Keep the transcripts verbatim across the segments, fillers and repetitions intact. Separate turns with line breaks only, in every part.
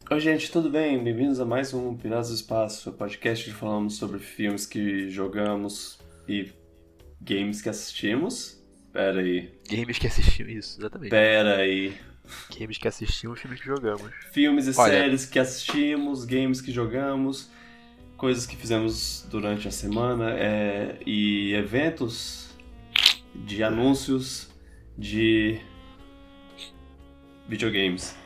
Oi, gente, tudo bem? Bem-vindos a mais um Piratas do Espaço, podcast onde falamos sobre filmes que jogamos e games que assistimos. Pera aí,
Games que assistimos, isso, exatamente.
pera aí.
Games que assistimos, filmes que jogamos.
Filmes e
Olha,
séries que assistimos, games que jogamos, coisas que fizemos durante a semana é, e eventos de anúncios de videogames.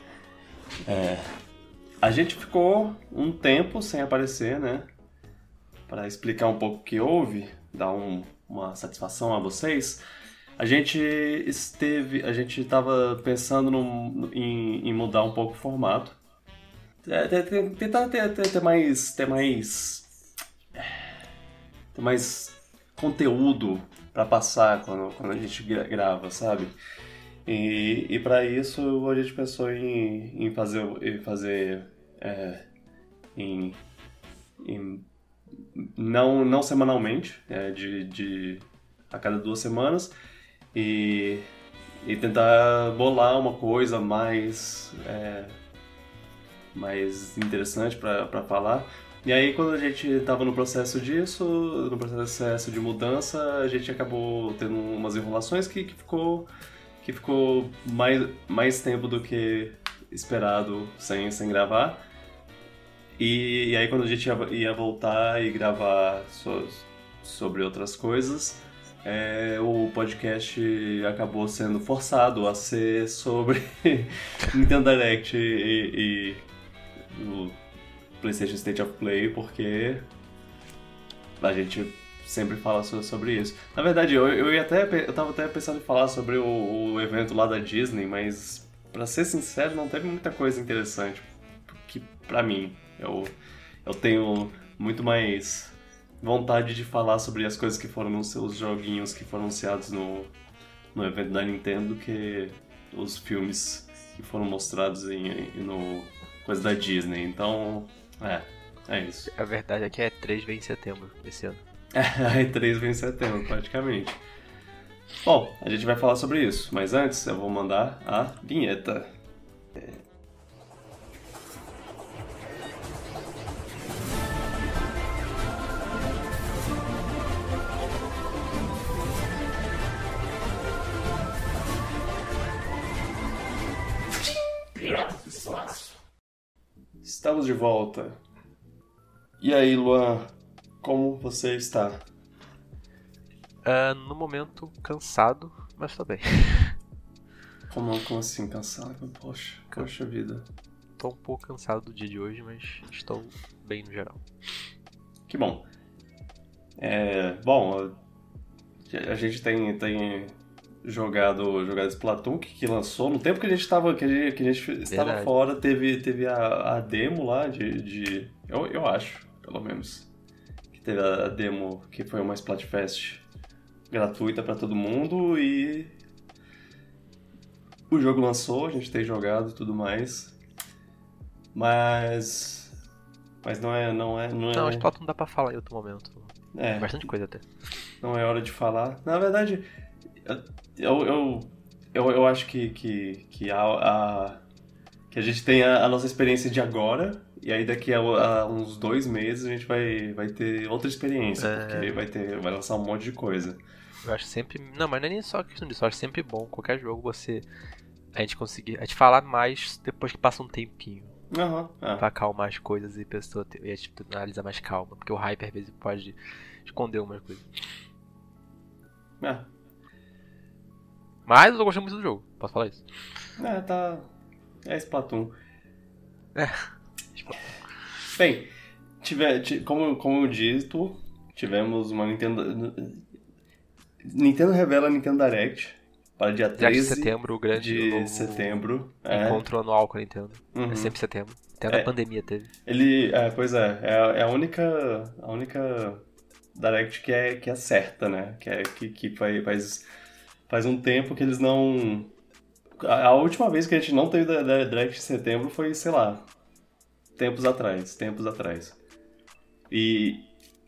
A gente ficou um tempo sem aparecer, né? Para explicar um pouco o que houve, dar um- uma satisfação a vocês. A gente esteve, a gente estava pensando num- em, em mudar um pouco o formato. É, te- te- tentar ter, ter, ter mais, ter mais, ter mais conteúdo para passar quando, quando a gente gra- grava, sabe? E, e para isso a gente pensou em, em fazer, em fazer é, em, em não, não semanalmente, é, de, de a cada duas semanas, e, e tentar bolar uma coisa mais, é, mais interessante para falar. E aí, quando a gente estava no processo disso, no processo de mudança, a gente acabou tendo umas enrolações que, que ficou, que ficou mais, mais tempo do que esperado sem, sem gravar. E, e aí quando a gente ia, ia voltar e gravar so- sobre outras coisas, é, o podcast acabou sendo forçado a ser sobre Nintendo Direct e, e o PlayStation State of Play, porque a gente sempre fala so- sobre isso. Na verdade, eu, eu, ia até, pe- eu tava até pensando em falar sobre o, o evento lá da Disney, mas pra ser sincero, não teve muita coisa interessante que pra mim. Eu, eu tenho muito mais vontade de falar sobre as coisas que foram nos seus joguinhos que foram anunciados no, no evento da Nintendo do que os filmes que foram mostrados em, em- no coisa da Disney. Então, é, é isso.
a verdade é que a E três vem em setembro desse ano.
A E três vem em setembro, praticamente. Bom, a gente vai falar sobre isso, mas antes eu vou mandar a vinheta. Estamos de volta. E aí, Luan, como você está?
Ah, no momento, cansado, mas tô bem.
Como, como assim, cansado? Poxa, poxa vida.
Tô um pouco cansado do dia de hoje, mas estou bem no geral.
Que bom. É, bom, a a gente tem, tem jogado, jogado Splatoon, que, que lançou. No tempo que a gente estava, que a gente, que a gente estava
Verdade.
fora, teve, teve a, a demo lá de... de eu, eu acho, pelo menos. Que teve a, a demo que foi uma Splatfest gratuita para todo mundo e... O jogo lançou, a gente tem jogado e tudo mais. Mas... Mas não é... Não, é, não, é,
Não, acho que Splatoon dá pra falar em outro momento.
é,
Bastante coisa até.
não é hora de falar. Na verdade, eu, eu, eu, eu acho que, que, que, a, a, que a gente tem a, a nossa experiência de agora, e aí daqui a, a uns dois meses a gente vai, vai ter outra experiência,
É.
porque vai, ter, vai lançar um monte de coisa.
Eu acho sempre. Não, mas não é nem só questão disso. Eu acho sempre bom qualquer jogo você. A gente conseguir. A gente falar mais depois que passa um tempinho.
Aham, é.
Pra acalmar as coisas e a pessoa ter, e a gente analisar mais calma. Porque o hype às vezes pode esconder umas coisas.
É,
Mas eu tô gostando muito do jogo, posso falar isso?
é, tá... É Splatoon.
É.
Bem, tive, ti- como, como eu dito, tivemos uma Nintendo... Nintendo revela a Nintendo Direct para dia
Já que
treze
setembro, o grande
de
o novo
setembro. É.
encontro anual com a Nintendo.
Uhum.
É sempre setembro. Até na
É.
pandemia teve.
Ele, é, pois é, é, a- é a única, a única Direct que é, que é certa, né? Que, é, que, que faz, faz, faz um tempo que eles não... A, a última vez que a gente não teve da- da Direct em setembro foi, sei lá, tempos atrás, tempos atrás. E...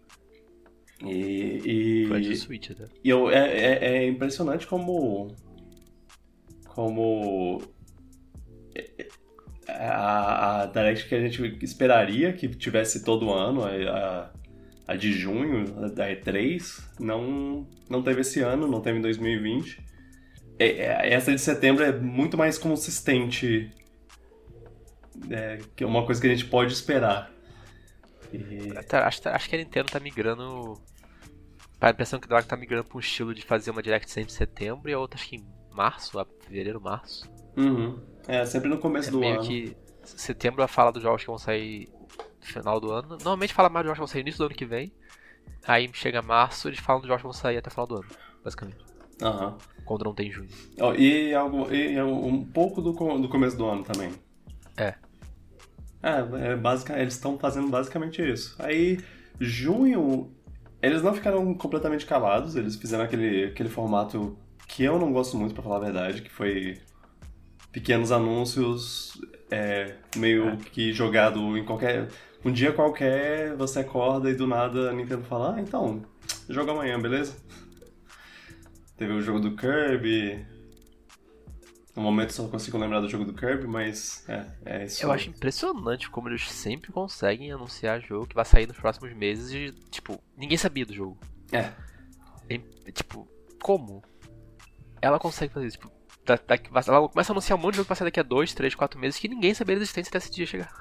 E...
Foi
e
de Switch até.
E eu, é, é, é impressionante como. Como. a, a Direct que a gente esperaria que tivesse todo ano, a, a de junho, da E três, não, não teve esse ano, não teve em dois mil e vinte. Essa de setembro é muito mais consistente, é, que é uma coisa que a gente pode esperar. E...
Acho, acho que a Nintendo tá migrando. A impressão que dá é que tá migrando pra um estilo de fazer uma Direct sempre em setembro e a outra acho que em março, fevereiro, março.
Uhum. É, sempre no começo
é
do
meio
ano.
Que setembro fala dos jogos que vão sair no final do ano. Normalmente fala mais dos jogos que vão sair no início do ano que vem. Aí chega março, eles falam dos jogos que vão sair até o final do ano, basicamente.
Aham.
Quando não tem junho.
Oh, e, algo, e um pouco do, do começo do ano também.
É.
É, é basic, eles estão fazendo basicamente isso. Aí, junho, eles não ficaram completamente calados, eles fizeram aquele, aquele formato que eu não gosto muito, pra falar a verdade, que foi pequenos anúncios, é, meio é. que jogado em qualquer... Um dia qualquer, você acorda e do nada a Nintendo fala, ah, então, joga amanhã, beleza? Teve o jogo do Kirby. No momento só consigo lembrar do jogo do Kirby, mas é, é isso.
Eu acho impressionante como eles sempre conseguem anunciar jogo que vai sair nos próximos meses e, tipo, ninguém sabia do jogo.
É.
é tipo, como? Ela consegue fazer isso. Tipo, da, da, ela começa a anunciar um monte de jogo que vai sair daqui a dois, três, quatro meses que ninguém sabia da existência até esse dia chegar.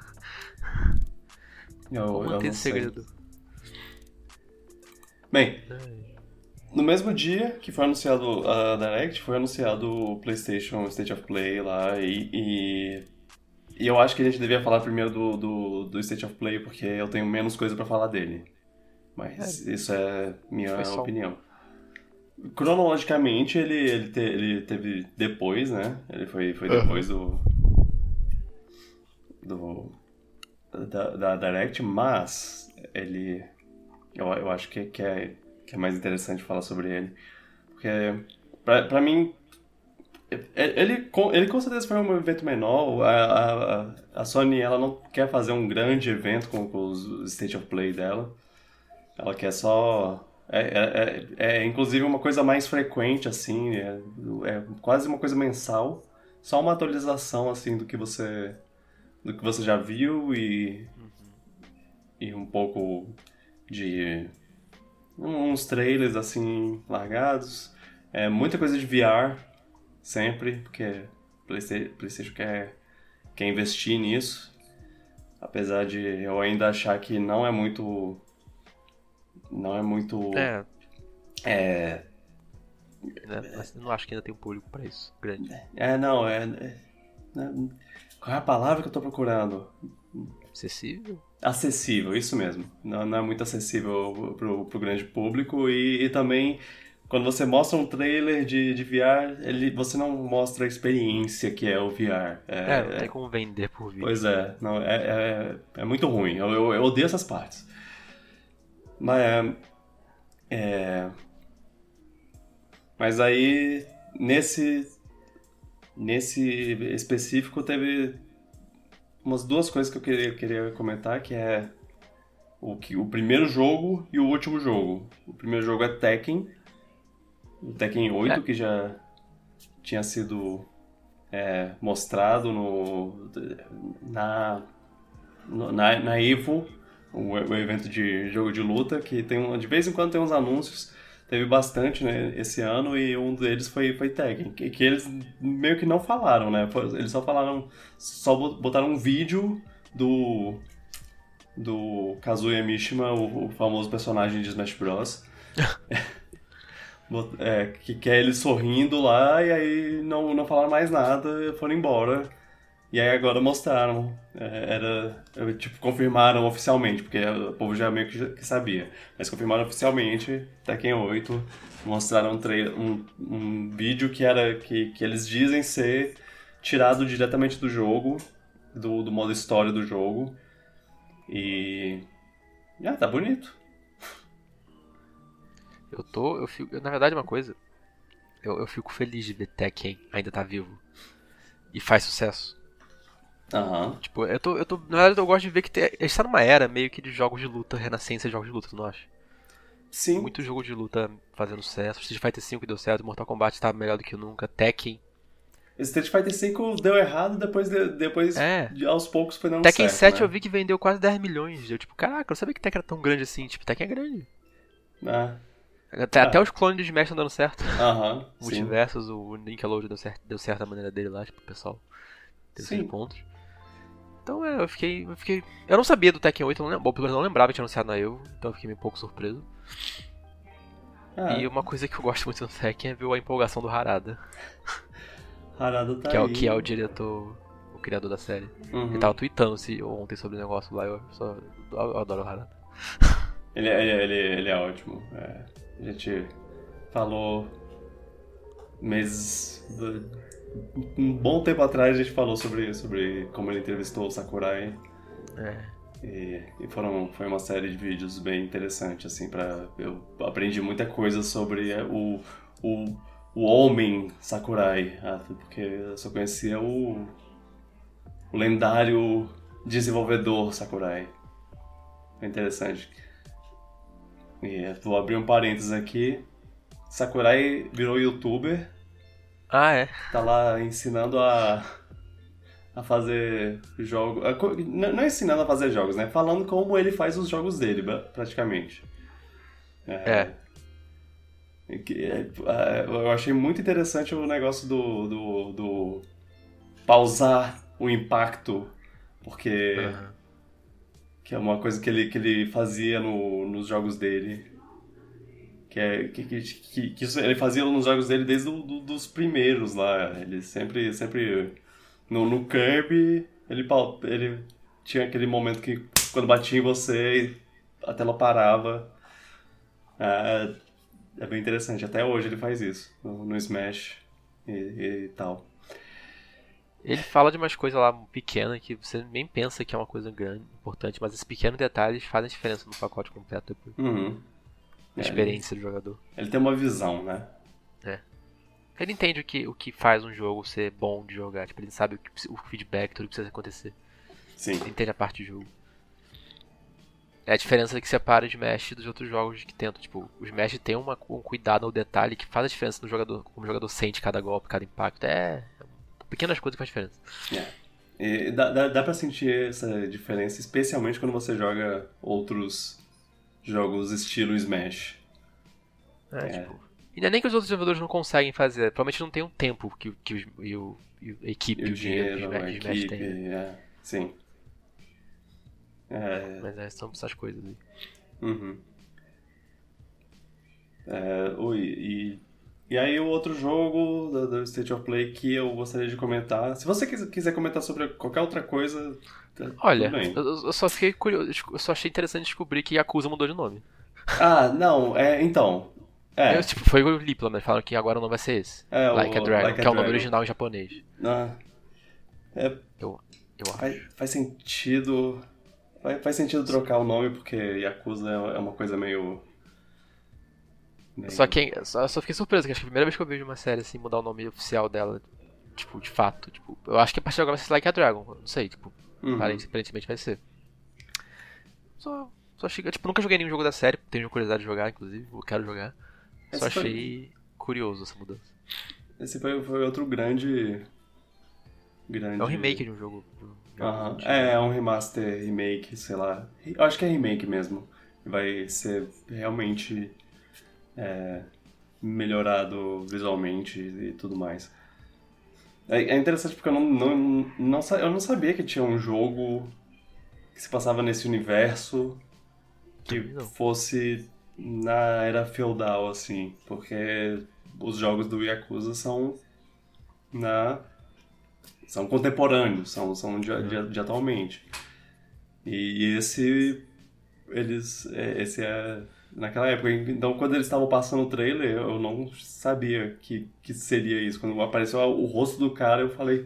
Eu,
como manter esse segredo?
Bem... No mesmo dia que foi anunciado a Direct, foi anunciado o PlayStation State of Play lá e, e, e eu acho que a gente devia falar primeiro do, do, do State of Play porque eu tenho menos coisa pra falar dele. Mas é, isso é minha opinião. Um... Cronologicamente, ele, ele, te, ele teve depois, né? Ele foi, foi depois uhum. do, do da, da Direct, mas ele eu, eu acho que, que é que é mais interessante falar sobre ele. Porque, pra, pra mim, ele, ele com certeza foi um evento menor. A, a, a Sony, ela não quer fazer um grande evento com, com os State of Play dela. Ela quer só... É, é, é, é inclusive uma coisa mais frequente, assim, é, é quase uma coisa mensal. Só uma atualização, assim, do que você, do que você já viu e, uhum. e um pouco de... uns trailers assim largados, é, muita coisa de V R sempre, porque PlayStation, PlayStation quer, quer investir nisso, apesar de eu ainda achar que não é muito não é muito
é,
é
né? Mas eu não acho que ainda tem um público pra isso grande.
É, não, é, é qual é a palavra que eu tô procurando?
Acessível?
Acessível, isso mesmo. Não, não é muito acessível pro, pro grande público e, e também quando você mostra um trailer de, de V R, ele, você não mostra a experiência que é o V R.
É, é não tem como vender por vídeo.
Pois é, não, é, é, é muito ruim. Eu, eu, eu odeio essas partes. Mas, é, mas aí, nesse, nesse específico, teve... umas duas coisas que eu queria, queria comentar, que é o, que, o primeiro jogo e o último jogo. O primeiro jogo é Tekken, o Tekken oito, é. que já tinha sido é, mostrado no, na, no, na, na EVO, o, o evento de jogo de luta, que tem um, de vez em quando tem uns anúncios. Teve bastante, né, esse ano, e um deles foi, foi Tekken, que, que eles meio que não falaram, né? Eles só falaram, só botaram um vídeo do, do Kazuya Mishima, o, o famoso personagem de Smash Bros. é, que, que é ele sorrindo lá, e aí não, não falaram mais nada, foram embora. E aí agora mostraram, é, era, tipo, confirmaram oficialmente, porque o povo já meio que, já, que sabia, mas confirmaram oficialmente, Tekken oito, mostraram um, trailer, um, um vídeo que, era, que, que eles dizem ser tirado diretamente do jogo, do, do modo história do jogo, e... ah, tá bonito.
Eu tô, eu fico, na verdade uma coisa, eu, eu fico feliz de ver Tekken ainda tá vivo, e faz sucesso.
Uhum.
Tipo, eu tô, eu tô. Na verdade, eu gosto de ver que tem, a gente tá numa era meio que de jogos de luta, renascença de jogos de luta, tu não acha?
Sim.
Muito jogo de luta fazendo sucesso. Street Fighter cinco deu certo, Mortal Kombat tá melhor do que nunca, Tekken.
Street Fighter cinco deu errado, depois, depois
É.
de- aos poucos foi dando
Tekken
certo,
sete
né?
eu vi que vendeu quase dez milhões. Eu, tipo, caraca, eu não sabia que Tekken era tão grande assim. Tipo, Tekken é grande.
Ah,
Até,
Ah.
até os clones de Smash estão dando certo.
aham, sim.
Multiversos, o Nickelodeon deu certo, deu certo a maneira dele lá, tipo, o pessoal teve
Sim.
seus pontos. Então é, eu fiquei, eu fiquei. Eu não sabia do Tekken oito, eu não lembro, bom, pelo menos eu não lembrava que tinha anunciado na Evo, então eu fiquei um pouco surpreso.
Ah,
E uma coisa que eu gosto muito no Tekken é ver a empolgação do Harada,
Harada tá
que é, o,
aí.
que é o diretor, o criador da série.
Uhum.
Ele tava tweetando -se ontem sobre o negócio lá, eu, só, eu adoro o Harada.
Ele, ele, ele, ele é ótimo. É, a gente falou meses. Um bom tempo atrás a gente falou sobre, sobre como ele entrevistou o Sakurai.
É.
E, e foram, foi uma série de vídeos bem interessante, assim, pra, eu aprendi muita coisa sobre o, o, o homem Sakurai, porque eu só conhecia o, o lendário desenvolvedor Sakurai. Foi interessante. E vou abrir um parênteses aqui. Sakurai virou youtuber,
Ah, é.
tá lá ensinando a, a fazer jogos. a co- Não não ensinando a fazer jogos, né? Falando como ele faz os jogos dele, ba- praticamente.
É.
E que- é, é, Eu achei muito interessante o negócio do, do, do pausar o impacto, porque
Aham.
que é uma coisa que ele, que ele fazia no, nos jogos dele. Que, é, que, que, que, que isso ele fazia nos jogos dele desde o, do, dos primeiros lá. Ele sempre, sempre no, no Kirby, ele, pau- ele tinha aquele momento que quando batia em você, a tela parava. Ah, é bem interessante. Até hoje ele faz isso no, no Smash e, e tal.
Ele fala de umas coisas lá pequenas que você nem pensa que é uma coisa grande, importante, mas esses pequenos detalhes fazem diferença no pacote completo depois.
Uhum.
A
É,
experiência do jogador.
Ele tem uma visão, né?
Ele entende o que, o que faz um jogo ser bom de jogar. Tipo, ele sabe o, que, o feedback, tudo que precisa acontecer.
Sim.
Ele entende a parte de jogo. É a diferença que separa o Smash dos outros jogos que tentam. Tipo, o Smash tem uma, um cuidado ao detalhe que faz a diferença no jogador, como o jogador sente cada golpe, cada impacto. É, é pequenas coisas que faz diferença.
É. E dá, dá, dá pra sentir essa diferença, especialmente quando você joga outros jogos estilo Smash.
É,
É.
tipo. E não é nem que os outros desenvolvedores não conseguem fazer, provavelmente não tem um tempo que, que os- e o, e a equipe,
E o
o dinheiro que
dinheiro,
o
a
Smash, Smash
equipe,
tem. né?
é, sim. É,
Mas é, são essas coisas aí.
uhum. É, ui, e, e aí o outro jogo do, do State of Play que eu gostaria de comentar, se você quis- quiser comentar sobre qualquer outra coisa, tá
Olha,
tudo bem.
eu, eu só fiquei curioso, eu só achei interessante descobrir que Yakuza mudou de nome.
Ah, não, é, então, é,
Eu, tipo, foi o li, pelo menos, falaram que agora o nome vai ser esse.
É, o
Like a Dragon,
Like a
que é o nome
Dragon.
original em japonês.
ah, é,
Eu, eu acho.
faz, faz sentido, faz, faz sentido trocar o nome porque Yakuza é é uma coisa meio... meio-
Só que só, só fiquei surpreso, que acho que é a primeira vez que eu vejo uma série assim mudar o nome oficial dela, tipo, de fato. Tipo, eu acho que a partir de agora vai ser Like a Dragon, eu não sei, tipo,
Uhum.
aparentemente aparentemente vai ser. Só, só achei, tipo, nunca joguei nenhum jogo da série, tenho curiosidade de jogar, inclusive, eu quero jogar. Só
Esse foi-
achei curioso essa mudança.
Esse foi, foi outro grande... grande...
É um remake de um jogo. De um jogo
Aham.
antigo.
É, é um remaster, remake, sei lá. Eu acho que é remake mesmo. Vai ser realmente é, melhorado visualmente e tudo mais. É, é interessante porque eu não, não, não, sa- eu não sabia que tinha um jogo que se passava nesse universo que
Também não.
fosse na era feudal, assim. Porque os jogos do Yakuza são na... são contemporâneos, são, são de, de, de atualmente. E esse, eles, é, esse é naquela época. Então, quando eles estavam passando o trailer, eu não sabia que, que seria isso. Quando apareceu o rosto do cara, eu falei,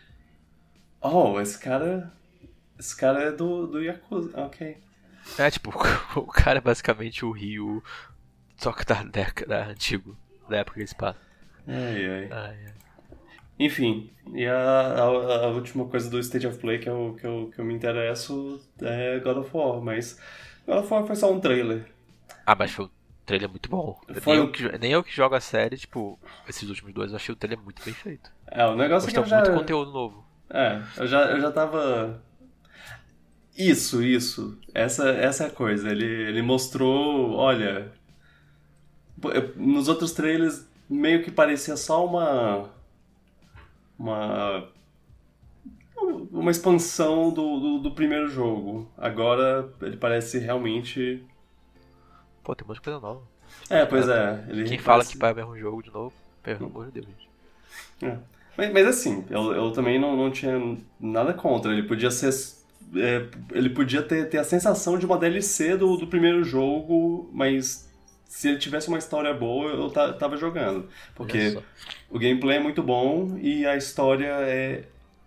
oh, esse cara, esse cara é do, do Yakuza, ok.
É, tipo, o cara é basicamente o Ryu, só que da década antigo, da época que eles passam.
Ai, ai.
Ai, ai.
Enfim, e a, a, a última coisa do State of Play que eu, que, eu, que eu me interesso é God of War, mas God of War foi só um trailer.
Ah, mas foi, O trailer é muito bom.
Foi
Nem,
um-
eu que, nem eu que jogo a série, tipo, esses últimos dois, eu achei o trailer muito bem feito.
É, o negócio é que
Mostrou
eu já...
muito conteúdo novo.
É, eu já, eu já tava... Isso, isso. Essa, essa é a coisa. Ele, ele mostrou, olha... pô, eu- Nos outros trailers, meio que parecia só uma... Uma... Uma expansão do, do, do primeiro jogo. Agora, ele parece realmente...
Pô, tem um monte de coisa nova.
É, pois é. Ele
Quem fala
parece-
que vai o mesmo jogo de novo, pelo amor de Deus, gente.
É. Mas, mas assim, eu, eu também não, não tinha nada contra. Ele podia ser. É, ele podia ter, ter a sensação de uma D L C do, do primeiro jogo, mas se ele tivesse uma história boa, eu ta- tava jogando.
Olha
Porque
só.
o gameplay é muito bom e a história é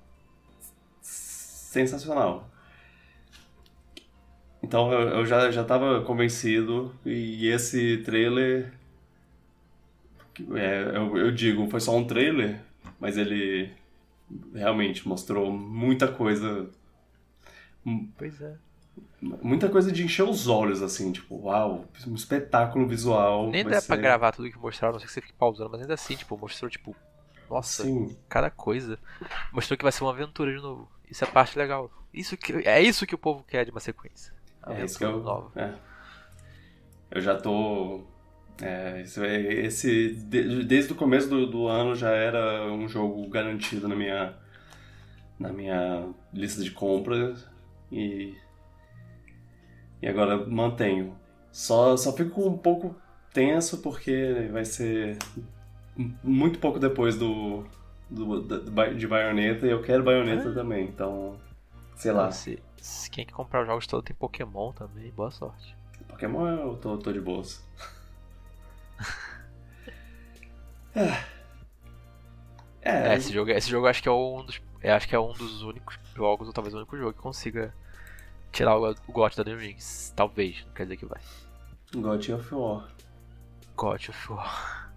sensacional. Então eu, eu já, já tava convencido e esse trailer. É, eu, eu digo, foi só um trailer, mas ele realmente mostrou muita coisa,
Pois é.
muita coisa de encher os olhos, assim, tipo, uau, um espetáculo visual.
Nem
vai
dá pra
ser-
gravar tudo que mostraram, não sei que você fique pausando, mas ainda assim, tipo, mostrou, tipo, nossa,
Sim,
cada coisa. Mostrou que vai ser uma aventura de novo. Isso é a parte legal. Isso que, é isso que o povo quer de uma sequência.
é isso que
Aventura
eu.
nova.
É. Eu já tô. É, esse, esse- de- desde o começo do, do ano já era um jogo garantido na minha, na minha lista de compras e, e agora mantenho. Só, só fico um pouco tenso porque vai ser muito pouco depois do, do, da- de Bayonetta e eu quero Bayonetta
Ah.
também, então sei lá.
Se, se quem quer comprar os jogos todos tem Pokémon também, boa sorte.
Pokémon eu tô, tô de boas. É. É,
É, esse jogo, esse jogo eu acho que é um dos. Eu acho que é um dos únicos jogos, ou talvez o único jogo que consiga tirar o, o G O T da The Rings. Talvez, não quer dizer que vai.
God of War.
God of War.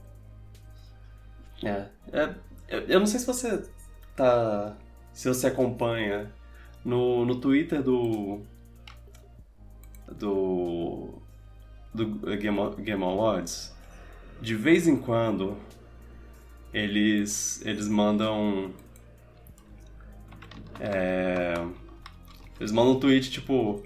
É, é, eu eu não sei se você tá. Se você acompanha no, no Twitter do. Do. Do Game, Game Awards. De vez em quando. Eles. Eles mandam. É, eles mandam um tweet tipo.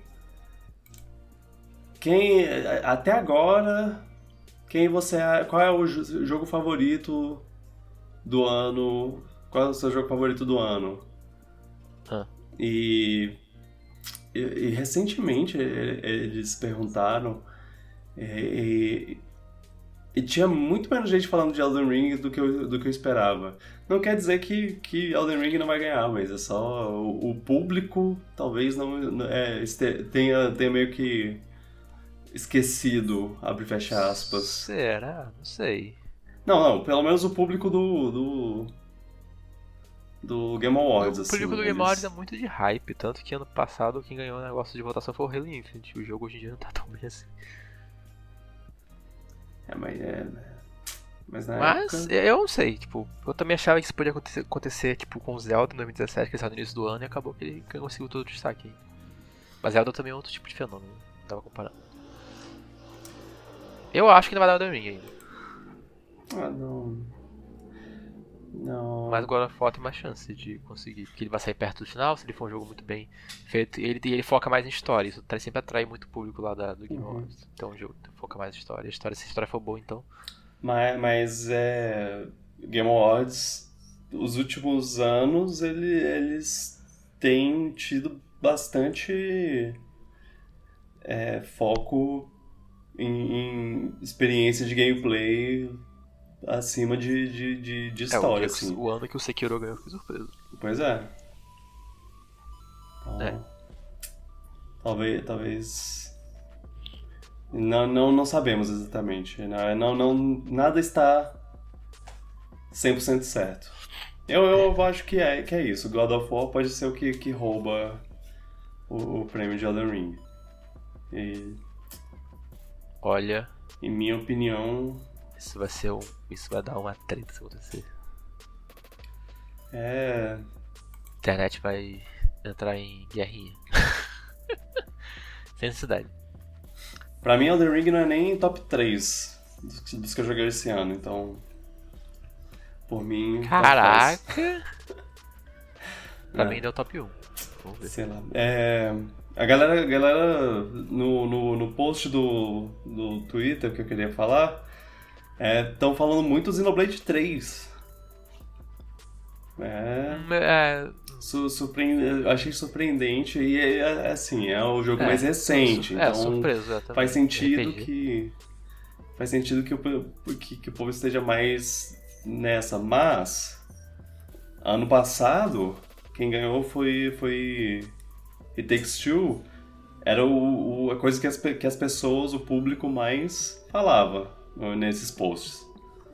Quem. Até agora. Quem você. Qual é o jo- jogo favorito do ano? Qual é o seu jogo favorito do ano?
Ah.
E, e, e recentemente e- eles perguntaram e, e tinha muito menos gente falando de Elden Ring do que eu, do que eu esperava. Não quer dizer que, que Elden Ring não vai ganhar, mas é só o, o público talvez não, não- é, este- tenha, tenha meio que esquecido, abre e fecha aspas.
Será? Não sei.
Não, não, pelo menos o público do. do, do Game Awards,
O
assim.
público do Game
eles-
Awards é muito de hype, tanto que ano passado quem ganhou o negócio de votação foi o Halo Infinite. O jogo hoje em dia não tá tão bem assim.
É, mas é. Mas na
Mas
época.
eu não sei, tipo, eu também achava que isso podia acontecer, acontecer tipo, com o Zelda em dois mil e dezessete, que ele saiu no início do ano e acabou que ele conseguiu todo o destaque aí. Mas Zelda também é outro tipo de fenômeno, não tava comparando. Eu acho que não vai dar o Elden Ring ainda,
Ah, não. Não.
mas agora God tem mais chance de conseguir, porque ele vai sair perto do final, se ele for um jogo muito bem feito, e ele, e ele foca mais em história, isso traz- sempre atrai muito público lá da, do Game
Uhum.
Awards. Então o jogo foca mais em história, a história, se a história for boa então...
Mas, mas é. Game Awards, os últimos anos, ele, eles têm tido bastante é, foco em, em experiência de gameplay acima de, de, de, de
É, o,
história,
dia que-
assim.
o ano que o Sekiro ganhou, eu fiquei surpreso.
Pois é. Então,
É.
Talvez. Talvez. Não, não, não sabemos exatamente. Não, não, não, nada está cem por cento certo. Eu, eu acho que é, que é isso. God of War pode ser o que, que rouba o, o prêmio de Elden Ring. E,
Olha,
em minha opinião,
isso vai ser um. Isso vai dar uma treta se acontecer.
é.
A internet vai entrar em guerrinha. Sem necessidade.
Pra mim, Elden Ring não é nem top três dos, dos que eu joguei esse ano, então... Por mim...
Caraca! Pra
É.
mim, deu top um. Vamos ver.
Sei lá. É, a galera, a galera no, no, no post do, do Twitter que eu queria falar, estão falando muito do Xenoblade três. É...
Hum, É...
Su, surpreende, achei surpreendente e é, é, assim, é o jogo
É,
mais recente,
su- é,
então
surpreso, é, também.
faz sentido
R P G.
que faz sentido que o, que, que o povo esteja mais nessa, mas ano passado quem ganhou foi foi It Takes Two, era o, o- a coisa que as, pe- que as pessoas, o público mais falava uh, nesses posts.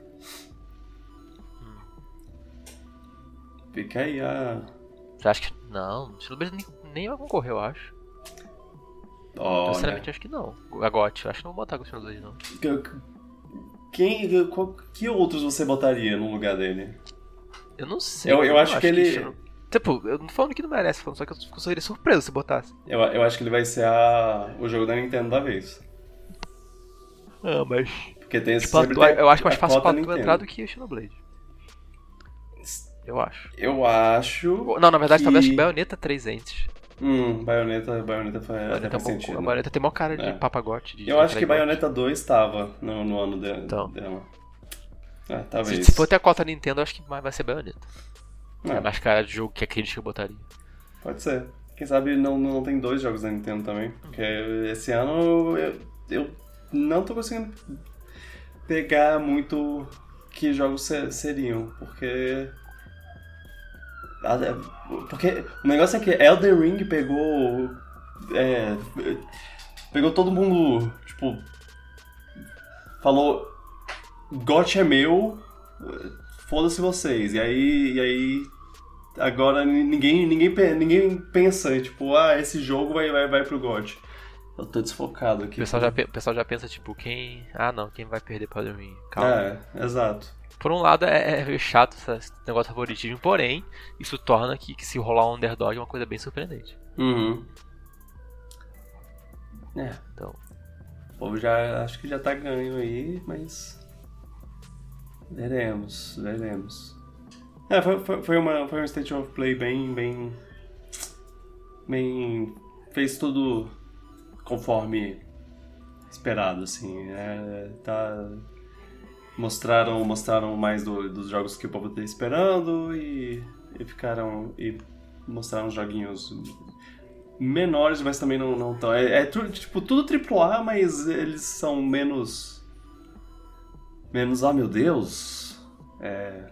Fica aí a
Você acha que. Não, o Xenoblade nem, nem vai concorrer, eu acho.
olha,
Sinceramente, acho que não. A G O T, eu acho que não vou botar com o Xenoblade, não.
que- quem, qual- que outros você botaria no lugar dele?
Eu não sei.
Eu- eu
não
acho que ele-
Xeno- Tipo, eu não tô falando que não merece, falando só que eu eu seria surpreso se botasse.
Eu, eu acho que ele vai ser a, o jogo da Nintendo da vez.
Ah, mas.
Porque tem esse
Tipo,
sempre
eu,
tem
eu acho mais
a
fácil
cota
pra tu
Nintendo.
entrar do que o Xenoblade. Eu acho.
Eu acho.
Não, na verdade,
que...
talvez acho que Bayonetta três antes.
Hum, Bayonetta, Bayonetta foi, até
Bayonetta,
faz
é um pouco-
sentido.
a Bayonetta tem maior cara de
É.
papagote. De,
Eu
de
acho que
entregote.
Bayonetta dois estava no, no ano de,
Então.
dela. É,
Se,
talvez.
se for ter a cota Nintendo, eu acho que mais vai ser Bayonetta.
É,
É mais cara de jogo que a crítica botaria.
pode ser. Quem sabe não, não tem dois jogos da Nintendo também. Porque esse ano eu, eu não tô conseguindo pegar muito que jogos se- seriam. Porque. Porque o negócio é que Elden Ring pegou. É, pegou todo mundo. Tipo. Falou. G O T é meu. Foda-se vocês. E aí. E aí agora ninguém, ninguém, pe- ninguém pensa, tipo, ah, esse jogo vai, vai, vai pro G O T. Eu tô desfocado
O
aqui.
pessoal, já, pe- o pessoal já pensa, tipo, quem. Ah, não, quem vai perder pra Elden Ring? Calma.
É, exato.
Por um lado, é, é chato essa- esse negócio de favoritismo, porém, isso torna que, que se rolar um underdog é uma coisa bem surpreendente.
Uhum. É,
Então,
o povo já acho que já tá ganho aí, mas veremos, veremos. É, foi, foi, foi uma foi um State of Play bem bem bem fez tudo conforme esperado, assim. É, tá mostraram mostraram mais do- dos jogos que o povo tá esperando e, e ficaram e mostraram joguinhos menores, mas também não não tão. É, é tu- tipo tudo triplo A, mas eles são menos menos, ah meu Deus, é,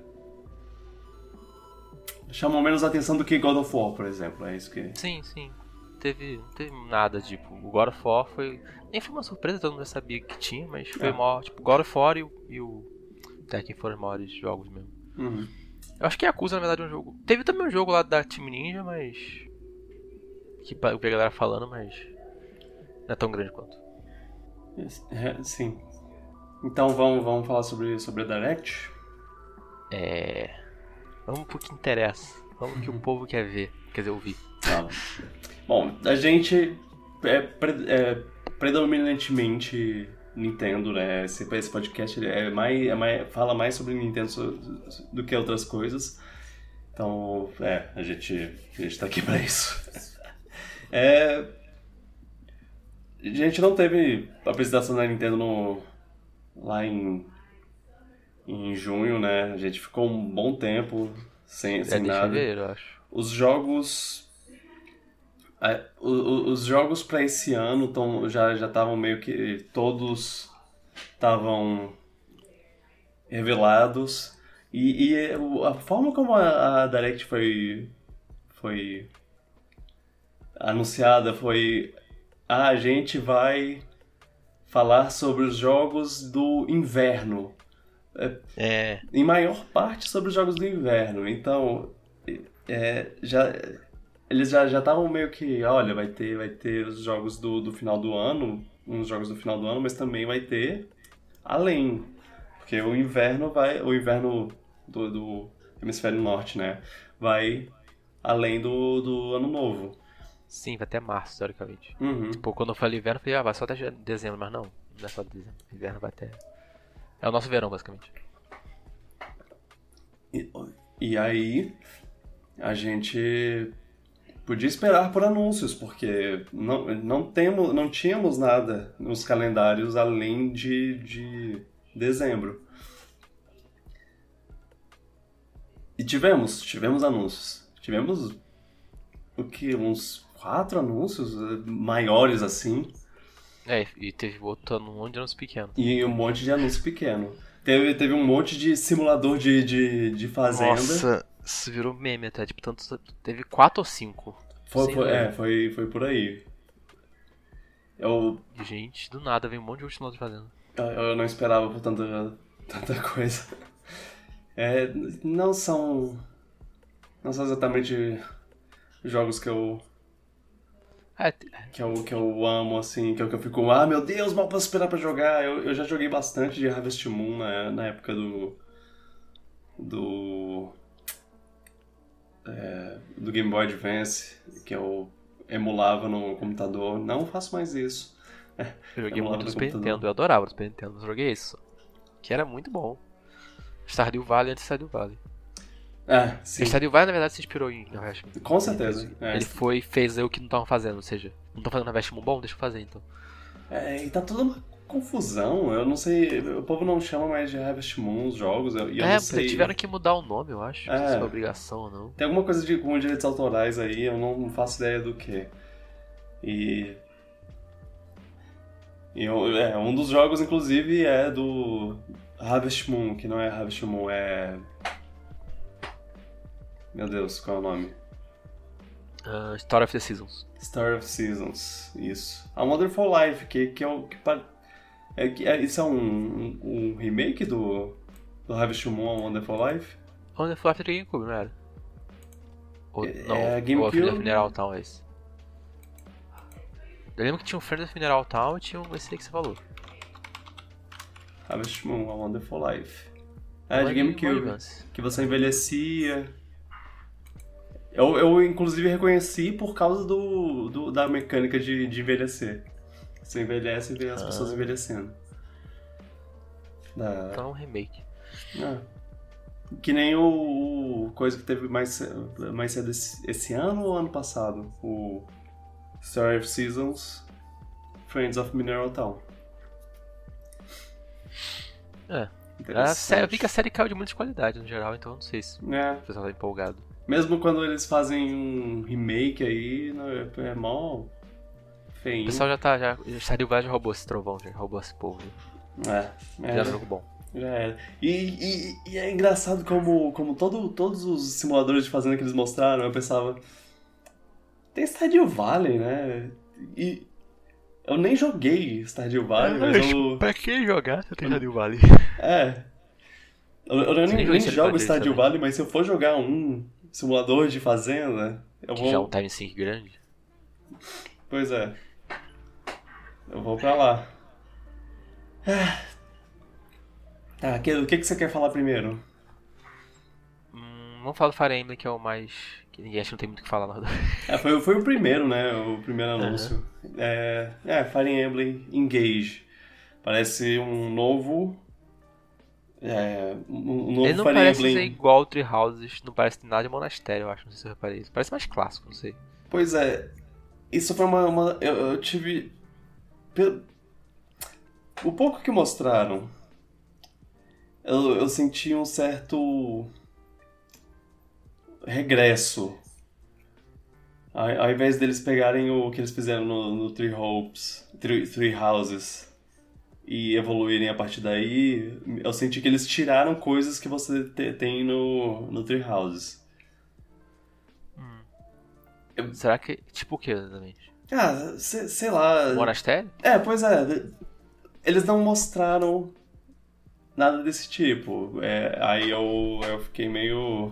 chamam menos atenção do que God of War, por exemplo. É isso que.
sim, sim. Teve, não teve nada, tipo, o God of War foi. Nem foi uma surpresa, todo mundo já sabia que tinha, mas foi
É.
maior. Tipo, God of War e o. E o Tekken foram os maiores jogos mesmo.
Uhum.
Eu acho que Yakuza, na verdade, é um jogo. Teve também um jogo lá da Team Ninja, mas. Que pa- eu vi a galera falando, mas. Não é tão grande quanto.
É, sim. Então vamos, vamos falar sobre, sobre a Direct?
É. Vamos pro que interessa. Vamos pro que o povo quer ver. Quer dizer, ouvir.
Tá. Bom, a gente é, pre- é predominantemente Nintendo, né? Esse, esse podcast ele é mais, é mais, fala mais sobre Nintendo so- do que outras coisas. Então, é, a gente, a gente tá aqui pra isso. É, a gente não teve a apresentação da Nintendo no, lá em, em junho, né? A gente ficou um bom tempo sem,
É
sem
de
nada.
fevereiro, eu acho.
Os jogos. é, o- o- os jogos pra esse ano tão, já já estavam meio que. Todos estavam revelados. E, e o- a forma como a, a Direct foi. Foi. Anunciada foi. Ah, a gente vai falar sobre os jogos do inverno.
É.
Em maior parte sobre os jogos do inverno. Então, é, já, eles já já estavam meio que, olha, vai ter, vai ter os jogos do, do final do ano, uns jogos do final do ano, mas também vai ter além. Porque o inverno vai, o inverno do, do hemisfério norte, né, vai além do, do ano novo.
Sim, vai até março, teoricamente.
Uhum.
Tipo, quando eu falei inverno, eu falei, ah, vai só até dezembro, mas não, não é só dezembro. Inverno vai até... É o nosso verão, basicamente.
E, e aí, a gente podia esperar por anúncios, porque não, não, temos, não tínhamos nada nos calendários além de, de dezembro. E tivemos, tivemos anúncios. Tivemos, o que, uns quatro anúncios maiores assim.
É, e teve outro um monte de anúncios pequenos.
E um monte de anúncio pequeno. Teve, teve um monte de simulador de, de, de fazenda.
Nossa, isso virou meme até, tipo, tanto, teve quatro ou cinco.
Foi, foi, é, foi, foi por aí. Eu,
Gente, do nada veio um monte de simulador de fazenda.
eu, eu não esperava por tanta, tanta coisa. É, não são. Não são exatamente jogos que eu.
É,
Que eu, que eu amo, assim, que eu, que eu fico, ah, meu Deus, mal posso esperar pra jogar. Eu, eu já joguei bastante de Harvest Moon na, na época do. Do. É, do Game Boy Advance, que eu emulava no computador. Não faço mais isso.
eu joguei
Emulava
muito no
no
Super
computador.
Nintendo, eu adorava o Super Nintendo, mas eu joguei isso. Que era muito bom. Stardew Valley antes de Stardew Valley.
Ah, sim.
Stardew Valley, na verdade, se inspirou em Harvest Moon.
Com certeza. É.
Ele foi e fez o que não estavam fazendo, ou seja, não estão fazendo Harvest Moon bom, deixa eu fazer então.
É, e tá toda uma confusão. Eu não sei. O povo não chama mais de Harvest Moon os jogos. Eu, e eu
é,
não sei.
tiveram que mudar o nome, eu acho. Não sei
É.
se foi obrigação ou não.
Tem alguma coisa de, com direitos autorais aí, eu não faço ideia do que. E. e eu, é, um dos jogos, inclusive, é do Harvest Moon, que não é Harvest Moon, é. Meu Deus, qual é o nome?
Uh, Story of the Seasons.
Story of Seasons, isso. A Wonderful Life, que, que é o. Que, pa- é, que- é, isso é um, um, um remake do, do Harvest Moon, A Wonderful Life?
Wonderful After GameCube, não era? Ou,
É,
não,
é,
ou
GameCube.
Friends of Mineral Town, é esse. Eu lembro que tinha um Friends of Mineral Town e tinha um esse aí que você falou.
Harvest Moon, A Wonderful Life. É, de
Olha,
GameCube.
olha,
Que você envelhecia. Eu, eu inclusive reconheci por causa do, do- da mecânica de, de envelhecer. Você envelhece e vê as
Ah.
pessoas envelhecendo. Da-
Então é um remake.
é. Que nem o, o coisa que teve mais, ce- mais cedo esse, esse ano ou ano passado? O Story of Seasons, Friends of Mineral Town.
É. A
Interessante.
série, eu vi que a série caiu de muita qualidade no geral, então eu não sei se
É,
o pessoal tá empolgado.
mesmo quando eles fazem um remake aí, não, é, é mó
O
feinho.
pessoal já tá. Já, Stardew Valley já roubou esse trovão, já roubou esse povo.
É,
Já
é,
era um jogo bom.
já era. E, e, e é engraçado como, como todo, todos os simuladores de fazenda que eles mostraram, eu pensava, tem Stardew Valley, né? E eu nem joguei Stardew Valley, mas eu...
Pra que jogar se eu tenho Stardew Valley?
É. Eu, eu
Você
nem,
nem
nem
joga
jogo
Stardew
Stardew
também.
Valley, mas se eu for jogar um simulador de fazenda, eu
Que
vou...
já é um time sync grande.
Pois é. Eu vou pra lá. Ah. Tá, que- o que, que você quer falar primeiro?
Hum, vamos falar do Fire Emblem, que é o mais. Que ninguém acha que não tem muito o que falar, nada.
É, foi, foi o primeiro, né? O primeiro anúncio. É, é, Fire Emblem Engage. Parece um novo... É, um um novo
Ele não
Fire
parece
Emblem...
ser igual ao Tree Houses, não parece nada de monastério, eu acho, não sei se eu reparei isso. Parece mais clássico, não sei.
Pois é, isso foi uma... uma- eu, eu tive... pe- O pouco que mostraram, eu, eu senti um certo regresso. Ao, ao invés deles pegarem o que eles fizeram no, no Three Hopes, Three, Three Houses, e evoluírem a partir daí, eu senti que eles tiraram coisas que você te- tem no, no Three Houses.
Será que. Tipo o que exatamente?
Ah, se- sei lá...
Monastério?
É, pois é. Eles não mostraram nada desse tipo. É, aí eu, eu fiquei meio...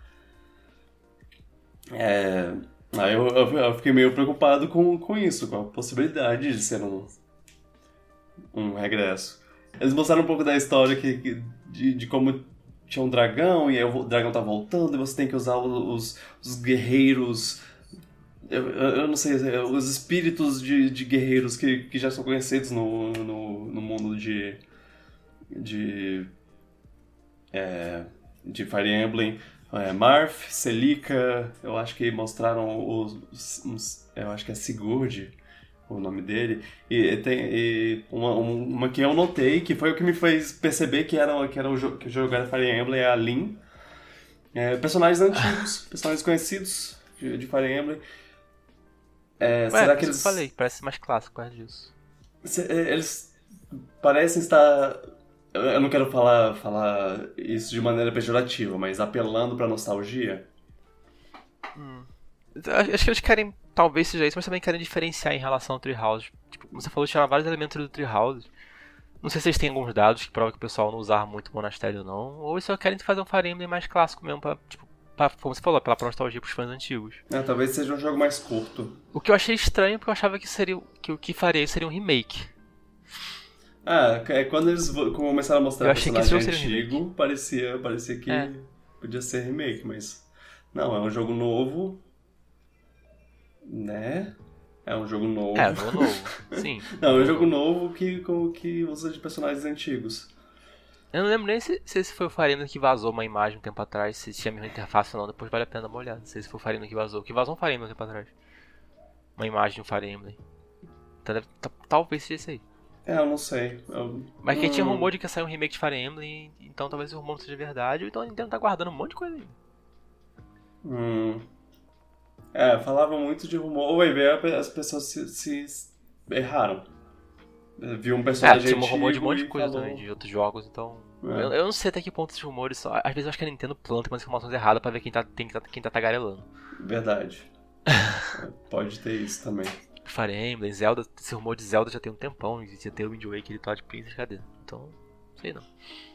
É, aí eu, eu, eu fiquei meio preocupado com, com isso, com a possibilidade de ser um, um regresso. Eles mostraram um pouco da história que, que- de, de como tinha um dragão e aí o dragão tá voltando e você tem que usar os, os guerreiros Eu, eu, eu não sei, os espíritos de, de guerreiros que, que já são conhecidos no, no, no mundo de. de. É, de Fire Emblem. É, Marth, Celica, eu acho que mostraram os, os, os. Eu acho que é Sigurd, o nome dele. E tem e uma, uma que eu notei, que foi o que me fez perceber que era, que era o jogo que jogar Fire Emblem, é a Lyn. É, personagens antigos, personagens conhecidos de, de Fire Emblem. É,
Ué,
será
por
que
isso
eles.
que eu falei, parece mais clássico por causa disso.
se- é, Eles parecem estar. Eu eu não quero falar, falar isso de maneira pejorativa, mas apelando pra nostalgia.
Eu Acho que eles querem, talvez seja isso, mas também querem diferenciar em relação ao Treehouse. Tipo, como você falou, tirar vários elementos do Treehouse. Não sei se eles têm alguns dados que provam que o pessoal não usava muito o monastério ou não, ou eles só querem fazer um Fire Emblem mais clássico mesmo, pra, tipo, pra, como você falou, pela nostalgia pros fãs antigos.
É, talvez seja um jogo mais curto.
O que eu achei estranho, porque eu achava que, seria, que o que faria seria um remake.
Ah, é quando eles vo- começaram a mostrar
Eu achei que esse
personagem
jogo seria um
antigo, parecia, parecia que
É.
podia ser remake, mas. Não, é um jogo novo. Né? É um jogo novo.
É, jogo novo. Sim.
Não, é um jogo novo que, com- que usa de personagens antigos.
Eu não lembro nem se, se esse foi o Fire Emblem que vazou uma imagem um tempo atrás, se tinha a mesma interface ou não, depois vale a pena dar uma olhada. Se esse foi o Fire Emblem que vazou. Que vazou um Fire Emblem um tempo atrás. Uma imagem de um Fire Emblem. Então deve, ta- talvez seja esse aí.
É, eu não sei. Eu-
Mas que tinha
Hum,
rumor de que ia sair um remake de Fire Emblem, então talvez o rumor não seja verdade, ou então a Nintendo tá guardando um monte de coisa ainda.
hum. É, falavam muito de rumor. Vai ver, as pessoas se, se erraram. Viu um
É,
personagem
tinha um
antigo
rumor de um monte de
e
coisa
falou...
também, de outros jogos, então.
É.
Eu, eu não sei até que ponto esses rumores só. Às vezes eu acho que a Nintendo planta umas informações erradas pra ver quem tá, tem, quem tá tagarelando.
Verdade. É, pode ter isso também.
Fire Emblem, Zelda, esse rumor de Zelda já tem um tempão, e ia ter o Wind Waker e Twilight Princess, cadê? Então, sei não.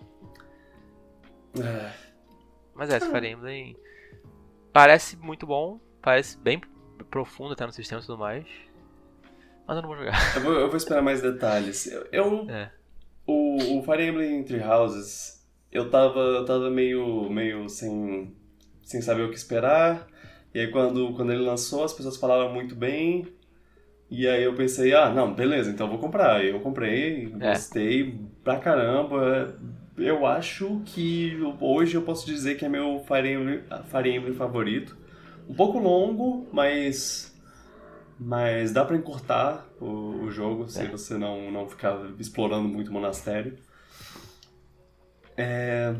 É.
Mas é, esse Fire Emblem parece muito bom, parece bem profundo até no sistema e tudo mais. Mas eu não vou jogar.
Eu vou, eu vou esperar mais detalhes. Eu, eu-
É.
o, o Fire Emblem Three Houses, eu tava, eu tava meio, meio sem, sem saber o que esperar. E aí quando, quando ele lançou, as pessoas falaram muito bem. E aí eu pensei, ah, não, beleza, então eu vou comprar. Eu comprei,
É.
gostei pra caramba. Eu acho que hoje eu posso dizer que é meu Fire Emblem, Fire Emblem favorito. Um pouco longo, mas mas dá pra encurtar o, o jogo se
É.
você não, não ficar explorando muito o monastério. É...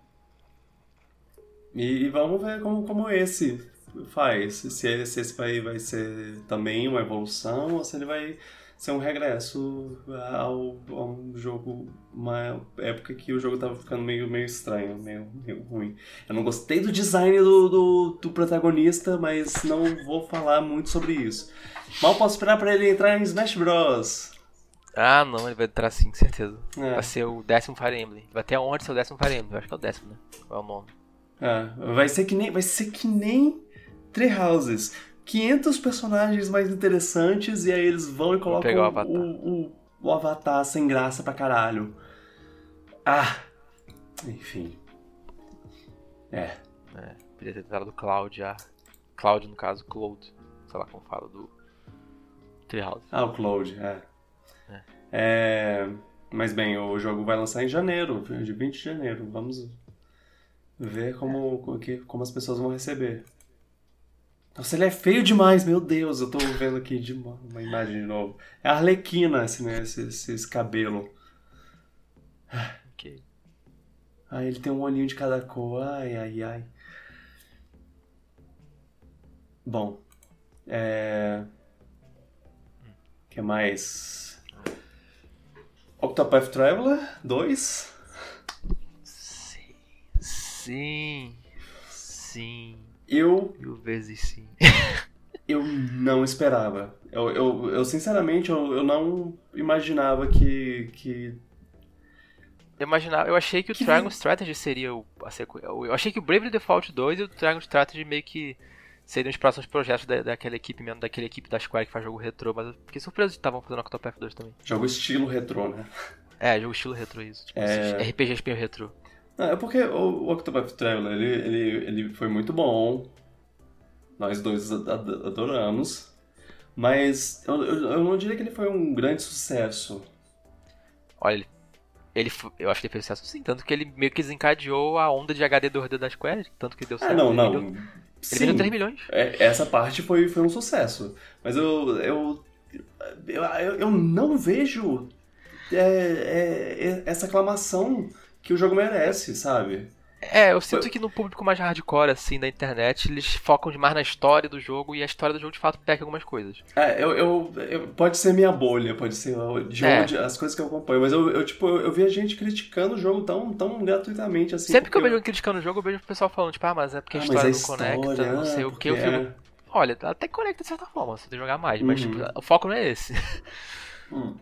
E, e vamos ver como, como esse faz. Se esse, esse vai, vai ser também uma evolução ou se ele vai ser um regresso ao, a um jogo, uma época que o jogo tava ficando meio, meio estranho, meio, meio ruim. Eu não gostei do design do, do, do protagonista, mas não vou falar muito sobre isso. Mal posso esperar pra ele entrar em Smash Bros.
Ah, não, ele vai entrar sim, com certeza.
É.
Vai ser o décimo Fire Emblem. Vai ter a honra de ser o décimo Fire Emblem. Eu acho que é o décimo, né? Qual é o nome?
É, vai ser que nem, vai ser que nem Three Houses. quinhentos personagens mais interessantes e aí eles vão e colocam
pegar o Avatar.
o, o, o Avatar sem graça pra caralho. Ah! Enfim. É.
É, podia ter tentado do Cloud já. Cloud, no caso, Cloud. Sei lá como fala, do Treehouse.
Ah, o Cloud, é.
É.
É, mas bem, o jogo vai lançar em janeiro, de vinte de janeiro. Vamos ver como, como que- como as pessoas vão receber. Nossa, ele é feio demais, meu Deus. Eu tô vendo aqui de uma, uma imagem de novo. É a Arlequina, esse, né, esse, esse, esse cabelo.
Ok.
Ah, ele tem um olhinho de cada cor. Ai, ai, ai. Bom. É... O que mais? Octopath Traveler dois.
Sim. Sim. Sim.
Eu,
Mil vezes sim.
eu não esperava. Eu, eu, eu sinceramente, eu, eu não imaginava que... que...
Eu imaginava, eu achei que o
Que
Dragon
vi-
Strategy seria o, a sequência. Eu achei que o Bravely Default dois e o Dragon Strategy meio que seriam os próximos projetos da, daquela equipe mesmo, daquela equipe da Square que faz jogo retrô, mas eu fiquei surpreso de estavam fazendo Octopath dois também.
Jogo estilo retrô, né?
É, jogo estilo retrô isso, tipo,
É.
esses R P Gs meio retrô.
Não, é porque o, o Octopath Traveler, ele, ele, ele foi muito bom. nós dois ad- adoramos, mas eu, eu, eu não diria que ele foi um grande sucesso.
Olha, ele, ele f- eu acho que ele fez sucesso sim, tanto que ele meio que desencadeou a onda de H D dois D da Square, tanto que deu
Ah,
certo.
não,
Ele
não.
vendeu, ele vendeu três
Sim,
milhões.
é- essa parte foi, foi um sucesso. Mas eu, eu, eu, eu eu não vejo é, é, é, essa aclamação que o jogo merece, sabe?
É, eu sinto
Foi-
que no público mais hardcore, assim, da internet, eles focam demais na história do jogo e a história do jogo de fato peca algumas coisas.
É, eu, eu, eu- pode ser minha bolha, pode ser de
É,
onde as coisas que eu acompanho, mas eu, eu tipo, eu, eu vi a gente criticando o jogo tão, tão gratuitamente assim,
sempre que
porque
eu vejo alguém criticando o jogo, eu vejo o pessoal falando, tipo, ah, mas é porque a
ah, mas a
história não conecta,
história,
não sei
ah,
o que.
porque
Eu fico,
é.
olha, até conecta de certa forma, você tem que jogar mais, mas tipo,
Uhum.
o foco não é esse.
Hum.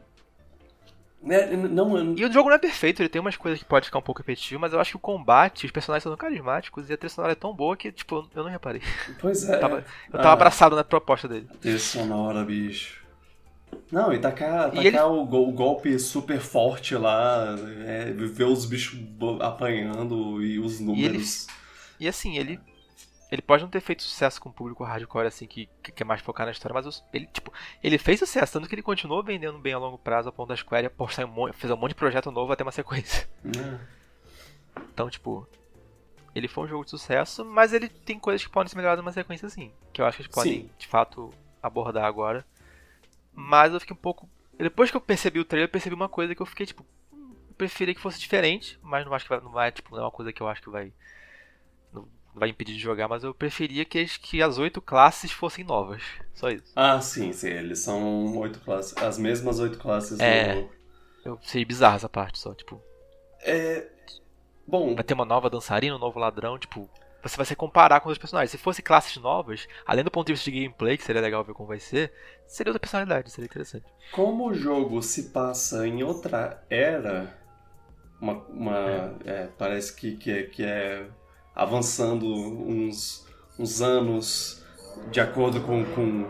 Né, não, eu-
E o jogo não é perfeito, ele tem umas coisas que pode ficar um pouco repetitivo, mas eu acho que o combate, os personagens são tão carismáticos e a trilha sonora é tão boa que, tipo, eu não reparei.
pois
Eu tava,
é.
eu tava
Ah,
abraçado na proposta dele.
trilha sonora, bicho. Não, e tacar,
E ele,
tacar o, gol- o golpe super forte lá, é, ver os bichos bo- apanhando e os
e ele,
números.
e assim, ele Ele pode não ter feito sucesso com o público hardcore, assim, que, que quer mais focar na história, mas os- ele, tipo, ele fez sucesso, tanto que ele continuou vendendo bem a longo prazo, a ponto da Square postar um monte, fazer um monte de projeto novo até uma sequência.
Né?
Então, tipo, ele foi um jogo de sucesso, mas ele tem coisas que podem ser melhoradas numa sequência, sim. Que eu acho que eles podem,
Sim.
de fato, abordar agora. Mas eu fiquei um pouco... Depois que eu percebi o trailer, eu percebi uma coisa que eu fiquei, tipo... hum, Eu preferia que fosse diferente, mas não acho que vai, não vai, tipo, não é uma coisa que eu acho que vai... Não vai impedir de jogar, mas eu preferia que as, que as oito classes fossem novas. Só isso.
Ah, sim, sim, eles são oito classes, as mesmas oito classes
É,
do...
eu sei bizarra essa parte só, tipo...
É, bom,
Vai ter uma nova dançarina, um novo ladrão, tipo... Você vai se comparar com os personagens. Se fosse classes novas, além do ponto de vista de gameplay, que seria legal ver como vai ser, seria outra personalidade, seria interessante.
como o jogo se passa em outra era, uma, uma- é, parece que, que, é, que é avançando uns, uns anos de acordo com, com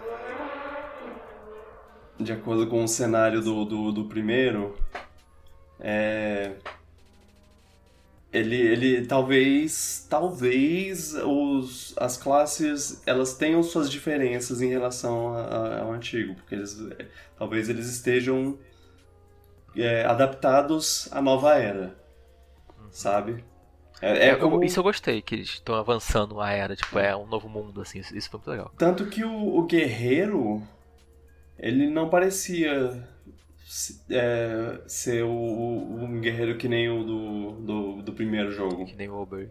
de acordo com o cenário do, do, do primeiro, é, ele, ele talvez talvez os, as classes elas tenham suas diferenças em relação a- a- ao antigo, porque eles é, talvez eles estejam é, adaptados à nova era, sabe? É,
É,
é
eu-
como
isso eu gostei, que eles estão avançando a era, tipo, é um novo mundo, assim, isso, isso foi muito legal.
tanto que o, o guerreiro ele não parecia se- é, ser o, o- um guerreiro que nem o do, do, do primeiro jogo.
Que nem o Oberg.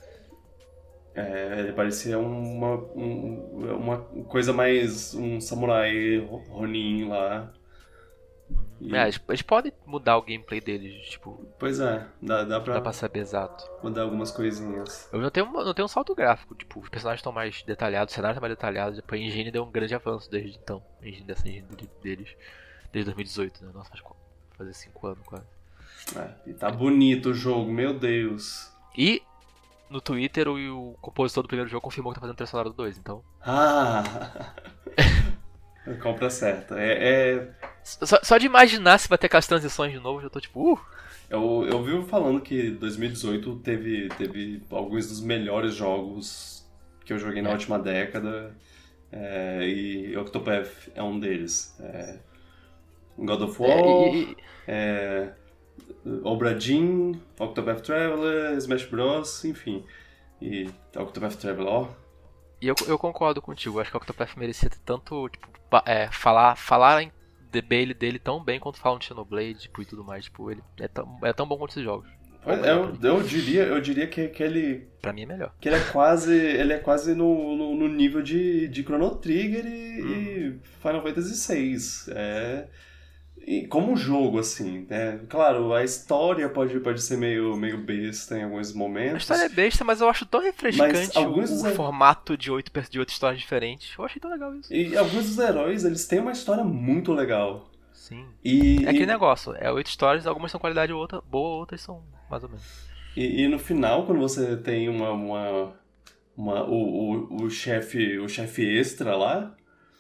É, ele parecia uma, um- uma coisa mais um samurai Ronin lá. E-
É, eles, eles podem mudar o gameplay deles, tipo,
pois é, dá, dá
não dá pra
pra
saber exato.
mudar algumas coisinhas.
Eu não tenho, não tenho um salto gráfico, tipo, os personagens estão mais detalhados, o cenário tá mais detalhado, depois a engine deu um grande avanço desde então. A engine dessa engine de- deles, desde dois mil e dezoito, né? Nossa, faz qu- fazer cinco anos quase.
É, e tá bonito o jogo, meu Deus.
E no Twitter o, o compositor do primeiro jogo confirmou que tá fazendo trilha sonora do dois, então.
Ah! Compra certa. É, é-
Só, só de imaginar se vai ter aquelas transições de novo, eu já tô tipo, uh!
eu, eu vivo falando que dois mil e dezoito teve, teve alguns dos melhores jogos que eu joguei na
É.
última década. É, e Octopath é um deles. É, God of War,
É, e- e-
é, Obra Dinn, Octopath Traveler, Smash Bros, enfim. E Octopath Traveler, ó.
E eu, eu concordo contigo, acho que o Octopath merecia ter tanto, tipo, pa- é, falar, falar em dele, dele tão bem quanto falam de Xenoblade, tipo, e tudo mais, tipo, ele é tão, é tão bom quanto esses jogos. Ou melhor, pra
Eu,
mim.
eu diria, eu diria que, que ele
Pra mim é melhor.
que ele é quase, ele é quase no, no, no nível de, de Chrono Trigger e, e Final Fantasy seis. É, e como um jogo, assim, né? Claro, a história pode, pode ser meio, meio besta em alguns
A
momentos.
história é besta, mas eu acho tão refrescante
Mas
o,
alguns
o
dos-
formato de oito, per- de oito histórias diferentes. Eu achei tão legal isso.
E alguns dos heróis, eles têm uma história muito legal.
Sim.
E,
É aquele
e,
negócio, é oito histórias, algumas são qualidade outra, boa, outras são mais ou menos.
e- e no final, quando você tem uma... uma, uma- o, o, o chefe o chefe extra lá,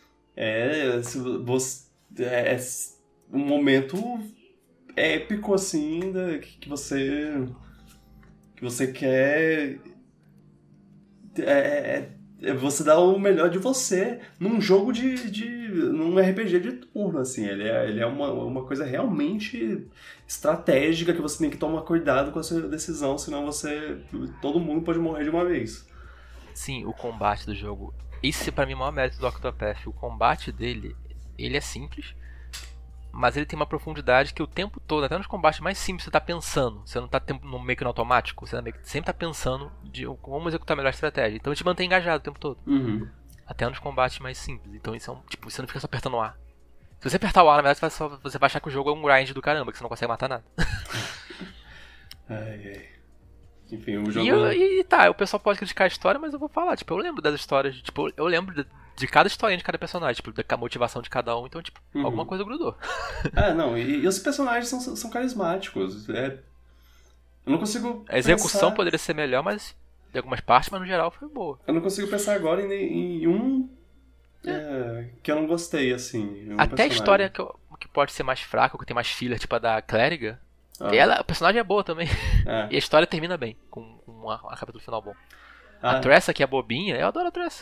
é, se você, é, é um momento épico, assim, da, que, que você... que você quer... É, é, você dá o melhor de você num jogo de, de num R P G de turno, assim, ele é, ele é uma, uma coisa realmente estratégica que você tem que tomar cuidado com a sua decisão, senão você, todo mundo pode morrer de uma vez.
Sim, o combate do jogo, esse pra mim é o maior mérito do Octopath, o combate dele, ele é simples, mas ele tem uma profundidade que o tempo todo, até nos combates mais simples, você tá pensando. Você não tá no, meio que no automático, você meio que sempre tá pensando de como executar a melhor estratégia. Então ele te mantém engajado o tempo todo.
Uhum.
Até nos combates mais simples. Então isso é um, tipo, você não fica só apertando o A. Se você apertar o A, na verdade, você vai, só, você vai achar que o jogo é um grind do caramba, que você não consegue matar nada.
Ai, ai. Enfim, o jogo...
E, eu, e tá, o pessoal pode criticar a história, mas eu vou falar, tipo, eu lembro das histórias, tipo, eu lembro de, de cada historinha de cada personagem, tipo, da motivação de cada um, então, tipo, uhum. alguma coisa grudou.
Ah, não, e, e os personagens são, são carismáticos, é... Eu não consigo
A execução
pensar...
poderia ser melhor, mas em algumas partes, mas no geral foi boa.
Eu não consigo pensar agora em, em um é. É, que eu não gostei, assim. Um
Até
personagem.
A história que, eu, que pode ser mais fraca, que tem mais filler, tipo a da Clériga, ah. ela, a personagem é boa também. É. E a história termina bem, com, com uma, uma capítulo final bom. Ah. A Tressa, que é bobinha, eu adoro a Tressa.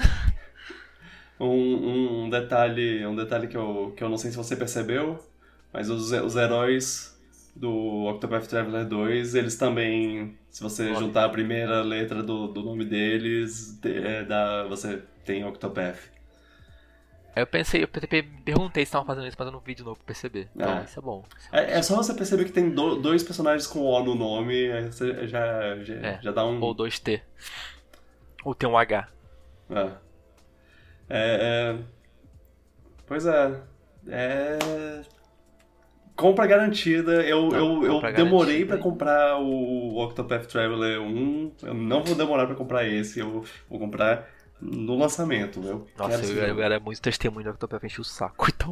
Um, um detalhe, um detalhe que, eu, que eu não sei se você percebeu, mas os, os heróis do Octopath Traveler dois, eles também, se você Olha. juntar a primeira letra do, do nome deles, é, dá, você tem Octopath.
Aí eu pensei, eu perguntei se estavam fazendo isso, mas eu não vi de novo pra perceber. Então, é. isso é bom. Isso é,
é, é só você perceber que tem do, dois personagens com O no nome, aí você já, já,
é.
já dá um...
Ou dois T. Ou tem um H.
É. É, é... Pois é. É... Compra garantida. Eu, não, eu, eu demorei pra comprar o Octopath Traveler um. Eu não vou demorar pra comprar esse. Eu vou comprar no lançamento. Eu
Nossa, eu, eu era muito testemunho do Octopath, enchi o saco. Então.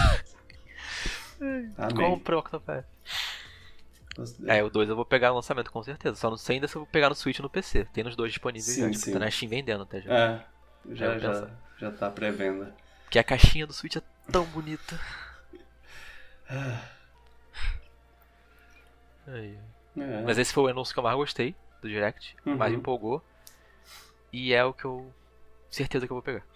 Compra o Octopath. É, o dois eu vou pegar no lançamento com certeza. Só não sei ainda se eu vou pegar no Switch ou no P C. Tem nos dois disponíveis sim, já. Tipo, tá na Steam vendendo até já.
É, já, já, já, já tá pré-venda.
Porque a caixinha do Switch é tão bonita. Aí. É. Mas esse foi o anúncio que eu mais gostei do Direct, uhum. mais empolgou. E é o que eu... certeza que eu vou pegar.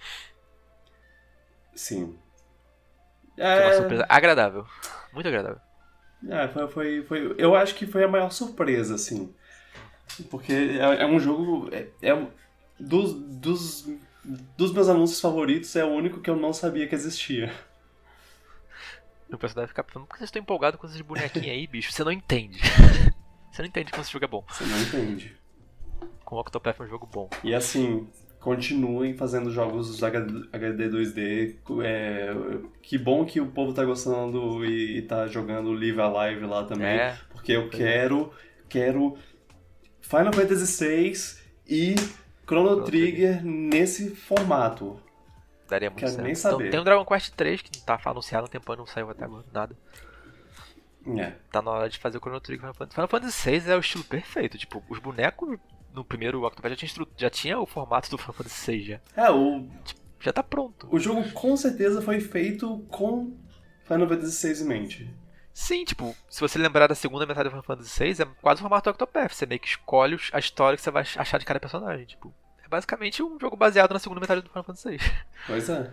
Sim.
É, é uma surpresa agradável. Muito agradável.
É, foi, foi, foi... Eu acho que foi a maior surpresa, assim. Porque é, é um jogo... É, é dos, dos, dos meus anúncios favoritos, é o único que eu não sabia que existia.
O pessoal deve ficar pensando, por que vocês estão empolgados com esses bonequinhos aí, bicho? Você não entende. Você não entende como esse jogo é bom.
Você não entende.
Com o Octopath é um jogo bom.
E assim, continuem fazendo jogos H D dois D. É, que bom que o povo tá gostando e, e tá jogando Live Alive lá também. É, porque eu quero, quero Final Fantasy seis e Chrono, Chrono Trigger, Trigger nesse formato.
Daria muito
Quero
certo.
nem saber.
Então, tem o Dragon Quest três que tá anunciado há um tempão e não saiu até agora, nada.
É.
Tá na hora de fazer o Chrono Trigger Final Fantasy. Final Fantasy seis é o estilo perfeito. Tipo, os bonecos no primeiro Octopath já tinha, instru... já tinha o formato do Final Fantasy seis já.
É, o...
Tipo, já tá pronto.
O jogo com certeza foi feito com Final Fantasy seis em mente.
Sim, tipo, se você lembrar da segunda metade do Final Fantasy seis, é quase o formato do Octopath. Você meio que escolhe a história que você vai achar de cada personagem. Tipo, é basicamente um jogo baseado na segunda metade do Final Fantasy seis.
Pois é.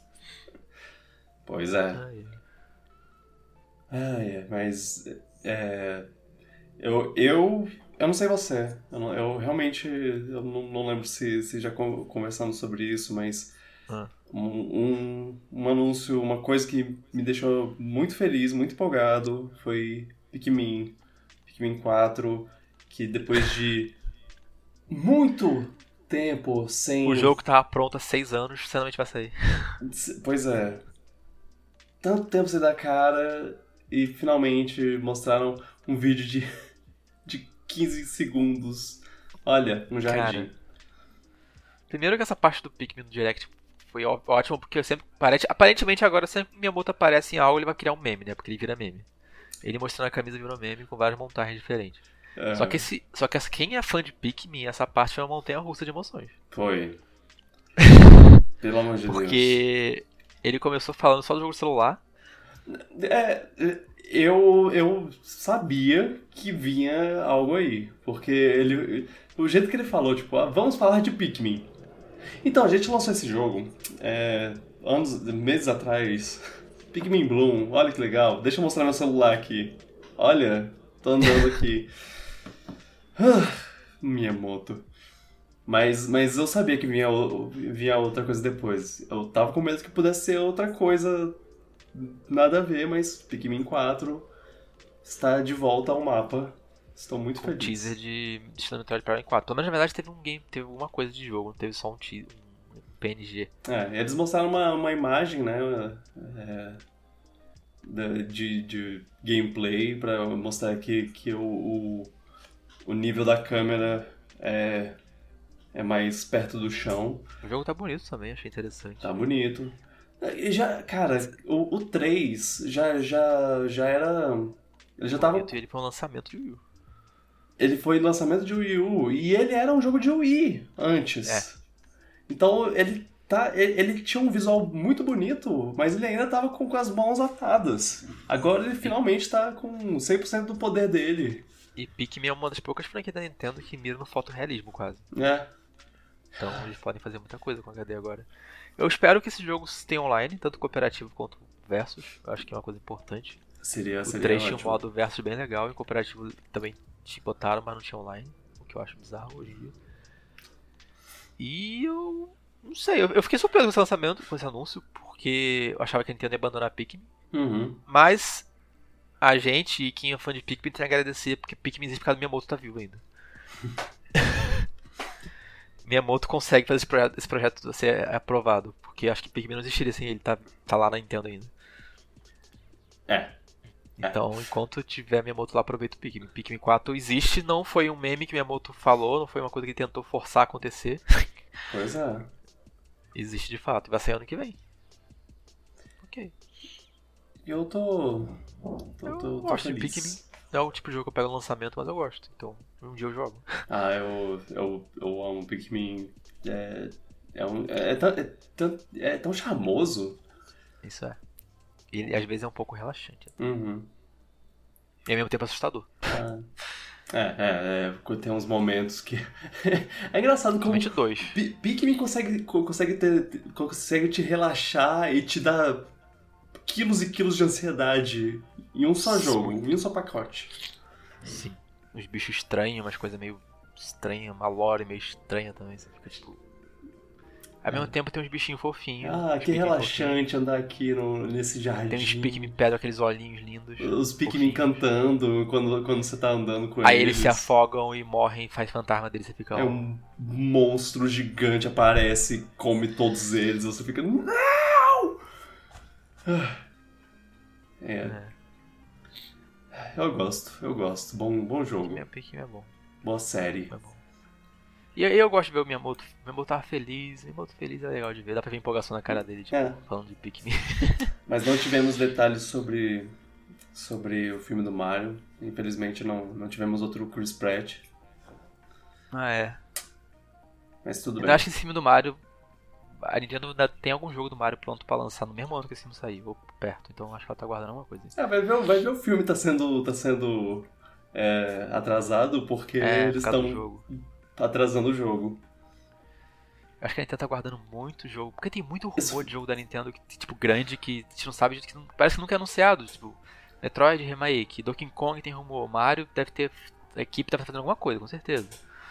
Pois é.
Ai,
Ai, mas... É, eu, eu... Eu não sei você. Eu, não, eu realmente... Eu não, não lembro se, se já conversamos sobre isso, mas...
Ah.
Um, um, um anúncio, uma coisa que me deixou muito feliz, muito empolgado, foi Pikmin. Pikmin quatro, que depois de muito tempo sem...
O jogo que tava pronto há seis anos, finalmente vai sair.
Pois é. Tanto tempo sem dar cara e finalmente mostraram um vídeo de, de quinze segundos. Olha, um jardim. Cara,
primeiro que essa parte do Pikmin no Direct foi ótimo, porque eu sempre... Aparentemente agora sempre que Miyamoto aparece em algo, ele vai criar um meme, né? Porque ele vira meme. Ele mostrando a camisa virou meme com várias montagens diferentes. Uhum. Só que, esse, só que quem é fã de Pikmin, essa parte foi uma montanha-russa de emoções.
Foi. Pelo amor de
porque
Deus.
Porque ele começou falando só do jogo celular.
É, eu, eu sabia que vinha algo aí. Porque ele, o jeito que ele falou, tipo, ah, vamos falar de Pikmin. Então, a gente lançou esse jogo é, anos, meses atrás. Pikmin Bloom, olha que legal. Deixa eu mostrar meu celular aqui. Olha, tô andando aqui. Minha moto. Mas, mas eu sabia que vinha, vinha outra coisa depois. Eu tava com medo que pudesse ser outra coisa, nada a ver, mas Pikmin quatro está de volta ao mapa. Estou muito
Um
feliz.
teaser de Destino Metroid Prime quatro. Pelo menos na verdade teve um game, teve alguma coisa de jogo, não teve só um, teaser, um P N G.
É, eles mostraram uma, uma imagem, né, é, de, de gameplay pra mostrar que, que o, o, o nível da câmera é, é mais perto do chão.
O jogo tá bonito também, achei interessante.
Tá bonito. E já, cara, o, o três já, já, já era... Ele já tava...
E ele foi um lançamento de Wii U.
Ele foi lançamento de Wii U e ele era um jogo de Wii antes.
É.
Então ele, tá, ele, ele tinha um visual muito bonito, mas ele ainda tava com, com as mãos atadas. Agora ele finalmente tá com cem por cento do poder dele.
E Pikmin é uma das poucas franquias da Nintendo que mira no fotorrealismo quase.
É.
Então eles podem fazer muita coisa com H D agora. Eu espero que esse jogo tenha online, tanto cooperativo quanto versus. Eu acho que é uma coisa importante.
Seria,
O
seria
três tinha um
ótimo.
modo versus bem legal e o cooperativo também te botaram, mas não tinha online. O que eu acho bizarro hoje em dia. E eu não sei, eu, eu fiquei surpreso com esse lançamento, com esse anúncio, porque eu achava que a Nintendo ia abandonar Pikmin.
Uhum.
Mas a gente e quem é fã de Pikmin tem que agradecer, porque Pikmin existe por causa do Miyamoto tá vivo ainda. Miyamoto consegue fazer esse projeto, esse projeto ser aprovado, porque acho que Pikmin não existiria sem ele, tá, tá lá na Nintendo ainda.
É.
Então, enquanto tiver Miyamoto lá, aproveita o Pikmin. Pikmin quatro existe, não foi um meme que Miyamoto falou, não foi uma coisa que ele tentou forçar a acontecer.
Pois é.
Existe de fato, e vai sair ano que vem. Ok.
E eu tô... tô,
Eu
tô, tô
gosto de
feliz.
Pikmin. Não é o tipo de jogo que eu pego no lançamento, mas eu gosto. Então, um dia eu jogo.
Ah, eu, eu, eu amo Pikmin. É, é, um, é, tão, é, tão, é tão charmoso.
Isso é. E às vezes é um pouco relaxante.
Uhum.
E ao mesmo tempo assustador.
Ah. É, é, é, tem uns momentos que... é engraçado como
Principalmente dois.
Pi- Pikmin consegue, co- consegue, ter, consegue te relaxar e te dar quilos e quilos de ansiedade em um só
Sim.
jogo, em um só pacote.
Sim. Uns bichos estranhos, umas coisas meio estranhas, uma lore meio estranha também. Você fica tipo. Ao mesmo tempo tem uns bichinhos fofinhos.
Ah,
uns
que
Pikmin
relaxante andar aqui no, nesse
fofinhos.
jardim.
Tem uns Pikmin pedra, aqueles olhinhos lindos.
Os Pikmin
fofinhos.
cantando quando, quando você tá andando com
Aí
eles.
eles se afogam e morrem, faz fantasma deles, você fica.
É
ó,
um monstro gigante, aparece, come todos eles, você fica... Não! Ah. É.
É.
Eu gosto, eu gosto. Bom, bom jogo.
Pikmin, Pikmin é bom.
Boa série.
É bom. E aí eu gosto de ver o Miyamoto. O Miyamoto tava feliz. O Miyamoto feliz é legal de ver. Dá pra ver empolgação na cara dele, tipo,
É.
falando de Pikmin.
Mas não tivemos detalhes sobre, sobre o filme do Mario. Infelizmente não, não tivemos outro Chris Pratt.
Ah, é.
Mas tudo
Eu
bem.
acho que esse filme do Mario. A Nintendo ainda tem algum jogo do Mario pronto pra lançar no mesmo ano que esse filme sair, ou perto. Então acho que ela tá guardando alguma coisa.
Ah, vai, ver, vai ver o filme tá sendo, tá sendo é, atrasado porque
É,
eles
por causa do
estão
jogo.
atrasando o jogo.
Acho que a Nintendo tá guardando muito jogo. Porque tem muito rumor
Isso-
de jogo da Nintendo, que, tipo, grande, que a gente não sabe, que não, parece que nunca é anunciado. Tipo, Metroid Remake, Donkey Kong tem rumor, Mario deve ter. A equipe deve estar fazendo alguma coisa, com certeza.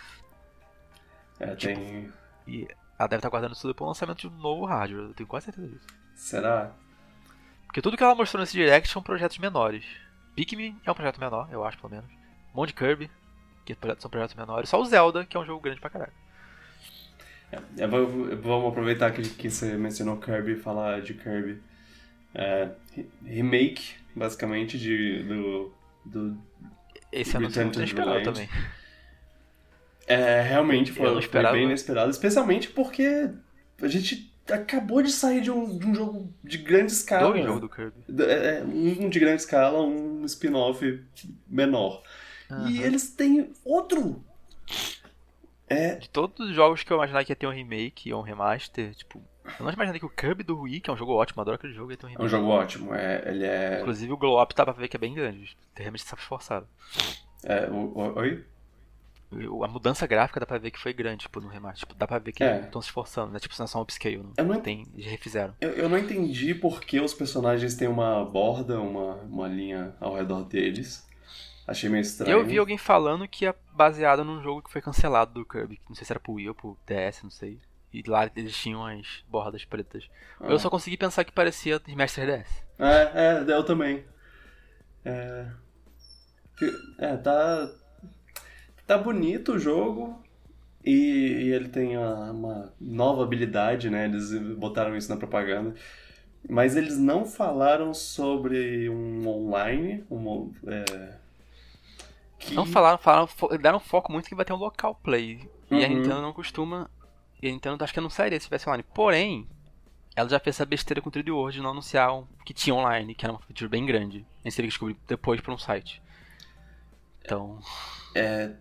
É,
Tipo,
tem...
E ela deve estar guardando isso tudo pro lançamento de um novo hardware, eu tenho quase certeza disso.
Será?
Porque tudo que ela mostrou nesse Direct são projetos menores. Pikmin é um projeto menor, eu acho, pelo menos. Um monte de Kirby, que são projetos menores. Só o Zelda, que é um jogo grande pra caralho.
É, v- vamos aproveitar que, que você mencionou Kirby e falar de Kirby. É, re- remake, basicamente, de, do, do...
Esse anúncio é muito
Return to
inesperado
Dreamland.
também.
É, realmente
Eu
foi,
não
foi
esperava.
bem inesperado. Especialmente porque a gente acabou de sair de um, de um jogo de grande escala.
Dois jogos do Kirby.
É, é, um de grande escala, um spin-off menor.
Aham.
E eles têm outro. É,
De todos os jogos que eu imaginava que ia ter um remake ou um remaster, tipo, eu não imaginei que o Kirby do Wii, que é um jogo ótimo, adoro aquele jogo, ia ter um
é um
remake.
jogo ótimo. É, ele é...
Inclusive o Glow Up dá pra ver que é bem grande, realmente está esforçado.
é o, o- oi?
A mudança gráfica dá pra ver que foi grande, tipo, no remaster. Tipo, dá pra ver que
É.
eles estão se esforçando, né? Tipo, isso não é só um upscale, não.
Eu não-
Tem, eles refizeram.
Eu, eu não entendi por que os personagens têm uma borda, uma, uma linha ao redor deles. Achei meio estranho.
Eu vi alguém falando que é baseado num jogo que foi cancelado do Kirby. Não sei se era pro Wii ou pro D S, não sei. E lá eles tinham as bordas pretas.
Ah.
Eu só consegui pensar que parecia Smash três D S.
É, é, eu também. É, que- é, tá, tá bonito o jogo e, e ele tem uma, uma nova habilidade, né? Eles botaram isso na propaganda. Mas eles não falaram sobre um online, um, é, que...
Não falaram, falaram, fo- deram foco muito que vai ter um local play. E a
Uhum.
Nintendo não costuma. E a Nintendo acho que não sairia se tivesse online. Porém, ela já fez essa besteira com o três D World de não anunciar um- que tinha online, que era uma feature bem grande. A gente teria que descobrir depois por um site. Então.
É,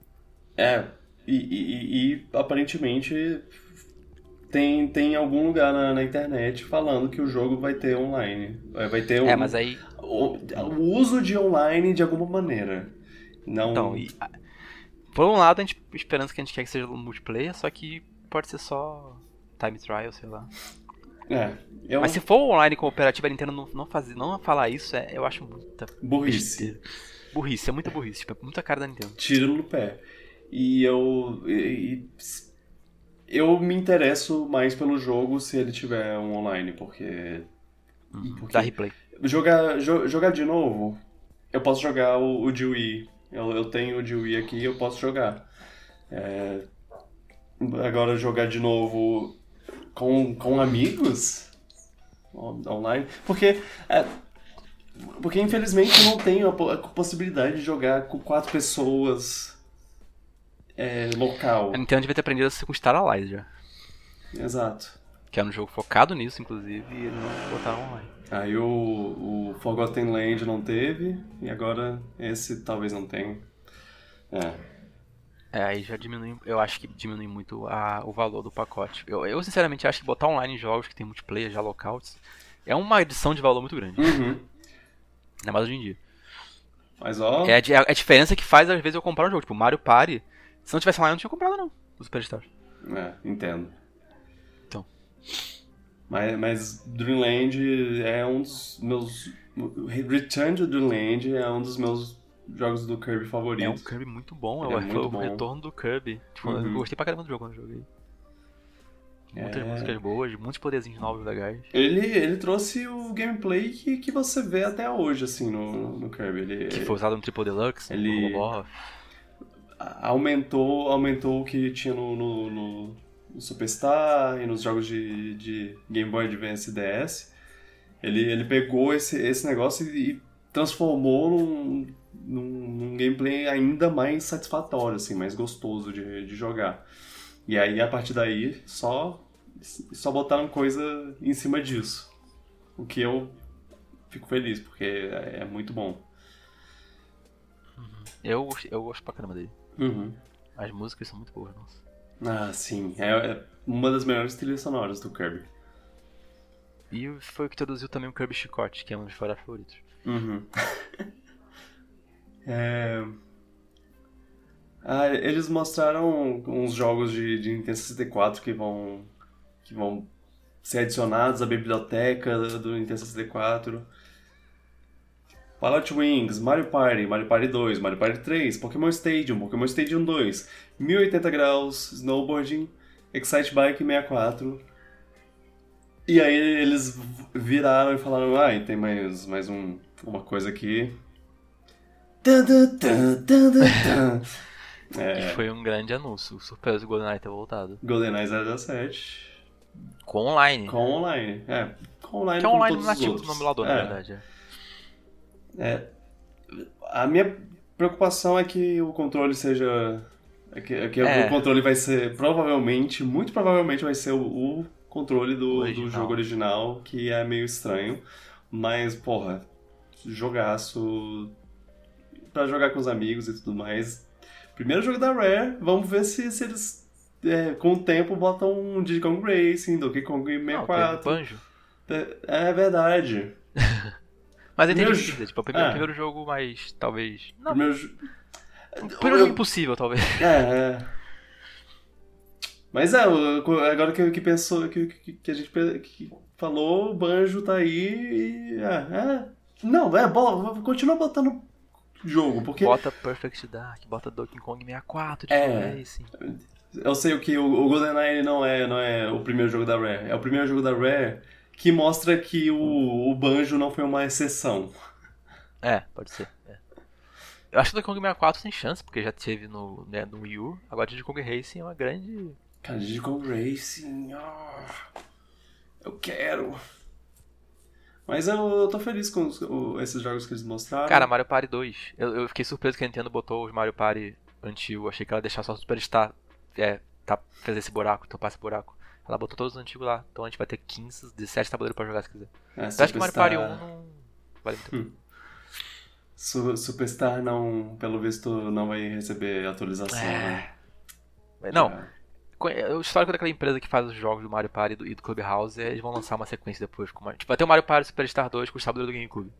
e, e- e, aparentemente tem, tem algum lugar na, na internet falando que o jogo vai ter online. Vai vai ter um,
É, mas aí.
o, o uso de online de alguma maneira. Não,
Então, e, a- por um lado a gente esperando que a gente quer que seja multiplayer, só que pode ser só time trial, sei lá.
é, eu,
Mas se for online cooperativo, a Nintendo não, não, fazer, não falar isso, é, eu acho muita
burrice.
besteira. Burrice, é muita burrice, tipo, é muita cara da Nintendo.
Tiro no pé. E eu. E, e- eu me interesso mais pelo jogo se ele tiver um online, porque. porque
Dá replay.
jogar, jo- jogar de novo, eu posso jogar o, o de Wii. Eu, eu tenho o de Wii aqui e eu posso jogar. É, agora jogar de novo com, com amigos on- online. Porque. é, porque infelizmente eu não tenho a, po- a possibilidade de jogar com quatro pessoas é, local.
A Nintendo devia ter aprendido a com Star Allies já.
Exato.
Que era um jogo focado nisso, inclusive, e eles não botaram online.
Aí o, o Forgotten Land não teve, e agora esse talvez não tenha. É.
É, aí já diminui, eu acho que diminui muito a, o valor do pacote. Eu, eu sinceramente acho que botar online em jogos que tem multiplayer já local é uma adição de valor muito grande.
Uhum.
Ainda mais hoje em dia.
Mas ó.
É a, di- a diferença que faz às vezes eu comprar um jogo. Tipo, Mario Party, se não tivesse online eu não tinha comprado não, o Superstar.
É, entendo.
Então.
Mas, mas Dreamland é um dos meus. Return to Dreamland é um dos meus jogos do Kirby
É um
favoritos.
Kirby muito bom,
Ele
é,
é
o-
muito
o
bom.
retorno do Kirby. Tipo,
Uhum.
eu gostei pra caramba do jogo quando eu joguei. Muitas
É.
músicas boas, muitos poderzinhos novos legais.
Ele, ele trouxe o gameplay que, que você vê até hoje, assim, no, no Kirby. Ele,
Que foi usado no Triple Deluxe,
Ele-
no Global.
aumentou, aumentou o que tinha no, no, no- no Superstar e nos jogos de, de Game Boy Advance e D S. Ele, ele pegou esse, esse negócio e, e transformou num, num, num gameplay ainda mais satisfatório, assim, mais gostoso de, de jogar. E aí, a partir daí, só, só botaram coisa em cima disso. O que eu fico feliz, porque é, é muito bom.
Eu, gost- eu gosto pra caramba dele.
Uhum.
As músicas são muito boas, nossa.
Ah, sim. É, é uma das melhores trilhas sonoras do Kirby.
E foi o que introduziu também o Kirby Chicote, que é um dos meus favoritos.
Uhum. É... Ah, eles mostraram uns jogos de, de Nintendo sessenta e quatro que vão, que vão ser adicionados à biblioteca do Nintendo sessenta e quatro. Pilot Wings, Mario Party, Mario Party dois, Mario Party três, Pokémon Stadium, Pokémon Stadium dois, mil e oitenta graus, Snowboarding, Excite Bike sessenta e quatro. E aí eles viraram e falaram, ah, e tem mais, mais um, uma coisa aqui. Tum, tum, tum, tum, tum, tum. É,
E foi um grande anúncio, o surpresa do GoldenEye ter voltado.
GoldenEye zero zero sete
Com online.
com online. É, com online
que é
como
online
todos os
nativo do
outros.
emulador,
É.
na verdade. é.
É, a minha preocupação é que o controle seja... É que, é que
É.
o controle vai ser, provavelmente, muito provavelmente vai ser o, o controle do, do
Original.
jogo original, que é meio estranho. Mas, porra, jogaço pra jogar com os amigos e tudo mais. Primeiro jogo da Rare, vamos ver se, se eles, é, com o tempo, botam um Diddy Kong Racing, Donkey Kong sessenta e
Não, teve
quatro.
Banjo.
É, é verdade.
Mas eu entendi
Primeiro
o que
jo-
você quer dizer, tipo, é o primeiro,
Ah.
primeiro jogo mais, talvez... Não,
Primeiro jo-
Primeiro jogo impossível, talvez.
É, é. Mas é, agora que, que pensou, que, que, que a gente que falou, o Banjo tá aí e. É, é. Não, é, bola, continua botando jogo, porque.
Bota Perfect Dark, bota Donkey Kong sessenta e quatro de
É.
Racing.
Eu sei que o, o GoldenEye não é, não é o primeiro jogo da Rare. É o primeiro jogo da Rare que mostra que o, o Banjo não foi uma exceção.
É, pode ser. É. Eu acho que o Donkey Kong sessenta e quatro tem chance, porque já teve no, né, no Wii U. Agora Diddy Kong Racing é uma grande...
Cara, Diddy Kong Racing... Oh, eu quero... Mas eu, eu tô feliz com os, o, esses jogos que eles mostraram.
Cara, Mario Party dois. Eu, eu fiquei surpreso que a Nintendo botou os Mario Party antigo. Achei que ela ia deixar só o Superstar é, tá, fazer esse buraco, topar esse buraco. Ela botou todos os antigos lá. Então a gente vai ter quinze, dezessete tabuleiros pra jogar se quiser.
É,
eu acho que Mario Party um não vale muito.
Hum. Su Superstar não, pelo visto, não vai receber atualização,
é.
né?
Não.
É.
O histórico daquela empresa que faz os jogos do Mario Party e do, e do Clubhouse, eles vão lançar uma sequência depois. Com uma, tipo, vai ter o Mario Party Superstar dois com o tabuleiro do GameCube.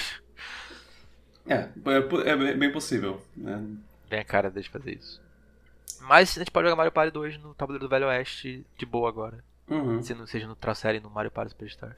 É, é, é bem possível, né?
Bem a cara deles fazer isso. Mas a gente pode jogar Mario Party dois no tabuleiro do Velho Oeste de boa agora.
Uhum.
Se não seja no trouxerem no Mario Party Superstar.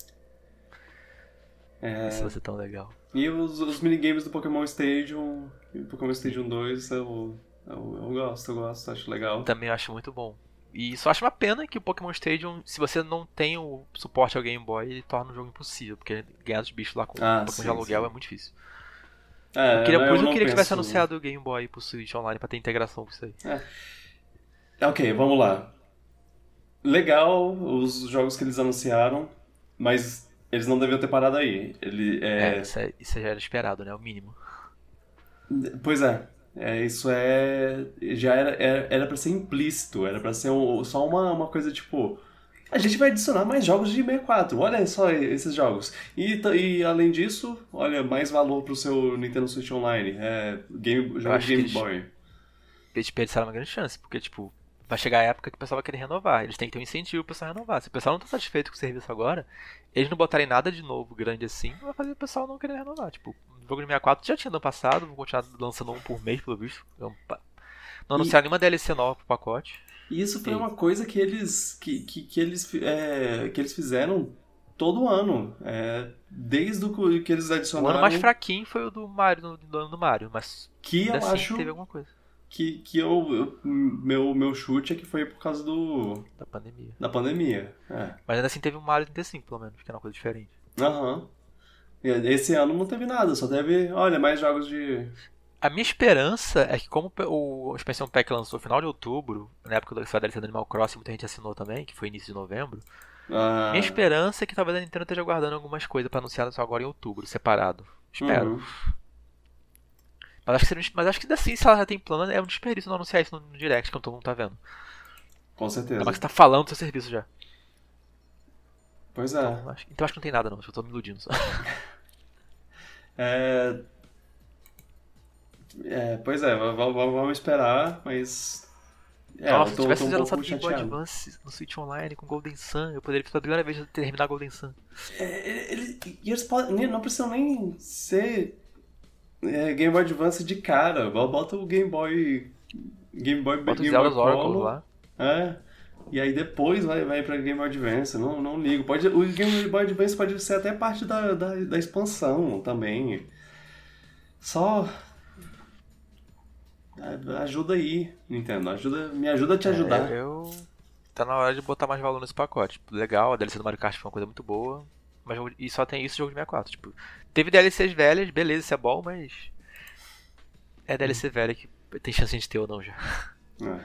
É...
Isso vai ser tão legal.
E os, os minigames do Pokémon Stadium, Pokémon Stadium dois, eu, eu, eu gosto, eu gosto, acho legal.
Também acho muito bom. E só acho uma pena que o Pokémon Stadium, se você não tem o suporte ao Game Boy, ele torna o jogo impossível, porque ganhar dos bichos lá com
ah,
o Pokémon
sim,
de aluguel
sim.
é muito difícil.
É,
eu queria, por isso eu,
eu
queria que tivesse
penso...
anunciado o Game Boy pro Switch Online pra ter integração com isso aí.
É. Ok, vamos lá. Legal os jogos que eles anunciaram, mas eles não deviam ter parado aí. Ele, é...
É, isso, é, isso já era esperado, né? O mínimo.
Pois é. É, isso é. Já era, era, era pra ser implícito, era pra ser um, só uma, uma coisa tipo. A gente vai adicionar mais jogos de sessenta e quatro, olha só esses jogos. E, e além disso, olha, mais valor pro seu Nintendo Switch Online. É, game, jogos de Game
eles,
Boy.
Eles desperdiçaram uma grande chance, porque, tipo, vai chegar a época que o pessoal vai querer renovar. Eles têm que ter um incentivo pro pessoal renovar. Se o pessoal não tá satisfeito com o serviço agora, eles não botarem nada de novo grande assim, vai fazer o pessoal não querer renovar. Tipo, o jogo de sessenta e quatro já tinha no passado, vão continuar lançando um por mês, pelo visto. Não anunciaram nenhuma D L C nova pro pacote.
E isso foi e... uma coisa que eles, que, que, que eles, é, que eles fizeram todo ano. É, desde o que eles adicionaram...
O ano mais fraquinho foi o do Mario, do ano do Mario, mas
que eu
assim
acho
teve alguma coisa.
Que, que eu, eu, meu, meu chute é que foi por causa do...
Da pandemia.
Da pandemia, é.
Mas ainda assim teve um Mario trinta e cinco, pelo menos, que era uma coisa diferente.
Aham. Uhum. Esse ano não teve nada, só teve, olha, mais jogos de...
A minha esperança é que como o Expansion Pack lançou no final de outubro, na época da D L C do Animal Crossing, muita gente assinou também, que foi início de novembro. Ah. Minha esperança é que talvez a Nintendo esteja guardando algumas coisas pra anunciar só agora em outubro, separado. Espero.
Uhum.
Mas acho, que seria, mas acho que assim, se ela já tem plano, é um desperdício não anunciar isso no, no Direct, que todo mundo tá vendo.
Com certeza.
Mas você tá falando do seu serviço já.
Pois é.
Então acho, então acho que não tem nada não, eu tô me iludindo só.
É... é pois é, vamos esperar, mas... É,
nossa,
eu tô,
se tivesse
tô um
lançado
pouco
Game Boy
chateado.
Advance no Switch Online com Golden Sun, eu poderia pela primeira vez terminar Golden Sun.
É, ele, e eles podem, não precisam nem ser é, Game Boy Advance de cara. Bota o Game Boy... Game Boy,
Bota
Game
os
Boy
Oracle lá.
É, e aí depois vai, vai pra Game Boy Advance. Não, não ligo. Pode, o Game Boy Advance pode ser até parte da, da, da expansão também. Só... ajuda aí, Nintendo. Ajuda, me ajuda a te ajudar.
É, eu... Tá na hora de botar mais valor nesse pacote. Legal, a D L C do Mario Kart foi uma coisa muito boa. Mas e só tem isso no jogo de sessenta e quatro. Tipo, teve D L Cs velhas, beleza, isso é bom, mas... É D L C velha que tem chance de ter ou não já.
É.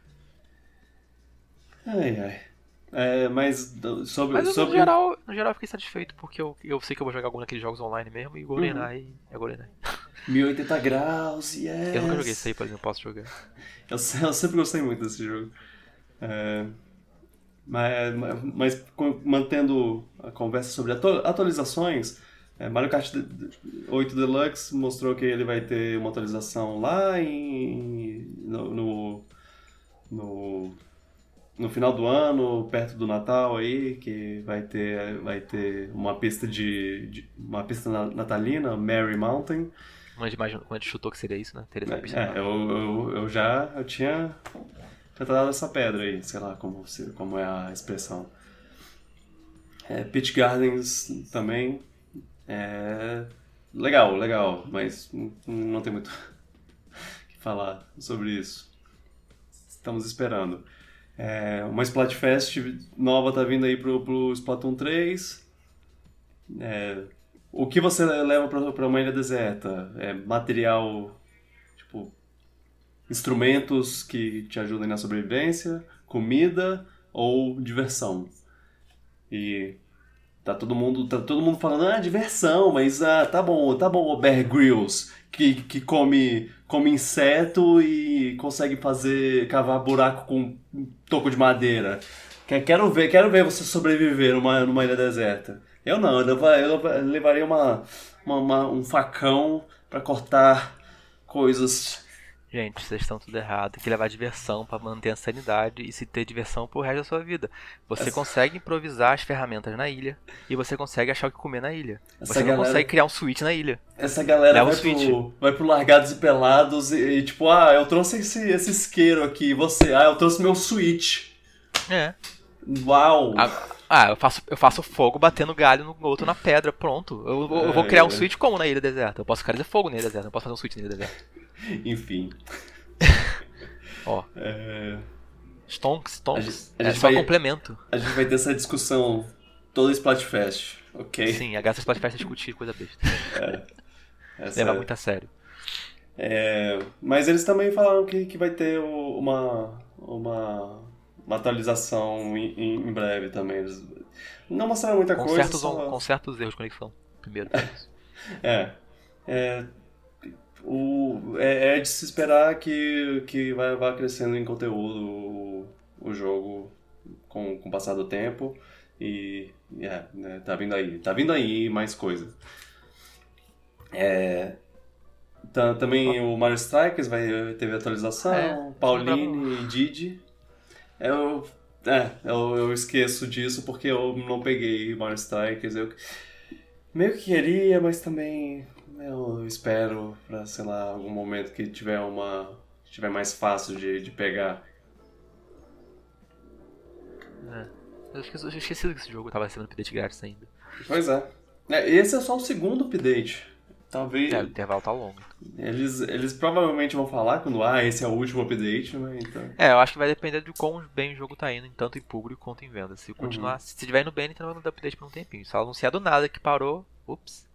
Ai, ai. É, mas sobre...
Mas
sobre...
No, geral, no geral eu fiquei satisfeito, porque eu, eu sei que eu vou jogar algum daqueles jogos online mesmo, e GoldenEye uhum. é GoldenEye.
mil e oitenta graus, yes!
Eu nunca joguei isso aí, por exemplo, posso jogar.
Eu, eu sempre gostei muito desse jogo. É, mas, mas mantendo a conversa sobre atualizações, é, Mario Kart oito Deluxe mostrou que ele vai ter uma atualização lá em, no, no, no, no final do ano, perto do Natal aí, que vai ter, vai ter uma pista de, de uma pista natalina, Merry Mountain.
Como a gente, imagina, como a gente chutou que seria isso, né? Teria sido Peach
É,
Gardens.
eu, eu, eu já eu tinha tentado essa pedra aí, sei lá como, se- como é a expressão. É, Peach Gardens também é legal, legal, mas não, não tem muito o que falar sobre isso. Estamos esperando. É, uma Splatfest nova tá vindo aí pro, pro Splatoon três. É, o que você leva pra, pra uma ilha deserta? É material, tipo, instrumentos que te ajudem na sobrevivência, comida ou diversão? E tá todo mundo, tá todo mundo falando, ah, diversão, mas ah, tá bom, tá bom, o Bear Grylls, que, que come, come inseto e consegue fazer, cavar buraco com um toco de madeira. Que- Quero ver, quero ver você sobreviver numa, numa ilha deserta. Eu não, eu, leva- eu leva- levaria uma, uma- uma- um facão pra cortar coisas.
Gente, vocês estão tudo errado. Tem que levar diversão pra manter a sanidade e se ter diversão pro resto da sua vida. Você
Essa,
consegue improvisar as ferramentas na ilha e você consegue achar o que comer na ilha.
essa
Você não consegue
galera,
criar um Switch na ilha.
essa galera
Leva o
vai
Switch.
pro, vai pro Largados e Pelados e, e, tipo, ah, eu trouxe esse, esse isqueiro aqui, e você, ah, eu trouxe meu Switch.
É.
Uau!
Ah, ah, eu faço, eu faço fogo batendo galho no outro na pedra, pronto. Eu, eu vou criar um
É,
Switch como na ilha deserta? Eu posso criar fogo na ilha deserta, eu posso fazer um Switch na ilha deserta.
enfim.
Ó,
É,
stonks,
a gente,
stonks,
a
é
gente
só
vai,
complemento.
a gente vai ter essa discussão toda Splatfest, ok?
Sim, a graça das Splatfest é discutir coisa besta.
Essa,
Levar muito a sério.
é, mas eles também falaram que, que vai ter o- uma, uma, uma atualização em, em- em breve também. Eles não mostraram muita
Com
coisa,
certos,
só...
com certos erros de conexão. Primeiro.
É, é, o, é, é de se esperar que, que vai, vai crescendo em conteúdo o, o jogo com, com o passar do tempo e é, né, tá vindo aí, tá vindo aí mais coisa. É, tá- também o Mario Strikers vai, teve atualização,
É,
Pauline e Didi. Eu, é, eu, eu esqueço disso porque eu não peguei Mario Strikers. Eu meio que queria, mas também eu espero pra, sei lá, algum momento que tiver uma. Tiver mais fácil de, de pegar.
É. Eu esqueci, eu esqueci que esse jogo tava sendo update grátis ainda.
Pois é. É, esse é só o segundo update. Talvez.
É, o intervalo tá longo.
Eles, eles provavelmente vão falar quando, ah, esse é o último update, mas então.
É, eu acho que vai depender de quão bem o jogo tá indo, tanto em público quanto em venda. Se continuar,
Uhum.
se estiver indo bem, então vai dar update por um tempinho. Se ela anunciar do nada que parou, ups.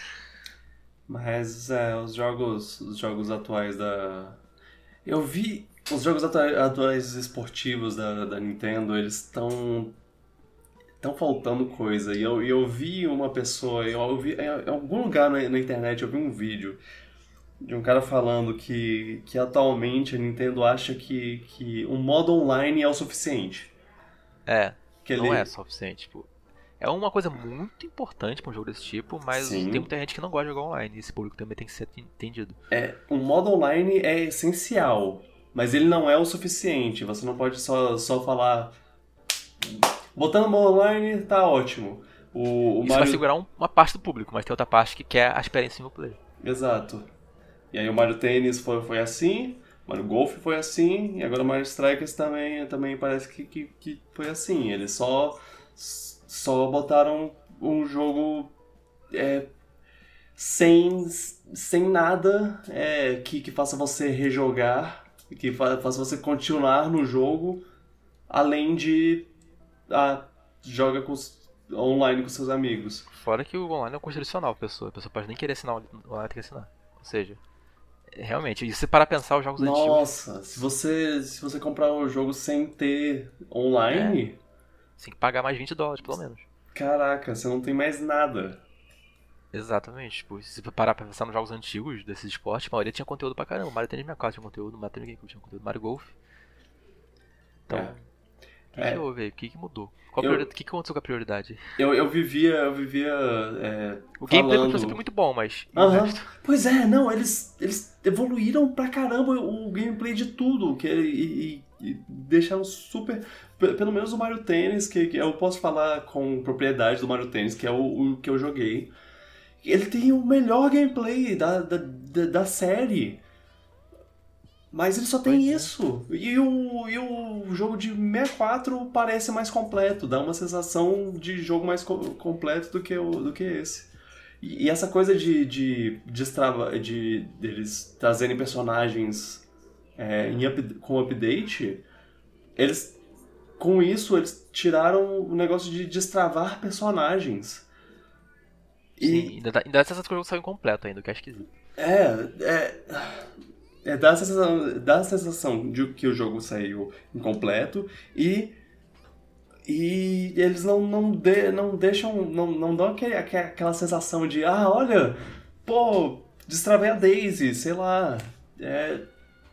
Mas é, os jogos. Os jogos atuais da. Eu vi. Os jogos atua- atuais esportivos da, da Nintendo, eles estão. Estão faltando coisa. E eu, e eu vi uma pessoa, eu, eu vi, em algum lugar na, na internet, eu vi um vídeo de um cara falando que, que atualmente a Nintendo acha que, que o modo online é o suficiente.
É,
Que
não
ele...
é suficiente, tipo. É uma coisa muito importante pra um jogo desse tipo, mas
Sim.
tem muita gente que não gosta de jogar online. E esse público também tem que ser entendido.
É, o modo online é essencial, mas ele não é o suficiente. Você não pode só, só falar. Botando o modo online, tá ótimo. O, o
Isso vai
Mario...
segurar um- uma parte do público, mas tem outra parte que quer a experiência single player.
Exato. E aí o Mario Tennis foi, foi assim, o Mario Golf foi assim, e agora o Mario Strikers também, também parece que, que, que foi assim. Eles só, só botaram um jogo é, sem, sem nada é, que, que faça você rejogar, que fa- faça você continuar no jogo, além de ah, joga com os- online com seus amigos.
Fora que o online é um custo adicional pra pessoa. A pessoa pode nem querer assinar o online, tem que assinar. Ou seja, é, realmente, e se para pensar os jogos antigos.
Nossa, se você, se você comprar o jogo sem ter online,
Você tem que pagar mais vinte dólares, pelo menos.
caraca, você não tem mais nada.
Exatamente, tipo, se você parar pra pensar nos jogos antigos desses esportes, a maioria tinha conteúdo pra caramba. Mario Tennis sessenta e quatro tinha conteúdo, Mario Tennis GameCube tinha conteúdo, Mario Golf. Então,
É.
o que,
É.
que houve aí? O que, que mudou? Qual a
Eu-
priori- O que, que aconteceu com a prioridade?
Eu, eu vivia, eu vivia é,
O gameplay
falando...
continua sempre muito bom, mas. e o
Aham.
resto?
Pois é, não, eles, eles evoluíram pra caramba o gameplay de tudo, que, e, e- e deixaram super... pe- Pelo menos o Mario Tennis, que, que eu posso falar com propriedade do Mario Tennis, que é o, o que eu joguei, Ele tem o melhor gameplay da, da, da, da série. Mas ele só tem
Pois é.
isso. E o, e o jogo de sessenta e quatro parece mais completo. Dá uma sensação de jogo mais co- completo do que, o, do que esse. E, e essa coisa de, de, destrava, de eles trazerem personagens é, em up, com update, eles, com isso eles tiraram o negócio de destravar personagens. E,
Sim, ainda dá, ainda dá a sensação que o jogo saiu incompleto ainda, o que é esquisito.
É, é, é dá, a sensação, dá a sensação de que o jogo saiu incompleto e, e eles não, não, de, não deixam, não, não dão aquele, aquela sensação de, ah, olha, pô, destravei a Daisy, sei lá, é,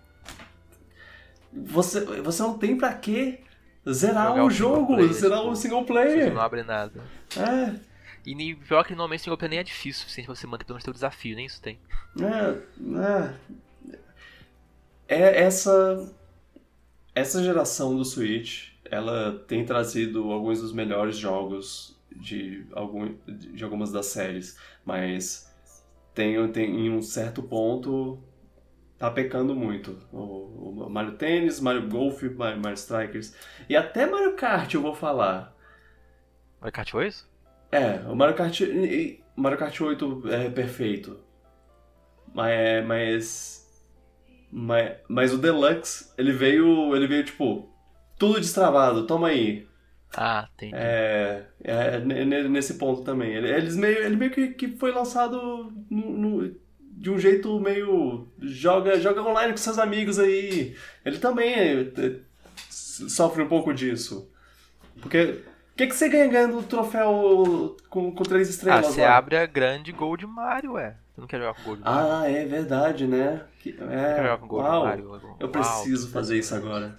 você, você não tem pra que zerar
Jogar
o
o single
jogo,
player,
zerar
tipo,
o single
Você
player.
não abre nada.
É,
E nem- pior que normalmente single player nem é difícil o suficiente pra você manter pelo menos teu desafio, nem isso tem.
é, é, é essa... Essa geração do Switch, ela tem trazido alguns dos melhores jogos de, algum, de algumas das séries, mas tem, tem, em um certo ponto tá pecando muito. O, o Mario Tennis, Mario Golf, Mario, Mario Strikers e até Mario Kart eu vou falar.
Mario Kart oito?
É, o Mario Kart, e- Mario Kart oito é perfeito, mas, mas Mas, mas o Deluxe, ele veio, ele veio tipo, tudo destravado, toma aí.
Ah, entendi.
É, é, n- nesse ponto também. Ele, eles meio, ele meio que, que foi lançado no- no- de um jeito meio. Joga, joga online com seus amigos aí. Ele também é, é, sofre um pouco disso. Porque. O que, que você ganha ganhando o troféu com, com três
Ah,
estrelas
você
lá?
abre a grande Gold Mario, ué. Você não quer jogar com Gold Mario?
Ah, é verdade, né? Que-
Você não quer
É,
jogar com Gold
uau.
Mario?
Eu
Uau,
preciso
que
fazer isso
impressionante.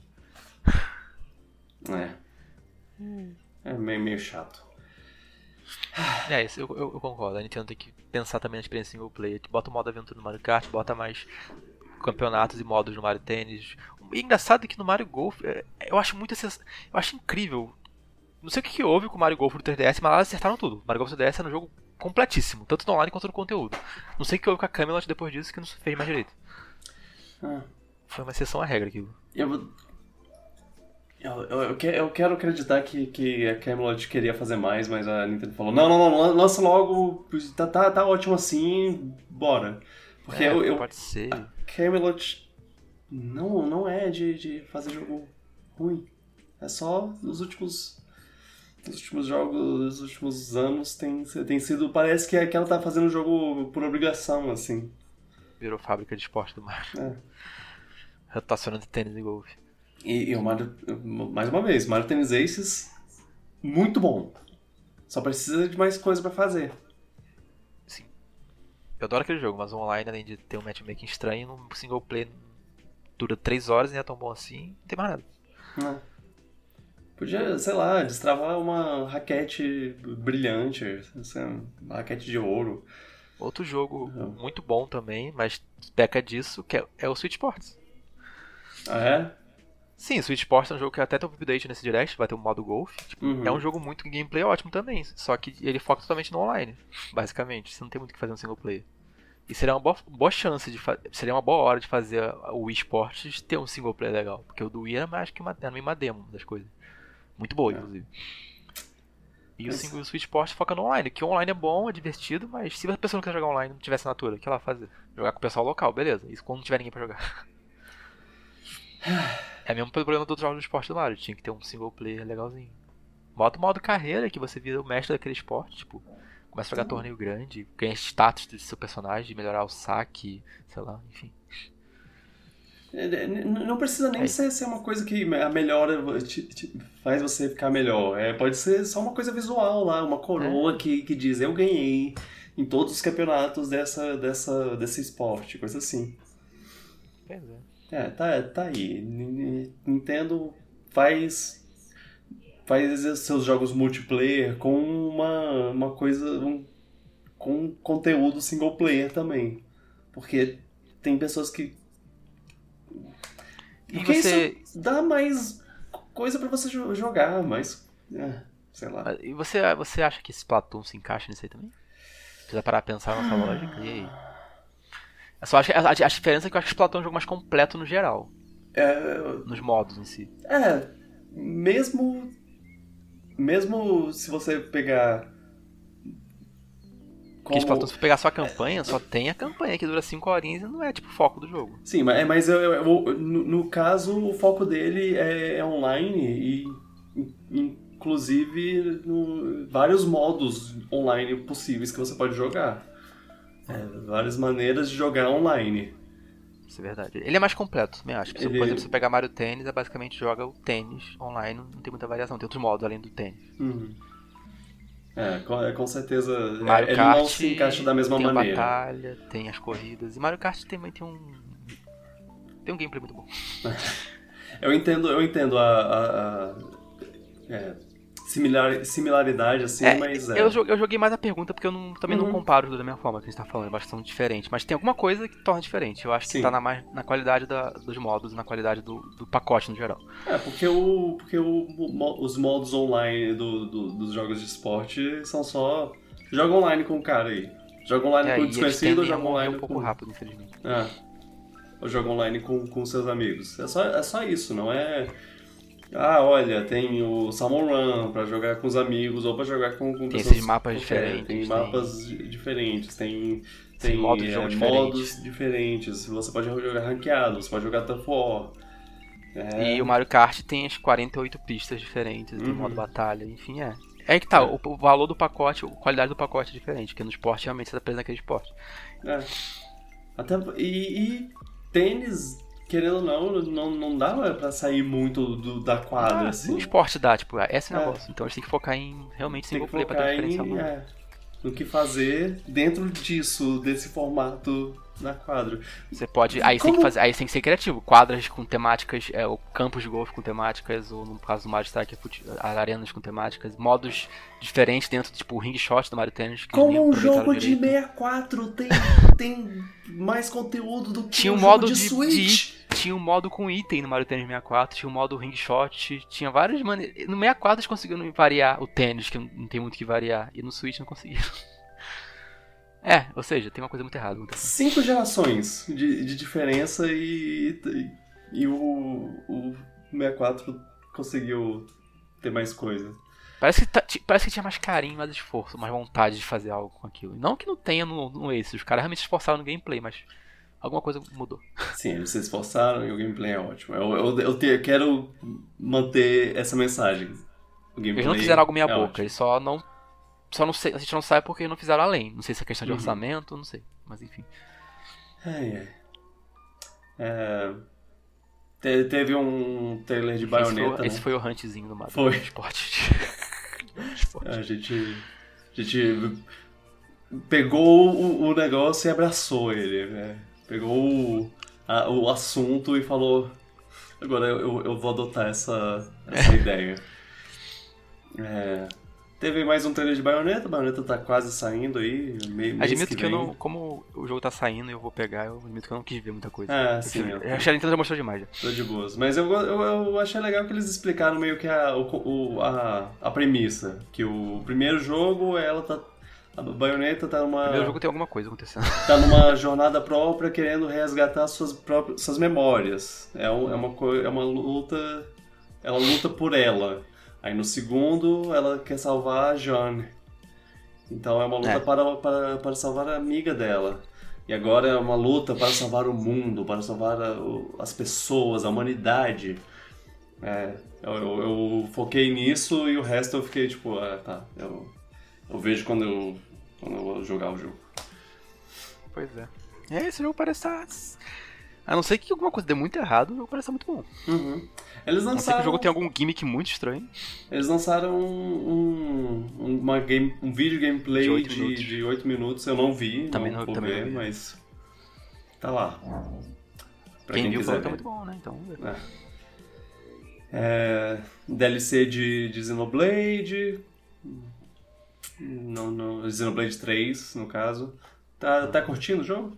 agora. É. É meio, meio chato.
É, isso eu, eu, eu concordo. A Nintendo tem que pensar também na experiência single player. Bota o modo aventura no Mario Kart, bota mais campeonatos e modos no Mario Tennis. E engraçado é que no Mario Golf, é, eu acho muito sens- eu acho incrível. Não sei o que, que houve com o Mario Golf do três D S, mas lá eles acertaram tudo. O Mario Golf do três D S era um jogo completíssimo, tanto no online quanto no conteúdo. Não sei o que houve com a Camelot depois disso que não se fez mais direito.
Ah,
Foi uma exceção à regra aquilo.
eu, vou- eu, eu, eu que- eu quero acreditar que, que a Camelot queria fazer mais, mas a Nintendo falou: não, não, não, lan- lança logo, tá, tá, tá ótimo assim, bora. Porque
É,
eu, eu,
pode ser.
a Camelot não, não é de, de fazer jogo ruim. É só nos últimos. Nos últimos jogos, nos últimos anos tem, tem sido. Parece que, é que ela tá fazendo o jogo por obrigação, assim.
Virou fábrica de esporte do Mario.
É.
Rotacionando tênis e golfe.
E, e o Mario, mais uma vez, Mario Tennis Aces, muito bom. Só precisa de mais coisa pra fazer.
Sim. Eu adoro aquele jogo, mas o online, além de ter um matchmaking estranho, no single player dura três horas e não é tão bom assim, não tem mais nada.
Né? Podia, sei lá, destravar uma raquete brilhante, assim, uma raquete de ouro.
Outro jogo
Uhum.
muito bom também, mas peca disso, que é, é o Switch Sports.
Ah, é?
Sim, o Switch Sports é um jogo que até tem um update nesse Direct, vai ter um modo golfe. Tipo,
Uhum.
é um jogo muito com gameplay ótimo também, só que ele foca totalmente no online, basicamente. Você não tem muito o que fazer no single player. E seria uma boa, boa chance de fazer. Seria uma boa hora de fazer a- o Wii Sports ter um single player legal. Porque o do Wii era mais que uma, era meio uma demo das coisas. Muito boa,
É.
inclusive. E o,
Mas-
single, o Switch Sports foca no online, que o online é bom, é divertido, mas se a pessoa não quer jogar online, não tiver assinatura, o que ela vai fazer? Jogar com o pessoal local, beleza. Isso quando não tiver ninguém pra jogar. É mesmo pelo problema dos jogos do esporte do Mario, tinha que ter um single player legalzinho. Bota o modo carreira, que você vira o mestre daquele esporte, tipo, começa a jogar torneio grande, ganha status do seu personagem, melhorar o saque, sei lá, enfim.
É, n- n- Não precisa nem
É.
ser, ser uma coisa que a melhora te- te- faz você ficar melhor. É, pode ser só uma coisa visual lá, uma coroa que, que diz eu ganhei em todos os campeonatos dessa, dessa, desse esporte, coisa assim.
Pois é.
É, tá, tá aí. N- N- Nintendo faz, faz esses seus jogos multiplayer com uma, uma coisa, um, com conteúdo single player também. Porque tem pessoas que
E
Porque
você,
isso dá mais coisa pra você jo- jogar, mais. É, sei lá.
e você, você acha que esse Splatoon se encaixa nisso aí também? Precisa parar pra pensar nessa lógica, e aí? Eu só acho que a, a diferença é que eu acho que Splatoon é um jogo mais completo no geral.
É,
Nos modos em si.
é mesmo, mesmo se você pegar...
Porque Splatoon, se você pegar só a campanha, só tem a campanha que dura cinco horinhas e não é tipo o foco do jogo.
Sim, mas, mas eu, eu, eu, no, no caso o foco dele é, é online e inclusive no, vários modos online possíveis que você pode jogar. É, várias maneiras de jogar online.
Isso é verdade. Ele é mais completo, também acho. Ele... Por exemplo, se você pegar Mario Tênis, é basicamente joga o tênis online, não tem muita variação, tem outros modos além do tênis.
Uhum. É, com, com certeza
Mario
ele
Kart
não se encaixa da mesma
tem
maneira.
Tem a batalha, tem as corridas. E Mario Kart também tem um. Tem um gameplay muito bom.
eu entendo, eu entendo a. a, a é, similar, similaridade, assim,
é,
mas é.
Eu joguei, eu joguei mais a pergunta porque eu não, também uhum. não comparo da mesma forma que a gente tá falando, é bastante diferente. Mas tem alguma coisa que torna diferente. Eu acho que Sim. tá na, mais, na qualidade da, dos modos, na qualidade do, do pacote no geral.
É, porque, o, porque o, o, os modos online do, do, dos jogos de esporte são só. Joga online com o cara aí. Joga online
é,
com o desconhecido ou joga online
um pouco
com...
rápido, infelizmente.
É. Ou joga online com, com seus amigos. É só, é só isso, não é. Ah, olha, tem o Salmon Run pra jogar com os amigos ou pra jogar com, com
tem
pessoas...
Tem esses mapas
é,
diferentes.
Tem mapas tem... diferentes, tem,
tem,
tem
modos, de jogo
é,
diferente.
modos diferentes. Você pode jogar ranqueado, você pode jogar Tough War. É...
E o Mario Kart tem as quarenta e oito pistas diferentes, tem
Uhum.
modo batalha, enfim, é. É aí que tá, é. o, o valor do pacote, a qualidade do pacote é diferente, porque no esporte realmente você tá preso naquele esporte.
É. Até, e, e tênis... Querendo ou não, não, não dá pra sair muito do, da quadra,
ah,
assim.
O esporte dá, tipo, esse
é.
negócio. Então a gente tem que focar em realmente
tem
single
que
play pra ter diferencial.
Em, é, no que fazer dentro disso, desse formato na quadra.
Você pode. Aí você tem que fazer. Aí você tem que ser criativo. Quadras com temáticas, é, ou campos de golfe com temáticas, ou no caso do Mario Strike, arenas com temáticas, modos diferentes dentro, tipo o ring shot do Mario Tennis.
Como um jogo de sessenta e quatro tem, tem mais conteúdo do que
tinha um,
um
modo
jogo de,
de
Switch.
De, tinha um modo com item no Mario Tennis sessenta e quatro, tinha um modo ring shot, tinha várias maneiras. No sessenta e quatro eles conseguiram variar o tênis, que não tem muito que variar, e no Switch não conseguiram. É, ou seja, tem uma coisa muito errada. Muito errada.
Cinco gerações de, de diferença e, e, e o, o sessenta e quatro conseguiu ter mais coisa.
Parece que, tá, parece que tinha mais carinho, mais esforço, mais vontade de fazer algo com aquilo. Não que não tenha no, no Ace, os caras realmente se esforçaram no gameplay, mas alguma coisa mudou.
Sim, eles se esforçaram e o gameplay é ótimo. Eu, eu, eu, te, eu quero manter essa mensagem. O gameplay
eles não fizeram algo meia
é
boca,
ótimo.
eles só não... Só não sei, a gente não sabe porque não fizeram além. Não sei se é questão de
uhum.
orçamento, não sei. Mas enfim.
Ai, ai. É... Te, teve um trailer de Bayonetta,
esse foi,
né?
Esse foi o huntzinho do Mario.
Foi.
Esporte. Esporte.
A gente... A gente pegou o, o negócio e abraçou ele, né? Pegou o, a, o assunto e falou... Agora eu, eu vou adotar essa, essa ideia. É... Teve mais um trailer de Bayonetta, Bayonetta tá quase saindo aí, meio
Admito
que,
que eu não, como o jogo tá saindo e eu vou pegar, eu admito que eu não quis ver muita coisa.
Ah, sim.
Eu, eu achei a Nintendo já mostrou demais. Já.
Tô de boas. Mas eu, eu, eu achei legal que eles explicaram meio que a, o, a, a premissa. Que o primeiro jogo, ela tá... A Bayonetta tá numa...
O primeiro jogo tem alguma coisa acontecendo.
Tá numa jornada própria, querendo resgatar suas próprias suas memórias. É, um, é, uma, é uma luta... Ela luta por ela. Aí no segundo, ela quer salvar a Jeanne. Então é uma luta
é.
Para, para, para salvar a amiga dela. E agora é uma luta para salvar o mundo, para salvar a, o, as pessoas, a humanidade. É, eu, eu, eu foquei nisso e o resto eu fiquei tipo, ah, tá, eu, eu vejo quando eu, quando eu vou jogar o jogo.
Pois é. É, esse jogo parece estar... A não ser que alguma coisa dê muito errado, o jogo parece muito bom.
Uhum. Eles lançaram...
A não ser que o jogo tenha algum gimmick muito estranho.
Eles lançaram um, um, uma game, um vídeo gameplay de oito minutos. Eu não vi,
também
não
não,
vou
também
ver,
não vi.
Mas tá lá. Pra
quem,
quem
viu
quiser
falou que
ver.
tá muito bom, né? Então,
é. É, D L C de, de Xenoblade. Não, não, Xenoblade três, no caso. Tá, tá curtindo o jogo?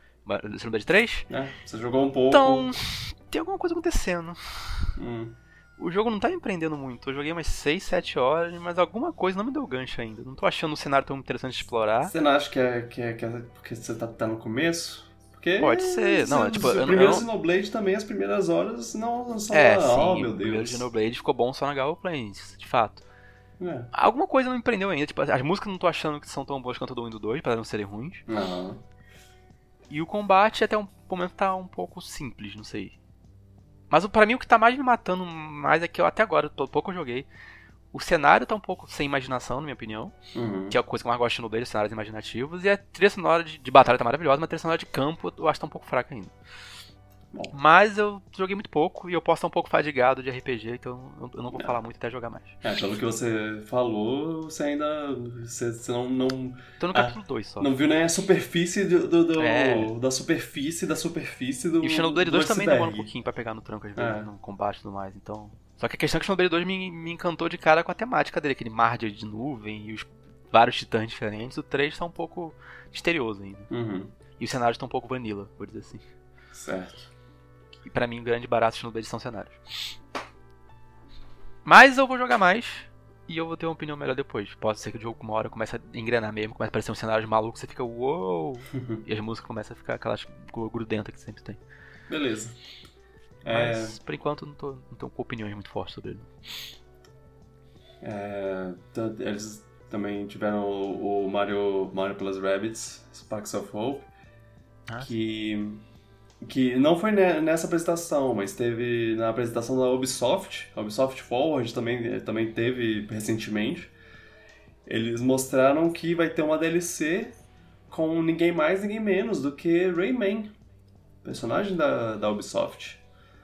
Xenoblade três?
É, você jogou um pouco.
Então, tem alguma coisa acontecendo.
Hum.
O jogo não tá me prendendo muito. Eu joguei umas seis, sete horas, mas alguma coisa não me deu gancho ainda. Não tô achando o cenário tão interessante de explorar.
Você não acha que é, que é, que é porque você tá, tá no começo? Porque
Pode ser. Não, é, tipo,
o
eu,
primeiro
eu,
Xenoblade também, as primeiras horas não, não são
É,
lá,
sim,
oh meu
o primeiro
Deus.
Xenoblade ficou bom só na Galo Plains, de fato.
É.
Alguma coisa não me prendeu ainda, tipo, as músicas não tô achando que são tão boas quanto do um e do dois, apesar de não serem ruins.
Não.
E o combate até um momento tá um pouco simples, não sei. Mas pra mim o que tá mais me matando mais é que eu até agora, tô, pouco eu joguei. O cenário tá um pouco sem imaginação, na minha opinião.
Uhum.
Que é a coisa que eu mais gosto de Xenoblade, os cenários imaginativos. E a trilha sonora de, de batalha tá maravilhosa, mas a trilha sonora de campo eu acho que tá um pouco fraca ainda.
Bom.
Mas eu joguei muito pouco e eu posso estar um pouco fadigado de R P G, então eu não vou
Não.
falar muito até jogar mais.
É, pelo que você falou, você ainda. Você, você não, não.
Tô no
ah,
capítulo dois só.
Não viu nem a superfície do, do, do-
É.
da superfície da superfície do.
E o Xenoblade
do
dois também
iceberg.
demora um pouquinho pra pegar no tranco às vezes,
É.
no combate e tudo mais, então... Só que a questão é que o Xenoblade dois me, me encantou de cara com a temática dele, aquele mar de, de nuvem e os vários titãs diferentes. O três tá um pouco misterioso ainda.
Uhum.
E os cenários estão um pouco vanilla, vou dizer assim.
Certo.
E pra mim, o grande barato do Xenoblade são cenários. Mas eu vou jogar mais e eu vou ter uma opinião melhor depois. Pode ser que o jogo uma hora comece a engrenar mesmo, comece a aparecer um cenário maluco, você fica uou! E as músicas começam a ficar aquelas grudentas que sempre tem.
Beleza. É,
Mas, por enquanto, não tô, não tô com opiniões muito fortes sobre ele.
é, t- eles também tiveram o, o Mario, Mario plus Rabbids, Sparks of Hope,
Ah,
que, que não foi ne- nessa apresentação, mas teve na apresentação da Ubisoft, a Ubisoft Forward também, também teve recentemente. Eles mostraram que vai ter uma D L C com ninguém mais, ninguém menos do que Rayman, personagem da, da Ubisoft.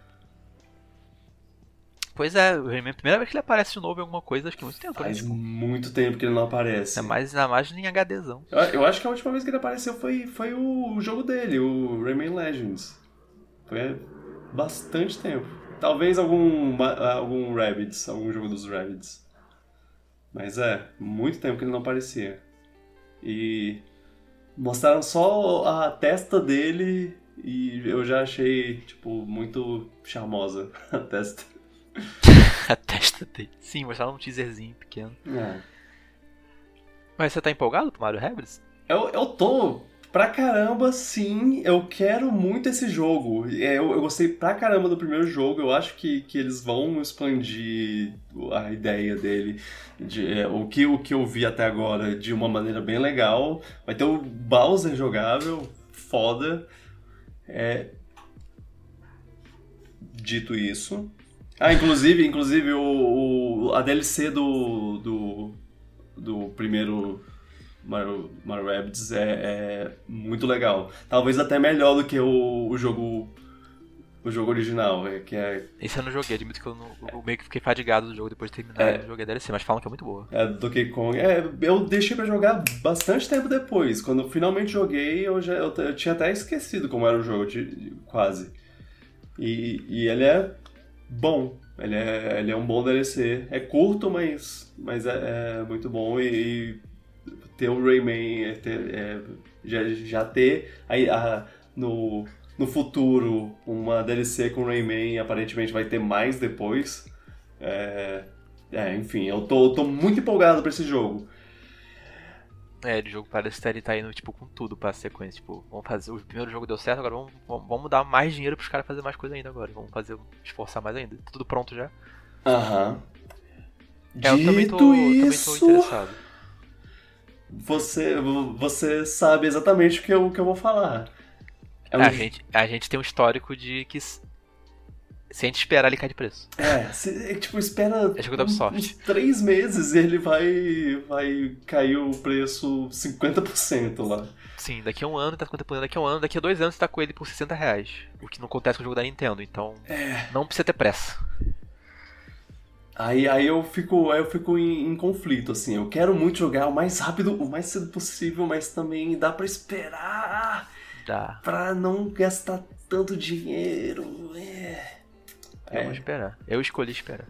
Pois é, o Rayman, a primeira vez que ele aparece de novo em alguma coisa, acho que há muito tempo, né?
Faz
Tipo,
muito tempo que ele não aparece.
é mais, é mais em HDzão.
Eu, eu acho que a última vez que ele apareceu foi, foi o jogo dele, o Rayman Legends. Foi há bastante tempo. Talvez algum, ma- algum Rabbids, algum jogo dos Rabbids. Mas é, muito tempo que ele não aparecia. E mostraram só a testa dele e eu já achei, tipo, muito charmosa a testa.
A testa dele. Sim, mostraram um teaserzinho pequeno.
É.
Mas você tá empolgado pro Mario Rabbids?
Eu, eu tô pra caramba, sim. Eu quero muito esse jogo. É, Eu, eu gostei pra caramba do primeiro jogo. Eu acho que, que eles vão expandir a ideia dele, de, é, o, que, o que eu vi até agora, de uma maneira bem legal. Vai ter o Bowser jogável, foda. É... Dito isso. Ah, inclusive, inclusive o, o- a D L C do, do, do primeiro Mario, Mario Rabbids é, é muito legal. Talvez até melhor do que o, o jogo o jogo original, é, que é,
Esse eu não joguei, admito que eu, não, eu meio que fiquei fadigado do jogo depois de terminar.
É.
Eu joguei a D L C, mas falam que é muito boa.
é do Donkey Kong. É, eu deixei pra jogar bastante tempo depois. Quando eu finalmente joguei, eu, já, eu, t- eu tinha até esquecido como era o jogo, de- quase. E, e ele é bom. Ele é, ele é um bom D L C. É curto, mas, mas é, é muito bom. E, e ter o Rayman, é ter- é, já, já ter aí, a, no, no futuro uma D L C com Rayman, aparentemente vai ter mais depois. É, é, enfim, eu tô, tô muito empolgado pra esse jogo.
É, o jogo parece que ele tá indo, tipo, com tudo pra sequência. Tipo, vamos fazer. O primeiro jogo deu certo, agora vamos, vamos, vamos dar mais dinheiro pros caras fazer mais coisa ainda agora. Vamos fazer, esforçar mais ainda. Tá tudo pronto já.
Aham.
É, eu também tô,
Dito
também tô
isso,
interessado.
você, você sabe exatamente o que eu, o que eu vou falar. É um
a,
jo-
gente, a gente tem um histórico de que s- se a gente esperar ele cai de preço.
É, cê, tipo, espera
É jogo da
um-
Ubisoft.
uns três meses e ele vai, vai cair o preço cinquenta por cento lá.
Sim, daqui a um ano tá cinquenta por cento, daqui a um ano, daqui a dois anos você tá com ele por sessenta reais. O que não acontece com o jogo da Nintendo, então não precisa ter pressa.
Aí, aí eu fico, aí eu fico em, em conflito, assim. Eu quero muito jogar o mais rápido, o mais cedo possível, mas também dá pra esperar
Dá.
pra não gastar tanto dinheiro. É,
Eu
É.
vou esperar. Eu escolhi esperar.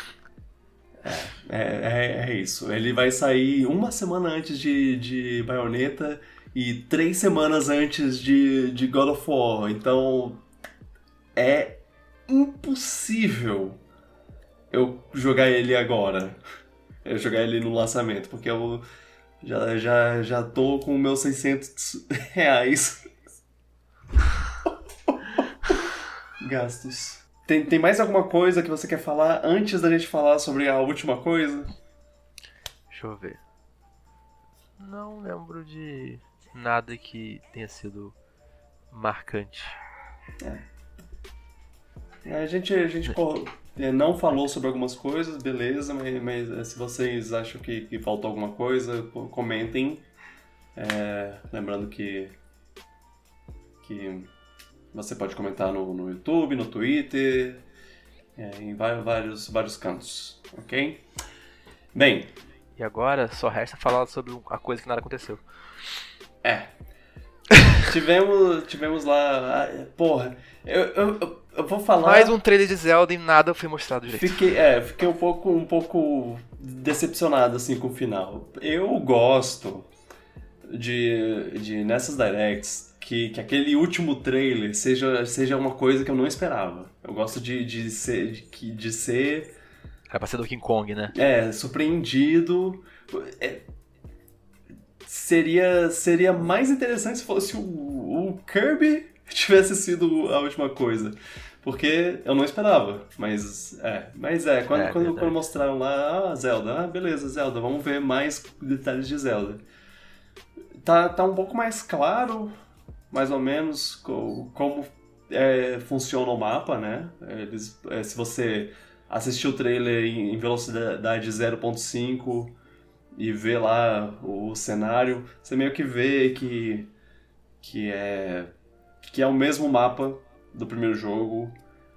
é, é, é isso. Ele vai sair uma semana antes de, de Bayonetta e três semanas antes de, de God of War. Então é impossível eu jogar ele agora. Eu jogar ele no lançamento, porque eu já, já, já tô com meus seiscentos reais gastos. Tem, tem mais alguma coisa que você quer falar antes da gente falar sobre a última coisa?
Deixa eu ver. Não lembro de nada que tenha sido marcante.
É. A gente, a gente não falou sobre algumas coisas, beleza, mas, mas se vocês acham que, que faltou alguma coisa, comentem. É, lembrando que, que você pode comentar no, no YouTube, no Twitter, é, em vários, vários cantos, ok? Bem...
E agora só resta falar sobre a coisa que nada aconteceu.
É. tivemos, tivemos lá... Porra, eu, eu, eu vou falar...
Mais um trailer de Zelda e nada foi mostrado direito.
Fiquei, é, fiquei um pouco, um pouco decepcionado assim com o final. Eu gosto de, de nessas directs que, que aquele último trailer seja, seja uma coisa que eu não esperava. Eu gosto de, de ser... De, de ser
Era pra ser do King Kong, né?
É, surpreendido. É, seria, seria mais interessante se fosse o, o Kirby tivesse sido a última coisa. Porque eu não esperava. Mas é, mas é quando,
é,
quando, quando mostraram lá, ah, Zelda, ah, beleza, Zelda, vamos ver mais detalhes de Zelda. Tá, tá um pouco mais claro, mais ou menos, co, como é, funciona o mapa, né? Eles, é, se você assistir o trailer em velocidade zero ponto cinco e ver lá o cenário, você meio que vê que, que, é, que é o mesmo mapa do primeiro jogo,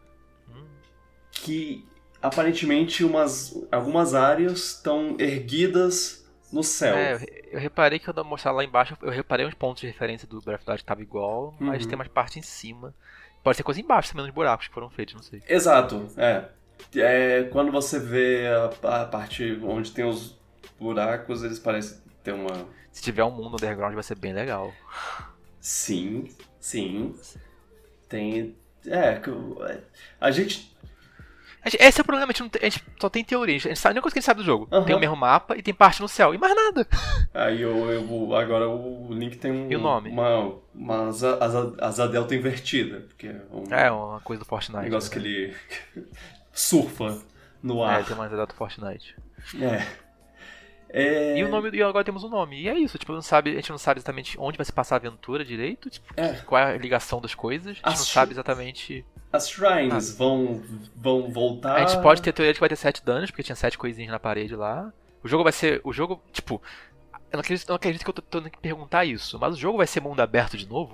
que aparentemente umas, algumas áreas estão erguidas no céu.
É, eu reparei que quando eu mostrar lá embaixo, eu reparei uns pontos de referência do Breath of the Wild que tava igual, mas
uhum. Tem
umas partes em cima. Pode ser coisa embaixo também, nos buracos que foram feitos, não sei.
Exato, é. É, quando você vê a, a parte onde tem os buracos, eles parecem ter uma...
Se tiver um mundo underground vai ser bem legal.
Sim, sim. Tem... É, a gente...
Esse é o problema, a gente, não tem, a gente só tem teoria, a gente sabe, a única coisa que a gente sabe do jogo.
Uhum.
Tem o mesmo mapa e tem parte no céu, e mais nada.
Aí eu, eu, agora o Link tem um...
E o nome?
Uma, uma asa, asa, asa delta invertida. Porque é, um,
é, uma coisa do Fortnite.
negócio
né?
que ele surfa no ar.
É, tem uma asa delta do Fortnite.
É. É...
E o nome, e agora temos um nome. E é isso, tipo, não sabe, a gente não sabe exatamente onde vai se passar a aventura direito, tipo,
é.
qual é a ligação das coisas, a gente
As
não sabe exatamente...
As shrines ah. vão, vão voltar...
A gente pode ter teoria de que vai ter sete danos, porque tinha sete coisinhas na parede lá. O jogo vai ser... O jogo, tipo... Eu não acredito, não acredito que eu tô tendo que perguntar isso, mas o jogo vai ser mundo aberto de novo?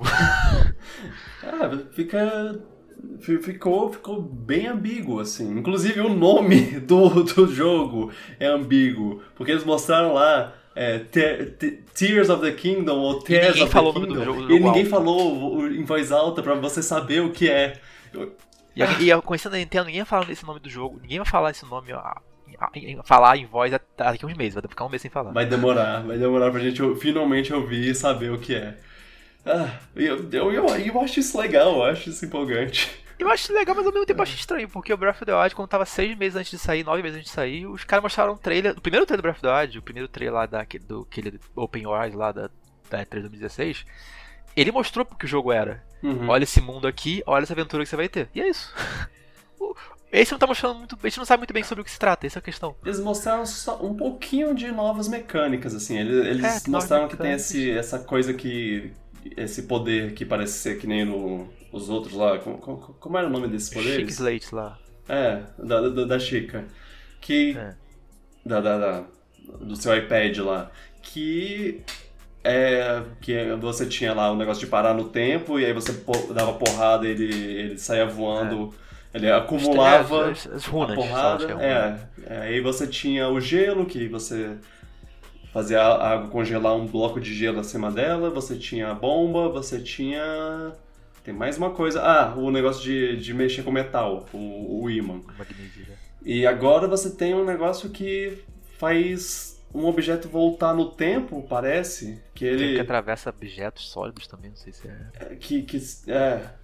Ah, fica... Ficou, ficou bem ambíguo, assim. Inclusive o nome do, do jogo é ambíguo, porque eles mostraram lá é, te, te, Tears of the Kingdom ou Tears of the Kingdom, do jogo, do e ninguém alto. falou em voz alta pra você saber o que é.
E, a, e a, conhecendo a Nintendo, ninguém vai falar esse nome do jogo, ninguém vai falar esse nome, ó, falar em voz daqui a uns meses, vai ficar um mês sem falar.
Vai demorar, vai demorar pra gente finalmente ouvir e saber o que é. Ah, eu, eu, eu, eu acho isso legal, eu acho isso empolgante.
Eu acho legal, mas ao mesmo tempo eu acho estranho, porque o Breath of the Wild, quando tava seis meses antes de sair, nove meses antes de sair, os caras mostraram um trailer, o primeiro trailer do Breath of the Wild, o primeiro trailer lá da, do aquele Open World lá da, da E três dois mil e dezesseis, ele mostrou porque o jogo era. Uhum. Olha esse mundo aqui, olha essa aventura que você vai ter. E é isso. Esse não tá mostrando muito, a gente não sabe muito bem sobre o que se trata, essa é a questão.
Eles mostraram só um pouquinho de novas mecânicas, assim, eles, eles é, mostraram que tem esse, essa coisa que... Esse poder que parece ser que nem no, os outros lá. Como, como, como era o nome desses poderes?
Chica Slate lá.
É, da, da, da Chica. Que. É. Da, da, da, do seu iPad lá. Que. É. Que você tinha lá o negócio de parar no tempo e aí você dava porrada e ele, ele saía voando. É. Ele acumulava
as, as runas,
a porrada.
Só, é,
é. Aí você tinha o gelo que você. Fazia a água congelar um bloco de gelo acima dela, você tinha a bomba, você tinha... Tem mais uma coisa... Ah, o negócio de, de mexer com metal, o, o ímã. E agora você tem um negócio que faz um objeto voltar no tempo, parece. Que ele...
Tem que atravessa objetos sólidos também, não sei se é...
é que, que, é...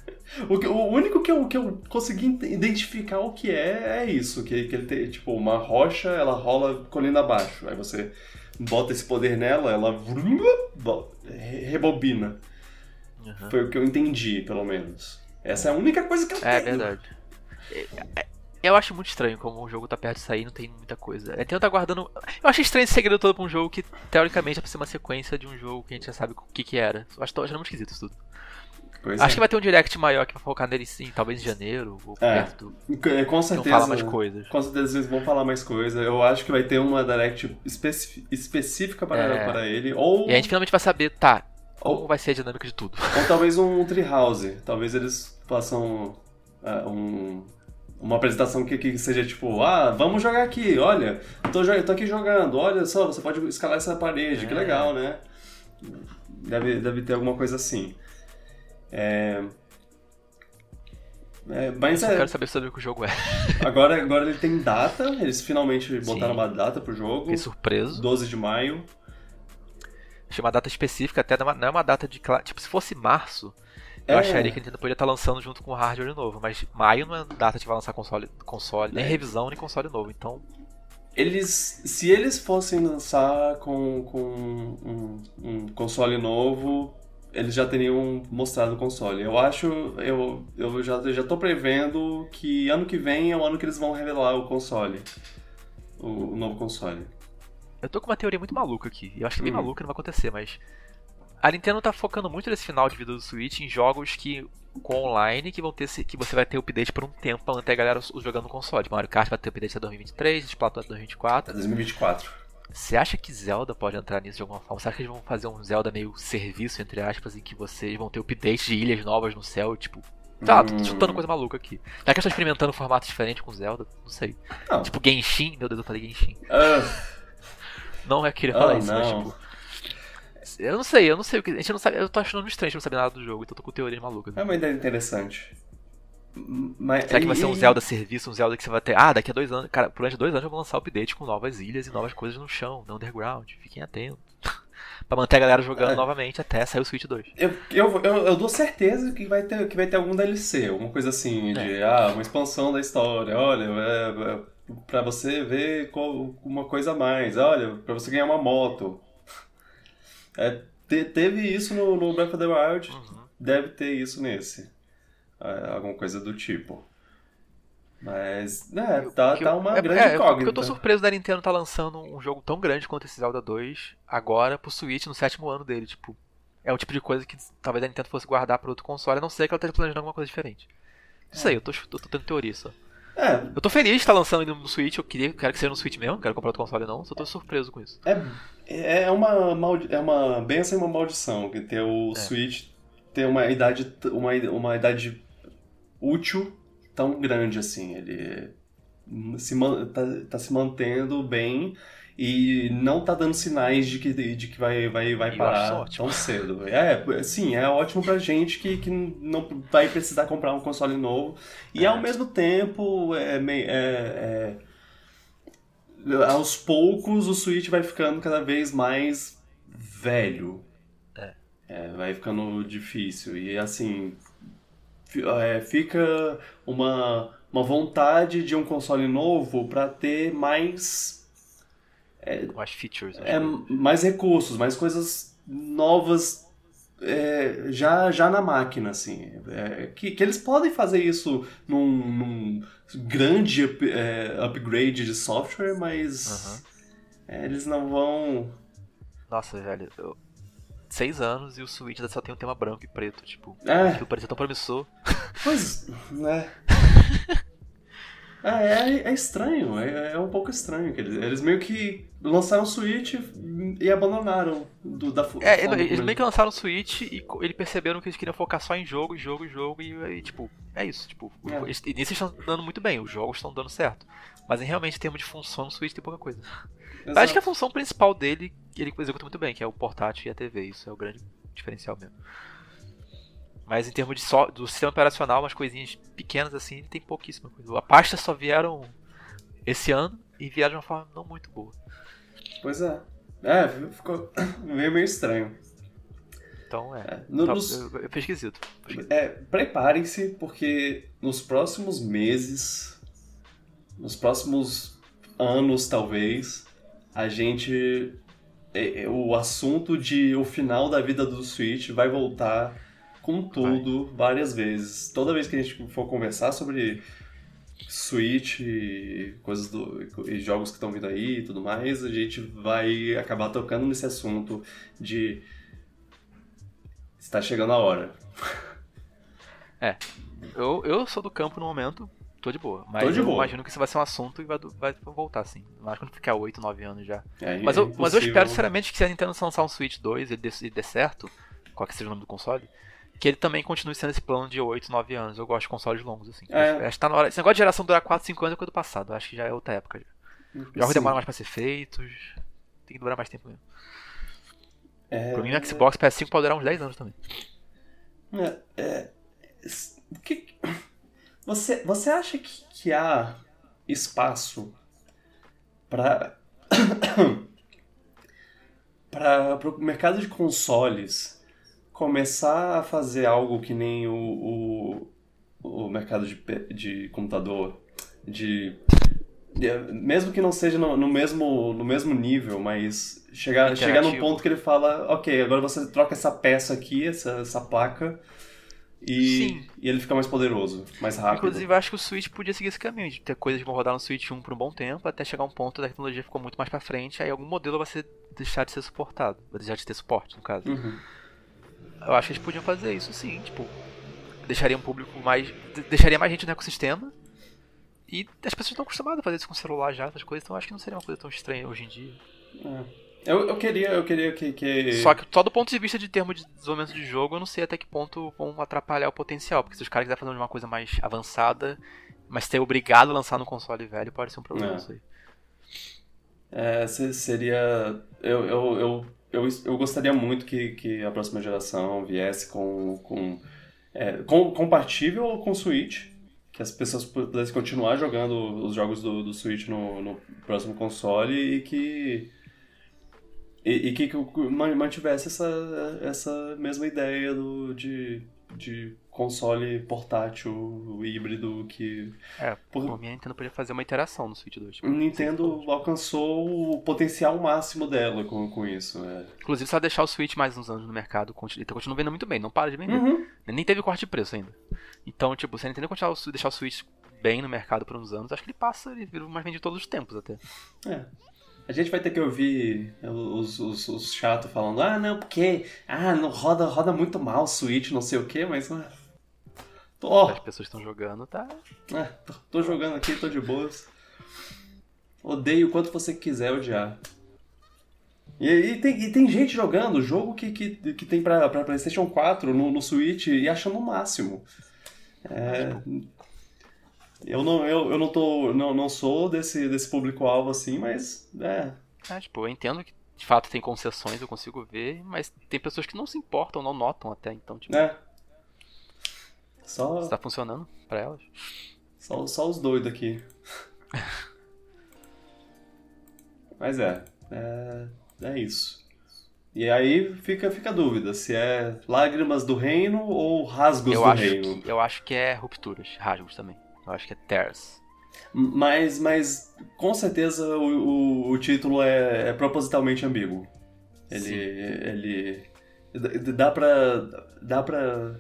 O, que- o único que eu, que eu consegui identificar o que é, é isso. Que, que ele tem, tipo, uma rocha, ela rola colina abaixo. Aí você bota esse poder nela, ela rebobina.
Uhum.
Foi o que eu entendi, pelo menos. Essa é a única coisa que eu
É
tenho.
verdade. É- é- Eu acho muito estranho como o jogo tá perto de sair e não tem muita coisa. A Nintendo tá guardando. Eu acho estranho esse segredo todo pra um jogo que, teoricamente, é pra ser uma sequência de um jogo que a gente já sabe o que que era. Eu acho, tô achando muito esquisito isso tudo.
Pois
Acho
é.
que vai ter um direct maior que vai focar nele sim, talvez em janeiro ou
É.
perto.
Com- Com certeza.
Não fala mais coisas.
Com certeza eles vão falar mais coisa. Eu acho que vai ter uma direct especi- específica para,
É.
para ele. Ou,
E a gente finalmente vai saber, tá, como
ou,
vai ser a dinâmica de tudo.
ou talvez um treehouse. Talvez eles façam é, um, uma apresentação que, que seja tipo, ah, vamos jogar aqui, olha, tô, jo- tô aqui jogando, olha só, você pode escalar essa parede, que
É.
legal, né? Deve, deve ter alguma coisa assim. É, é, mas
Eu
é,
quero saber sobre o que o jogo é.
agora, agora ele tem data, eles finalmente botaram
Sim.
uma data pro jogo.
Fiquei surpreso.
doze de maio.
Achei uma data específica, até não é uma- não é uma data de. cla- Tipo, se fosse março, eu
É.
acharia que a Nintendo poderia estar lançando junto com o hardware de novo. Mas maio não é data que vai lançar console, console nem
É.
revisão, nem console novo. Então,
Eles, se eles fossem lançar com, com um, um console novo, eles já teriam mostrado o console. Eu acho, eu, eu já, já tô prevendo que ano que vem é o ano que eles vão revelar o console. O, o novo console.
eu tô com uma teoria muito maluca aqui. Eu acho que é bem
Hum.
maluca, não vai acontecer, mas. A Nintendo tá focando muito nesse final de vida do Switch em jogos que. Com online, que vão ter esse- que você vai ter update por um tempo pra manter a galera os- jogando no console. Mario Kart vai ter update até dois mil e vinte e três, Splatoon até dois mil e vinte e quatro.
É dois mil e vinte e quatro.
Você acha que Zelda pode entrar nisso de alguma forma? Você acha que eles vão fazer um Zelda meio serviço, entre aspas, em que vocês vão ter updates de ilhas novas no céu, tipo... Tá, tô
Hum.
chutando coisa maluca aqui. Será que eles estão experimentando um formato diferente com Zelda? Não sei.
Não.
Tipo Genshin? Meu Deus, eu falei Genshin.
Ah,
Não é querer falar
Oh,
isso, mas
não.
tipo... Eu não sei, eu não sei o que... A gente não sabe... Eu tô achando estranho a gente não saber nada do jogo, então eu tô com teorias malucas.
é uma ideia interessante. Mas,
Será que vai ser um
e-
Zelda serviço, um Zelda que você vai ter... Ah, daqui a dois anos... Cara, por durante dois anos eu vou lançar update com novas ilhas e novas coisas no chão, no underground. Fiquem atentos. Pra manter a galera jogando
É.
novamente até sair o Switch dois.
Eu, eu, eu, eu dou certeza que vai, ter, que vai ter algum D L C, alguma coisa assim, de ah, uma expansão da história, olha, é, é, pra você ver co- uma coisa a mais, olha, pra você ganhar uma moto. É, te- teve isso no, no Breath of the Wild,
Uhum.
deve ter isso nesse. É, alguma coisa do tipo. Mas, né, tá,
Que
tá
eu-
uma
é,
grande
é,
incógnita.
porque eu tô surpreso da Nintendo tá lançando um jogo tão grande quanto esse Zelda dois agora pro Switch no sétimo ano dele, tipo. É o tipo de coisa que talvez a Nintendo fosse guardar pra outro console, a não ser que ela esteja planejando alguma coisa diferente. Não sei, eu tô, eu tô tendo teoria só.
É,
Eu tô feliz de estar lançando ele no Switch, eu queria, quero que seja no Switch mesmo, não quero comprar outro console não, só tô surpreso com isso.
É, é uma maldi- é uma benção e uma maldição que ter o
É.
Switch ter uma idade t- uma, uma idade útil tão grande assim. Ele se man- tá, tá se mantendo bem e não tá dando sinais de que, de que vai, vai, vai
E eu acho
parar
isso ótimo.
tão cedo. É, sim, é ótimo pra gente que, que não vai precisar comprar um console novo. E
É.
ao mesmo tempo, é, meio- é, é, aos poucos o Switch vai ficando cada vez mais velho.
É.
É, vai ficando difícil. E assim, fi- é, fica uma, uma vontade de um console novo pra ter mais,
Mais features.
é,
acho que-
mais recursos, mais coisas novas é, já, já na máquina, assim. É, que, que eles podem fazer isso num, num grande up- é, upgrade de software, mas é, eles não vão...
Nossa, velho, eu... seis anos e o Switch ainda só tem um tema branco e preto, tipo,
É.
aquilo parecia tão promissor.
Pois, né? É, é, é estranho, é, é um pouco estranho. Que eles, eles meio que lançaram o Switch e abandonaram do, da fu-
É,
forma
eles
como
meio que lançaram o Switch e co- eles perceberam que eles queriam focar só em jogo, jogo, jogo e, e, tipo, é isso, tipo,
É.
eles, e nisso eles estão dando muito bem, os jogos estão dando certo. Mas em realmente em termos de função no Switch tem pouca coisa.
Exato.
Acho que a função principal dele, que ele executa muito bem, que é o portátil e a T V, isso é o grande diferencial mesmo. Mas em termos de só, do sistema operacional, umas coisinhas pequenas assim, ele tem pouquíssima coisa. A pasta só vieram esse ano e vieram de uma forma não muito boa.
Pois é. É, ficou meio, meio estranho.
Então, é.
É, no,
tá,
nos,
eu, eu pesquisito.
é, preparem-se, porque nos próximos meses, nos próximos anos, talvez, a gente... É, é, o assunto de o final da vida do Switch vai voltar com tudo vai. várias vezes. Toda vez que a gente for conversar sobre Switch e coisas do, e jogos que estão vindo aí e tudo mais, a gente vai acabar tocando nesse assunto de está chegando a hora.
É, eu, eu sou do campo no momento, tô de boa, mas
tô de
eu
boa.
imagino que isso vai ser um assunto e vai, vai voltar sim. Acho que quando ficar oito, nove anos já.
É,
mas,
é
eu, mas eu espero sinceramente que se a Nintendo lançar um Switch dois e dê, e dê certo, qual que seja o nome do console, que ele também continue sendo esse plano de oito, nove anos. Eu gosto de consoles longos, assim.
É.
Acho, acho que tá na hora. Esse negócio de geração durar quatro, cinco anos é coisa do passado. Acho que já é outra época. Já. Os jogos demoram mais pra ser feitos. Tem que durar mais tempo mesmo. É... Pra mim, no Xbox P S cinco pode durar uns dez anos também.
É. é... Que... Você, você acha que, que há espaço pra. para o mercado de consoles começar a fazer algo que nem o, o, o mercado de, de computador, de, de mesmo que não seja no, no, mesmo, no mesmo nível, mas chegar, chegar num ponto que ele fala, ok, agora você troca essa peça aqui, essa, essa placa, e, e ele fica mais poderoso, mais rápido.
Inclusive, eu acho que o Switch podia seguir esse caminho, de ter coisas que vão rodar no Switch um por um bom tempo, até chegar um ponto que a tecnologia ficou muito mais pra frente, aí algum modelo vai ser, deixar de ser suportado, vai deixar de ter suporte, no caso.
Uhum.
Eu acho que eles podiam fazer isso sim, tipo, deixaria um público mais. Deixaria mais gente no ecossistema. E as pessoas estão acostumadas a fazer isso com celular já, essas coisas, então eu acho que não seria uma coisa tão estranha hoje em dia.
É. Eu, eu queria, eu queria que, que...
Só que só do ponto de vista de termo de desenvolvimento de jogo, eu não sei até que ponto vão atrapalhar o potencial, porque se os caras quiserem fazer uma coisa mais avançada, mas ser obrigado a lançar no console velho, pode ser um problema,
é.
não sei.
É, seria... Eu, eu, eu, eu, eu gostaria muito que, que a próxima geração viesse com... com, é, com compatível com o Switch, que as pessoas pudessem continuar jogando os jogos do, do Switch no, no próximo console e que... E, e que, que mantivesse essa, essa mesma ideia do, de, de console portátil híbrido que...
É, por, por mim a Nintendo podia fazer uma interação no Switch dois. Tipo,
Nintendo alcançou o potencial máximo dela com, com isso. É.
Inclusive, se ela deixar o Switch mais uns anos no mercado, ele tá continuando vendendo muito bem, não para de vender.
Uhum.
Nem teve corte de preço ainda. Então, tipo, se a Nintendo continuar a deixar o Switch bem no mercado por uns anos, acho que ele passa, ele vira o mais vendido de todos os tempos até.
É. A gente vai ter que ouvir os, os, os chatos falando, ah, não, porque ah, não, roda, roda muito mal o Switch, não sei o que, mas... Ah, tô,
As pessoas estão jogando, tá?
Ah, tô, tô jogando aqui, tô de boas. Odeio o quanto você quiser odiar. E, e, tem, e tem gente jogando jogo que, que, que tem pra, pra PlayStation quatro no, no Switch e achando o máximo. É... Eu não, eu, eu não, tô, não, não sou desse, desse público-alvo assim, mas é.
É, tipo, eu entendo que de fato tem concessões, eu consigo ver, mas tem pessoas que não se importam, não notam até, então, tipo.
É. Só.
Se tá funcionando pra elas.
Só, só os doidos aqui. Mas é, é. É isso. E aí fica, fica a dúvida se é lágrimas do reino ou rasgos
eu
do
acho
reino.
Que, eu acho que é rupturas, rasgos também. Eu acho que é tears.
Mas, mas com certeza o, o, o título é, é propositalmente ambíguo. Ele, ele dá pra dá pra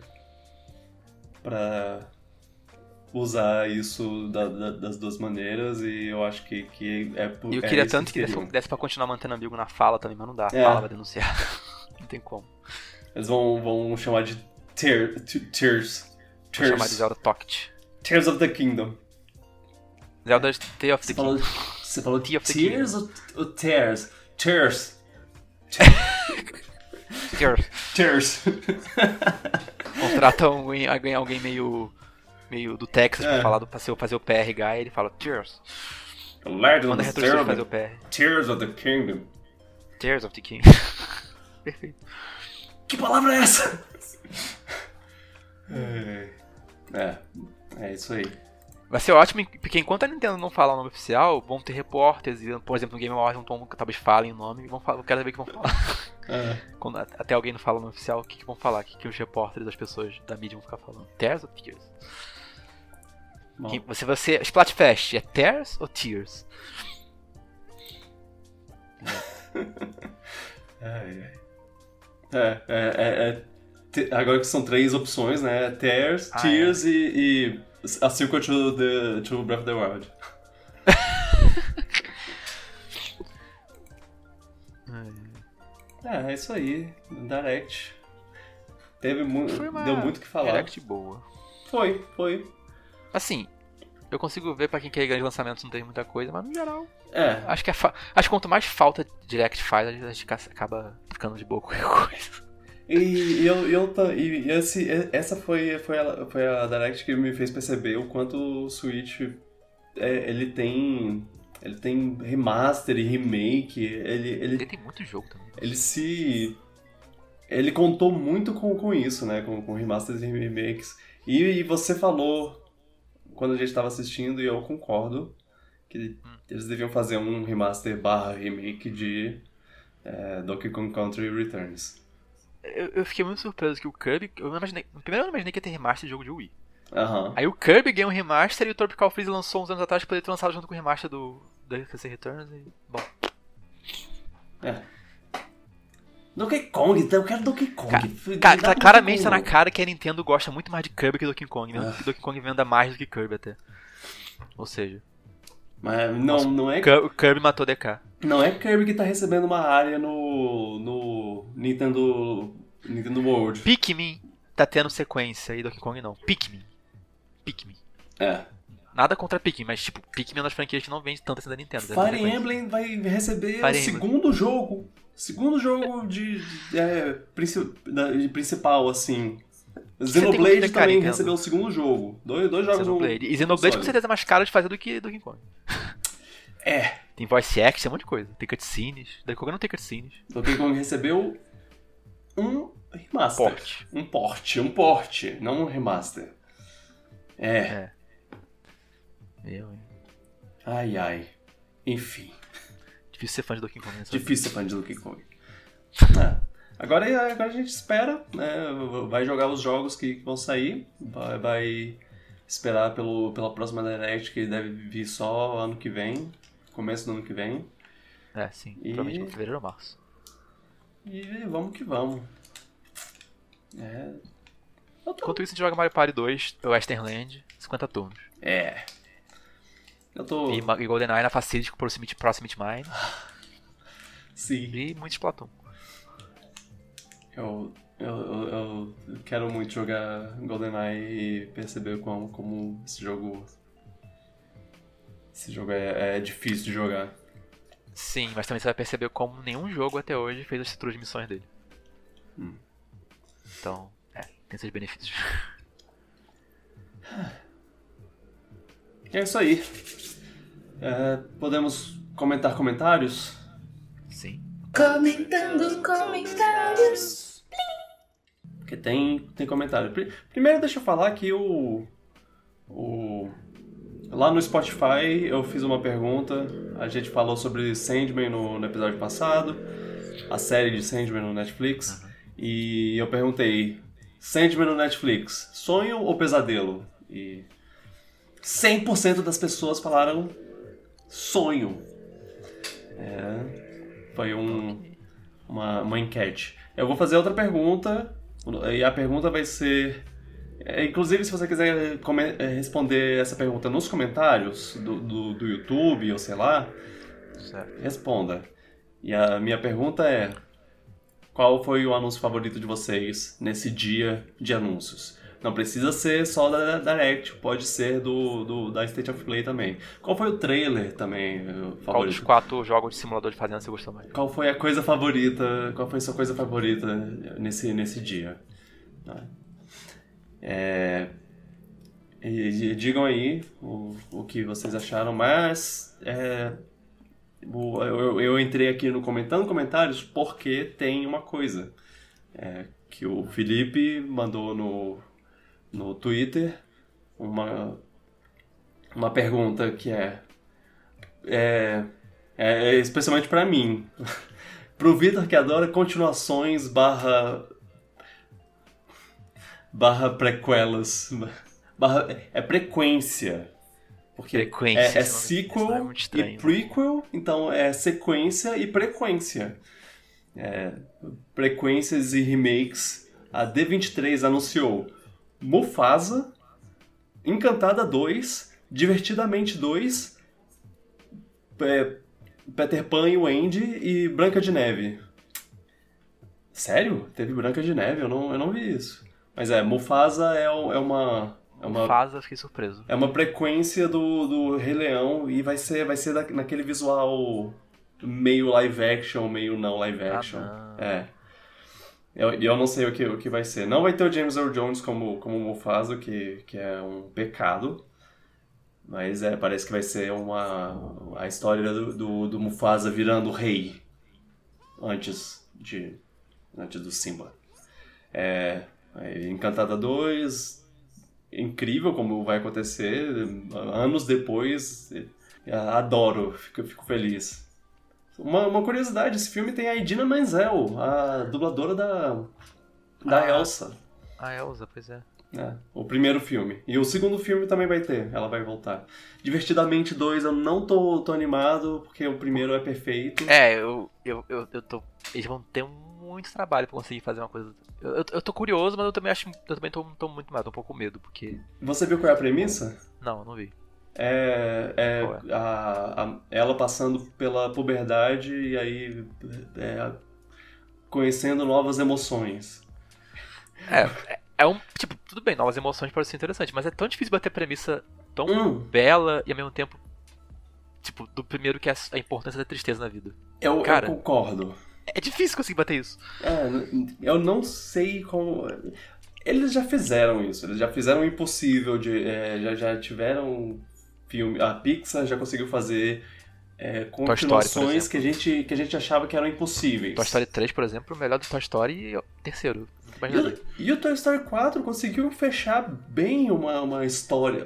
pra usar isso da, da, das duas maneiras e eu acho que, que é
E eu
é
queria
isso
tanto que,
que
desse, desse pra continuar mantendo ambíguo na fala também, mas não dá. A
É.
fala vai denunciar. Não tem como.
Eles vão, vão chamar de tear, Tears.
Vou chamar de Zelda Toct.
Tears of the Kingdom.
Zelda's Tale of the
Você falou,
King.
você falou
Tea of the
Tears ou, ou Tears? Tears.
Tears.
Tears.
Contratam alguém, alguém, alguém meio, meio do Texas
É.
pra, falar do, pra ser- fazer o P R guy e ele fala Tears.
Legend
Manda
of
retrospectiva
Zelda.
fazer o P R.
Tears of the Kingdom.
Tears of the King. Perfeito.
Que palavra é essa? É, é, é isso aí.
Vai ser ótimo, porque enquanto a Nintendo não falar o nome oficial, vão ter repórteres, e, por exemplo, no Game Awards, um tom que talvez falem o nome, e vão falar, eu quero saber o que vão falar. É. Quando até alguém não fala o nome oficial, o que, que vão falar? O que, que os repórteres, as pessoas da mídia vão ficar falando? Tears ou Tears? Quem, você vai ser Splatfest, é Tears ou Tears?
é, é, é, é, agora que são três opções, né? Tears, ah, Tears é. e, e A Sequel to, the, to Breath of the Wild. É, é isso aí. Direct. Teve muito. Deu muito o que falar.
Direct boa.
Foi, foi.
Assim, eu consigo ver pra quem quer grandes lançamentos não tem muita coisa, mas no geral.
É.
Acho que, é fa... acho que quanto mais falta Direct faz, a gente acaba ficando de boa com qualquer coisa.
E, eu, eu, e esse, essa foi, foi, a, foi a Direct que me fez perceber o quanto o Switch é, ele tem. Ele tem remaster e remake. Ele, ele,
ele tem muito jogo também.
Ele se. Ele contou muito com, com isso, né? Com, com remasters e remakes. E, e você falou quando a gente estava assistindo, e eu concordo, que hum. eles deviam fazer um remaster barra remake de é, Donkey Kong Country Returns.
Eu, eu fiquei muito surpreso que o Kirby. Eu não imaginei, primeiro eu não imaginei que ia ter remaster de jogo de Wii.
Uhum.
Aí o Kirby ganhou um remaster e o Tropical Freeze lançou uns anos atrás pra poder ter lançado junto com o remaster do Donkey Kong Returns e... Bom.
É. Donkey Kong, eu quero Donkey Kong.
Cara, tá, claramente Kong, tá na cara que a Nintendo gosta muito mais de Kirby que Donkey Kong, mesmo ah. que Donkey Kong venda mais do que Kirby até. Ou seja...
Mas não,
nossa,
não é...
O Kirby matou D K.
Não é Kirby que tá recebendo uma área no... no Nintendo... Nintendo World.
Pikmin tá tendo sequência e Donkey Kong não. Pikmin. Pikmin.
É.
Nada contra Pikmin, mas tipo, Pikmin é uma das franquias que não vende tanto assim da Nintendo.
Fire Emblem vai receber Fire o segundo Emblem. jogo. Segundo jogo de, de, é, de principal, assim. Xenoblade também recebeu o segundo jogo. Dois, dois jogos no
E Xenoblade com certeza é mais caro de fazer do que Donkey Kong.
É.
Tem voice act, tem um monte de coisa. Tem cutscenes. Donkey Kong não tem cutscenes.
Donkey Kong recebeu um remaster.
Porte.
Um porte, um porte, não um remaster. É.
É. Eu, hein.
Ai, ai. Enfim.
Difícil ser fã de Donkey Kong. Né?
Difícil ser fã de Donkey Kong. É. Agora, agora a gente espera, né? Vai jogar os jogos que vão sair. Vai, vai esperar pelo, pela próxima Direct, que deve vir só ano que vem. Começo do ano que vem.
É, sim.
E...
Provavelmente em fevereiro ou março.
E vamos que vamos. É...
Tô... Enquanto isso, a gente joga Mario Party dois, Western Land, cinquenta turnos.
É. Eu tô...
E, e GoldenEye na Facility com Proximity, Proximity Mine.
Sim.
E muito Splatoon.
Eu, eu, eu, eu quero muito jogar GoldenEye e perceber como, como esse jogo... Esse jogo é, é difícil de jogar.
Sim, mas também você vai perceber como nenhum jogo até hoje fez a estrutura de missões dele.
Hum.
Então, é, tem seus benefícios.
É isso aí. É, podemos comentar comentários?
Sim.
Comentando comentários.
Porque tem, tem comentário. Primeiro deixa eu falar que o... o lá no Spotify eu fiz uma pergunta. A gente falou sobre Sandman no, no episódio passado. A série de Sandman no Netflix. Uhum. E eu perguntei... Sandman no Netflix, sonho ou pesadelo? E... cem por cento das pessoas falaram sonho. É, foi um, uma, uma enquete. Eu vou fazer outra pergunta, e a pergunta vai ser... É, inclusive, se você quiser come, é, responder essa pergunta nos comentários do, do, do YouTube, ou sei lá, certo. Responda. E a minha pergunta é... Qual foi o anúncio favorito de vocês nesse dia de anúncios? Não precisa ser só da Direct, pode ser do, do, da State of Play também. Qual foi o trailer também favorito?
Qual dos quatro jogos de simulador de fazenda você gostou mais?
Qual foi a coisa favorita, qual foi a sua coisa favorita nesse, nesse dia? É, e, e digam aí o, o que vocês acharam, mas é, o, eu, eu entrei aqui no Comentando Comentários porque tem uma coisa é, que o Felipe mandou no... no Twitter, uma, uma pergunta que é, é, é especialmente pra mim. Pro Vitor que adora continuações barra barra prequelas, barra, é frequência. Porque
Frequência,
é, é
esse nome- esse
sequel
nome é muito estranho.
e prequel, então é sequência e frequência. É, frequências e remakes. A D vinte e três anunciou Mufasa, Encantada dois, Divertidamente dois, é, Peter Pan e Wendy e Branca de Neve. Sério? Teve Branca de Neve? Eu não, eu não vi isso. Mas é, Mufasa é, o- é uma... É uma,
Mufasa, fiquei surpreso.
é uma frequência do, do Rei Leão e vai ser, vai ser da- naquele visual meio live action, meio não live action.
Ah, não.
É. Eu, eu não sei o que, o que vai ser. Não vai ter o James Earl Jones como, como Mufasa, que, que é um pecado. Mas é, parece que vai ser uma a história do, do, do Mufasa virando rei antes de antes do Simba. É, é, Encantada dois, incrível como vai acontecer, anos depois, adoro, fico, fico feliz. Uma, uma curiosidade, esse filme tem a Idina Menzel, a dubladora da, da
Ah.
Elsa.
A Elsa, pois é.
É, o primeiro filme. E o segundo filme também vai ter, ela vai voltar. Divertidamente dois eu não tô, tô animado, porque o primeiro é perfeito.
É, eu, eu, eu, eu tô. Eles vão ter muito trabalho pra conseguir fazer uma coisa. Eu, eu, eu tô curioso, mas eu também acho. Eu também tô, tô muito mal, tô um pouco com medo, porque.
Você viu qual é a premissa?
Não, não vi.
É, é,
Qual é?
a, a- ela passando pela puberdade e aí é, conhecendo novas emoções.
É, é, é um. Tipo, tudo bem, novas emoções pode ser interessante, mas é tão difícil bater premissa tão
Hum.
bela e ao mesmo tempo. Tipo, do primeiro que é a importância da tristeza na vida.
Eu, eu
Cara.
concordo.
É difícil conseguir bater isso.
É, n- eu não sei como. Eles já fizeram isso, eles já fizeram o impossível, de, é, já, já tiveram filme. A Pixar já conseguiu fazer é,
Story, por
continuações
exemplo.
que a, gente, que a gente achava que eram impossíveis.
Toy Story três, por exemplo, o melhor do Toy Story é o terceiro. Nunca imaginaria.
E, e o Toy Story quatro conseguiu fechar bem uma, uma história.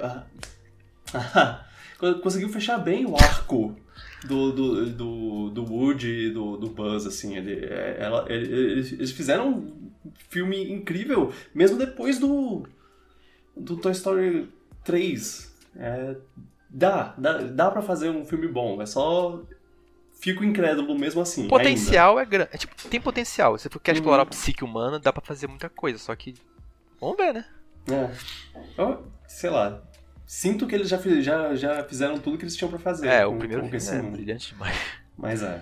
Ah, conseguiu fechar bem o arco do, do, do, do Woody e do, do Buzz, assim. Ele, é, ela, ele- eles, eles fizeram um filme incrível, mesmo depois do, do Toy Story três. É, dá, dá, dá pra fazer um filme bom, é só... Fico incrédulo mesmo assim.
O potencial é grande. É, tipo, tem potencial. Se você quer
Uhum.
explorar a psique humana, dá pra fazer muita coisa. Só que. Vamos ver, né?
ainda. É. Eu, sei lá. Sinto que eles já, fi- já, já fizeram tudo que eles tinham pra fazer.
É,
com-
o primeiro
com
filme
esse
é
mundo.
brilhante demais.
Mas é.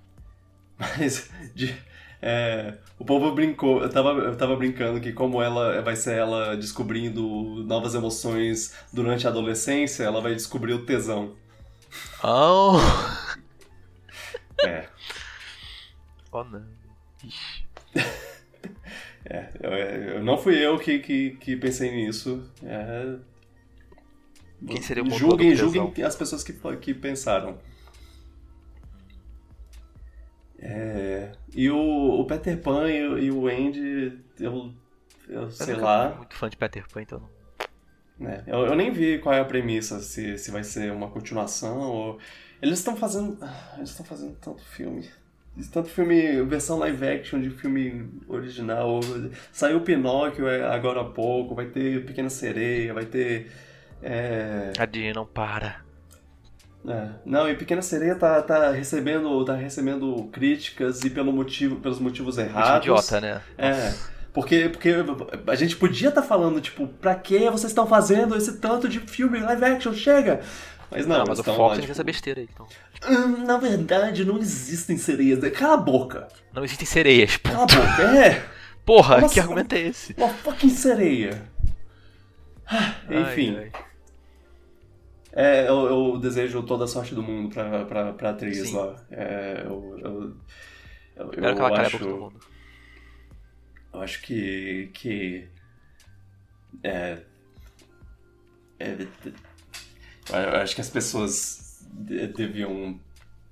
Mas de- é, o povo brincou, eu tava, eu tava brincando que como ela vai ser ela descobrindo novas emoções durante a adolescência, ela vai descobrir o tesão.
Oh!
É,
Oh não. Ixi.
é eu, eu- não fui eu que, que, que pensei nisso. É,
Quem seria o motor
julguem,
do tesão?
julguem as pessoas que, que pensaram. É, e o, o Peter Pan e, o- e o Andy, eu, eu
Eu
sei
nunca
lá.
fui muito fã de Peter Pan, então não.
né? Eu, eu nem vi qual é a premissa, se, se vai ser uma continuação ou... Eles estão fazendo... ah, Eles estão fazendo tanto filme. Tanto filme, versão live action de filme original. Saiu Pinóquio é, agora há pouco, vai ter Pequena Sereia, vai ter... É...
A Disney não para.
é. Não, e Pequena Sereia tá, tá, recebendo, tá recebendo críticas e pelo motivo, pelos motivos
Muito
errados.
idiota, né?
É, porque, porque a gente podia estar falando, tipo, pra que vocês estão fazendo esse tanto de filme live action? Chega! Mas não,
Não, mas
eles
o
tão
Fox
lá,
tem
tipo,
essa besteira aí, então.
"Hum, na verdade, não existem sereias. Cala a boca!
Não existem sereias, pô.
Cala a boca! É!
Porra,
Como
que
assim?
argumento é esse?
Uma fucking sereia! Ah, enfim,
Ai, ai.
é, eu, eu desejo toda a sorte do mundo pra, pra, pra atriz
Sim.
lá. É, eu, eu, eu,
Espero
eu
que ela cale a
acho...
boca do mundo.
Eu acho que. que é, é, eu acho que as pessoas de- deviam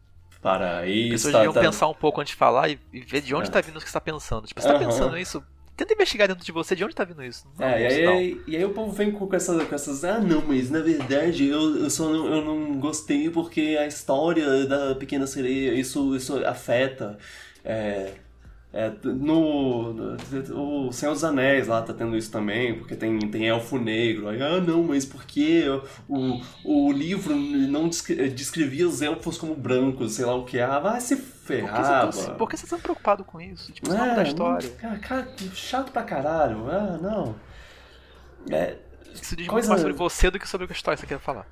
parar
As
isso.
pessoas
tá-
deviam
tá-
pensar um pouco antes de falar e, e ver de onde
É.
tá vindo o que você tá pensando. Tipo, você tá
Aham.
pensando isso Tenta investigar dentro de você de onde tá vindo isso. Não
É,
é
e
bom
aí, e aí o povo vem com, com, essas, com essas. Ah, não, mas na verdade eu, eu só não, eu não gostei porque a história da Pequena Sereia, isso, isso afeta. É, é, no, no. O Senhor dos Anéis lá tá tendo isso também, porque tem, tem elfo negro. Aí, ah, não, mas porque o, o livro não descre- descrevia os elfos como brancos, sei lá o que. Ah, vai se ferrar.
Por que você tá,
mano.
por que você tá tão preocupado com isso? Tipo, isso não
É,
é da história.
não- cara, cara, chato pra caralho. Ah, não. É,
Isso diz
coisa-
muito mais sobre você do que sobre a história que você quer falar.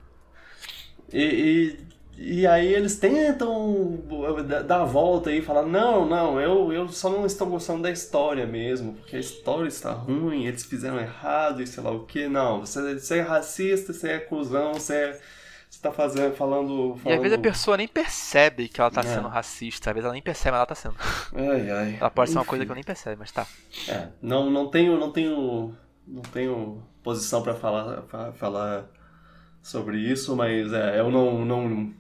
E, e, e aí eles tentam dar- dar a volta e falar, não, não, eu, eu só não estou gostando da história mesmo, porque a história está ruim, eles fizeram errado e sei lá o que. Não, você, você é racista, você é cuzão, você, é, você tá fazendo, falando, falando...
E às vezes a pessoa nem percebe que ela tá
É.
sendo racista. Às vezes ela nem percebe, mas ela tá sendo.
Ai, ai.
Ela pode ser uma
Enfim.
coisa que ela nem percebe, mas tá.
É, não, não tenho, não tenho, não tenho posição pra falar, pra falar sobre isso, mas é, eu não, não,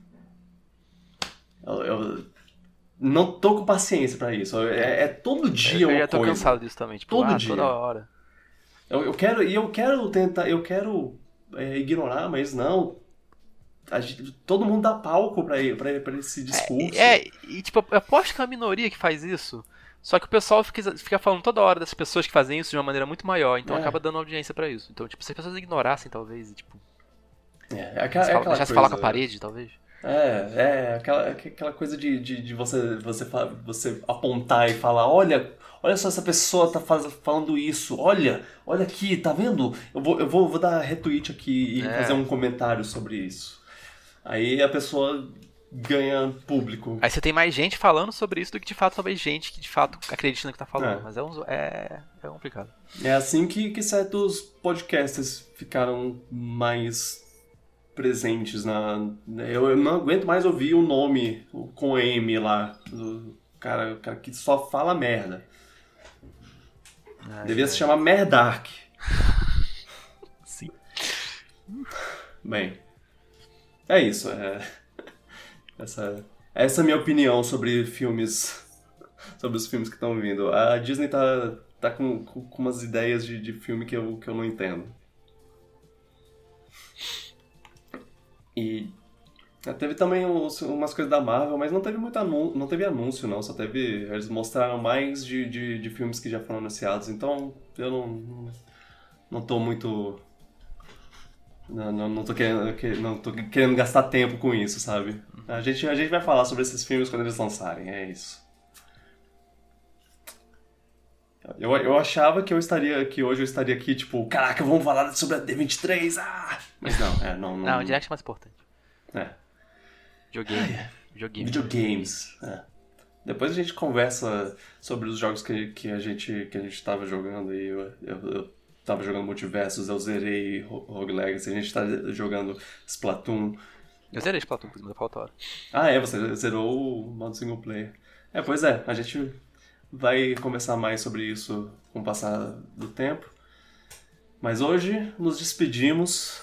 eu, eu não tô com paciência pra isso. É, é todo dia
Eu
uma
já tô
coisa.
cansado disso também. Tipo,
Todo
ah,
dia.
toda hora.
Eu, eu quero, e eu quero tentar, eu quero é, ignorar, mas não. A gente- todo mundo dá palco pra, ele- pra, pra esse discurso.
É, e tipo, eu aposto que é uma minoria que faz isso. Só que o pessoal fica, fica falando toda hora dessas pessoas que fazem isso de uma maneira muito maior. Então
É.
acaba dando audiência pra isso. Então, tipo, se as pessoas ignorassem, talvez, e, tipo,
É, é aquela, é
fala-
aquela
deixasse falar com
coisa-
a parede, talvez.
É, é, aquela, aquela coisa de, de, de você, você, fa- você apontar e falar, olha, olha só essa pessoa tá faz, falando isso, olha, olha aqui, tá vendo? Eu vou, eu vou, vou dar retweet aqui e
É.
fazer um comentário sobre isso. Aí a pessoa ganha público.
Aí você tem mais gente falando sobre isso do que de fato talvez gente que de fato acredita no que tá falando.
É.
Mas é, um, zo- é, é complicado.
É assim que, que certos podcasts ficaram mais presentes na... Eu, eu não aguento mais ouvir o nome com M lá, do cara, o cara que só fala merda.
Ai,
Devia
ai.
se chamar Merdark.
Sim.
Bem, é isso. É... Essa, essa é a minha opinião sobre filmes, sobre os filmes que estão vindo. A Disney tá, tá com, com, com umas ideias de, de filme que eu, que eu não entendo. E é, teve também uns- umas coisas da Marvel, mas não teve muito anúncio, não teve anúncio não, só teve, eles mostraram mais de, de, de filmes que já foram anunciados, então eu não, não, não tô muito, não, não, não, tô querendo, que- não tô querendo gastar tempo com isso, sabe? A gente, a gente vai falar sobre esses filmes quando eles lançarem, é isso. Eu, eu achava que eu estaria, que hoje eu estaria aqui, tipo, caraca, vamos falar sobre a D vinte e três, ah! Mas não, é, não, não.
Não, o direct é mais importante.
É.
Videogame. Videogame.
Videogames. É. Depois a gente conversa sobre os jogos que, que, a, gente, que a gente tava jogando aí. Eu, eu, eu tava jogando Multiversus, eu zerei Ro- Rogue Legacy, a gente tá jogando Splatoon.
Eu zerei Splatoon, inclusive, falta hora.
Ah, é, você zerou o modo single player. É, pois é, a gente vai conversar mais sobre isso com o passar do tempo. Mas hoje nos despedimos.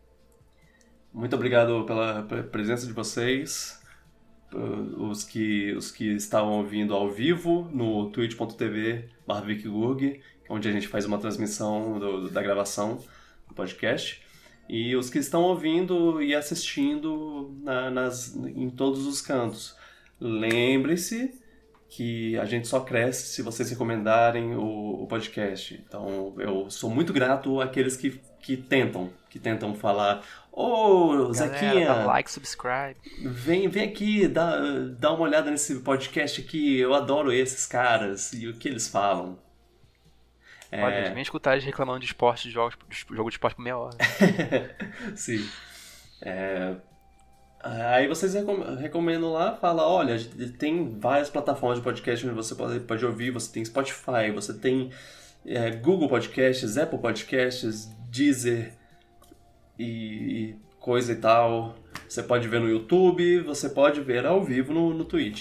Muito obrigado pela, pela presença de vocês. Uh, Os que, os que estavam ouvindo ao vivo no twitch ponto tv barra vicgurg, onde a gente faz uma transmissão do- da gravação do podcast. E os que estão ouvindo e assistindo na- nas, em todos os cantos. Lembre-se que a gente só cresce se vocês recomendarem o, o podcast. Então, eu sou muito grato àqueles que, que tentam, que tentam falar: Ô, Zequinha,
Galera, dá like, subscribe.
vem, vem aqui, dá, dá uma olhada nesse podcast aqui, eu adoro esses caras e o que eles falam. É,
Pode vem escutar eles reclamando de esporte, de jogos, de jogo de esporte por meia hora.
Sim. É, aí vocês recom- recomendam lá, fala, olha, tem várias plataformas de podcast onde você pode, pode ouvir, você tem Spotify, você tem é, Google Podcasts, Apple Podcasts, Deezer e, e coisa e tal. Você pode ver no YouTube, você pode ver ao vivo no, no Twitch.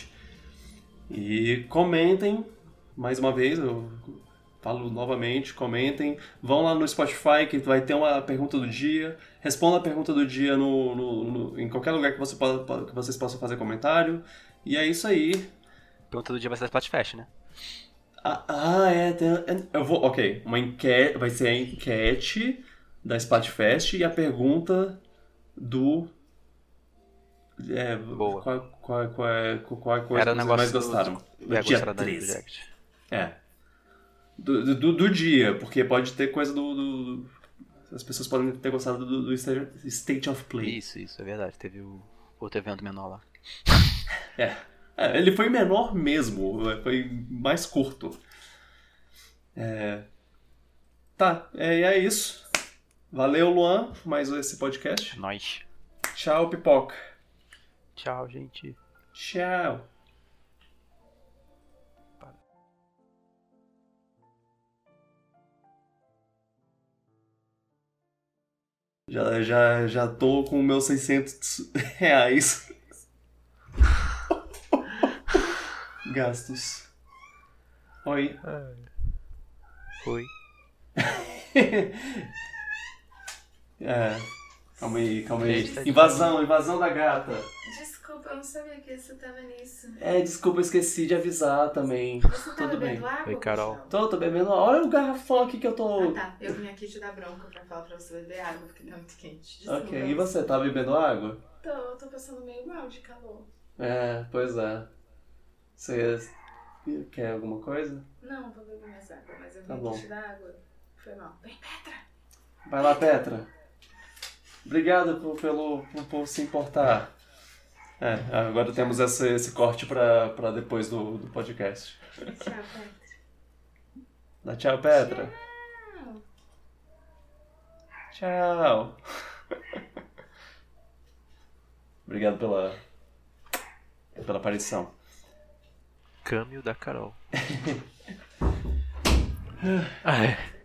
E comentem, mais uma vez, eu falo novamente, comentem. Vão lá no Spotify que vai ter uma pergunta do dia. Responda a pergunta do dia no, no- no- em qualquer lugar que, você possa, que vocês possam fazer comentário. E é isso aí.
Pergunta do dia vai ser Splatfest, né?
Ah, ah, é, tem- é, eu vou, ok, uma enquete, vai ser a enquete da Splatfest e a pergunta do... É,
Boa.
qual, qual, qual, é, qual, qual é a coisa
Era o
que vocês
negócio
mais
do-
gostaram?
do-
No
é,
dia
gostaram da Nintendo
treze.
Direct.
É. Do, do, do dia, porque pode ter coisa do... do- as pessoas podem ter gostado do, do State State of Play.
Isso, isso, é verdade. Teve o outro evento menor lá.
É. É, ele foi menor mesmo, foi mais curto. É... Tá, é, é isso. Valeu, Luan, por mais esse podcast.
Nós.
Tchau, Pipoca.
Tchau, gente.
Tchau. Já, já, já tô com meus seiscentos reais. Gastos. Oi.
Oi.
É, calma aí, calma aí.
Gente,
Invasão, invasão da gata.
Desculpa, eu não sabia que você tava nisso.
É, desculpa, eu esqueci de avisar também.
Você tá
Tudo bem.
bebendo água?
Oi, Carol.
Gustavo?
Tô, tô bebendo. Olha o garrafão aqui que eu tô.
Ah, tá. Eu vim aqui te dar bronca pra falar pra você beber água, porque tá muito quente. Desculpa.
Ok, e você, tá bebendo água?
Tô, eu tô passando meio mal de calor.
É, pois é. Você quer alguma coisa?
Não, vou beber mais água, mas eu vim
Tá
aqui
bom.
te dar água. Foi mal. Vem, Petra!
Vai lá, Petra. Obrigado por, pelo, por, por se importar. É, agora temos esse, esse corte pra, pra depois do, do podcast.
Tchau, Petra.
Dá tchau, Petra.
Tchau.
Tchau. Obrigado pela, pela aparição.
Câmbio da Carol. ah, é.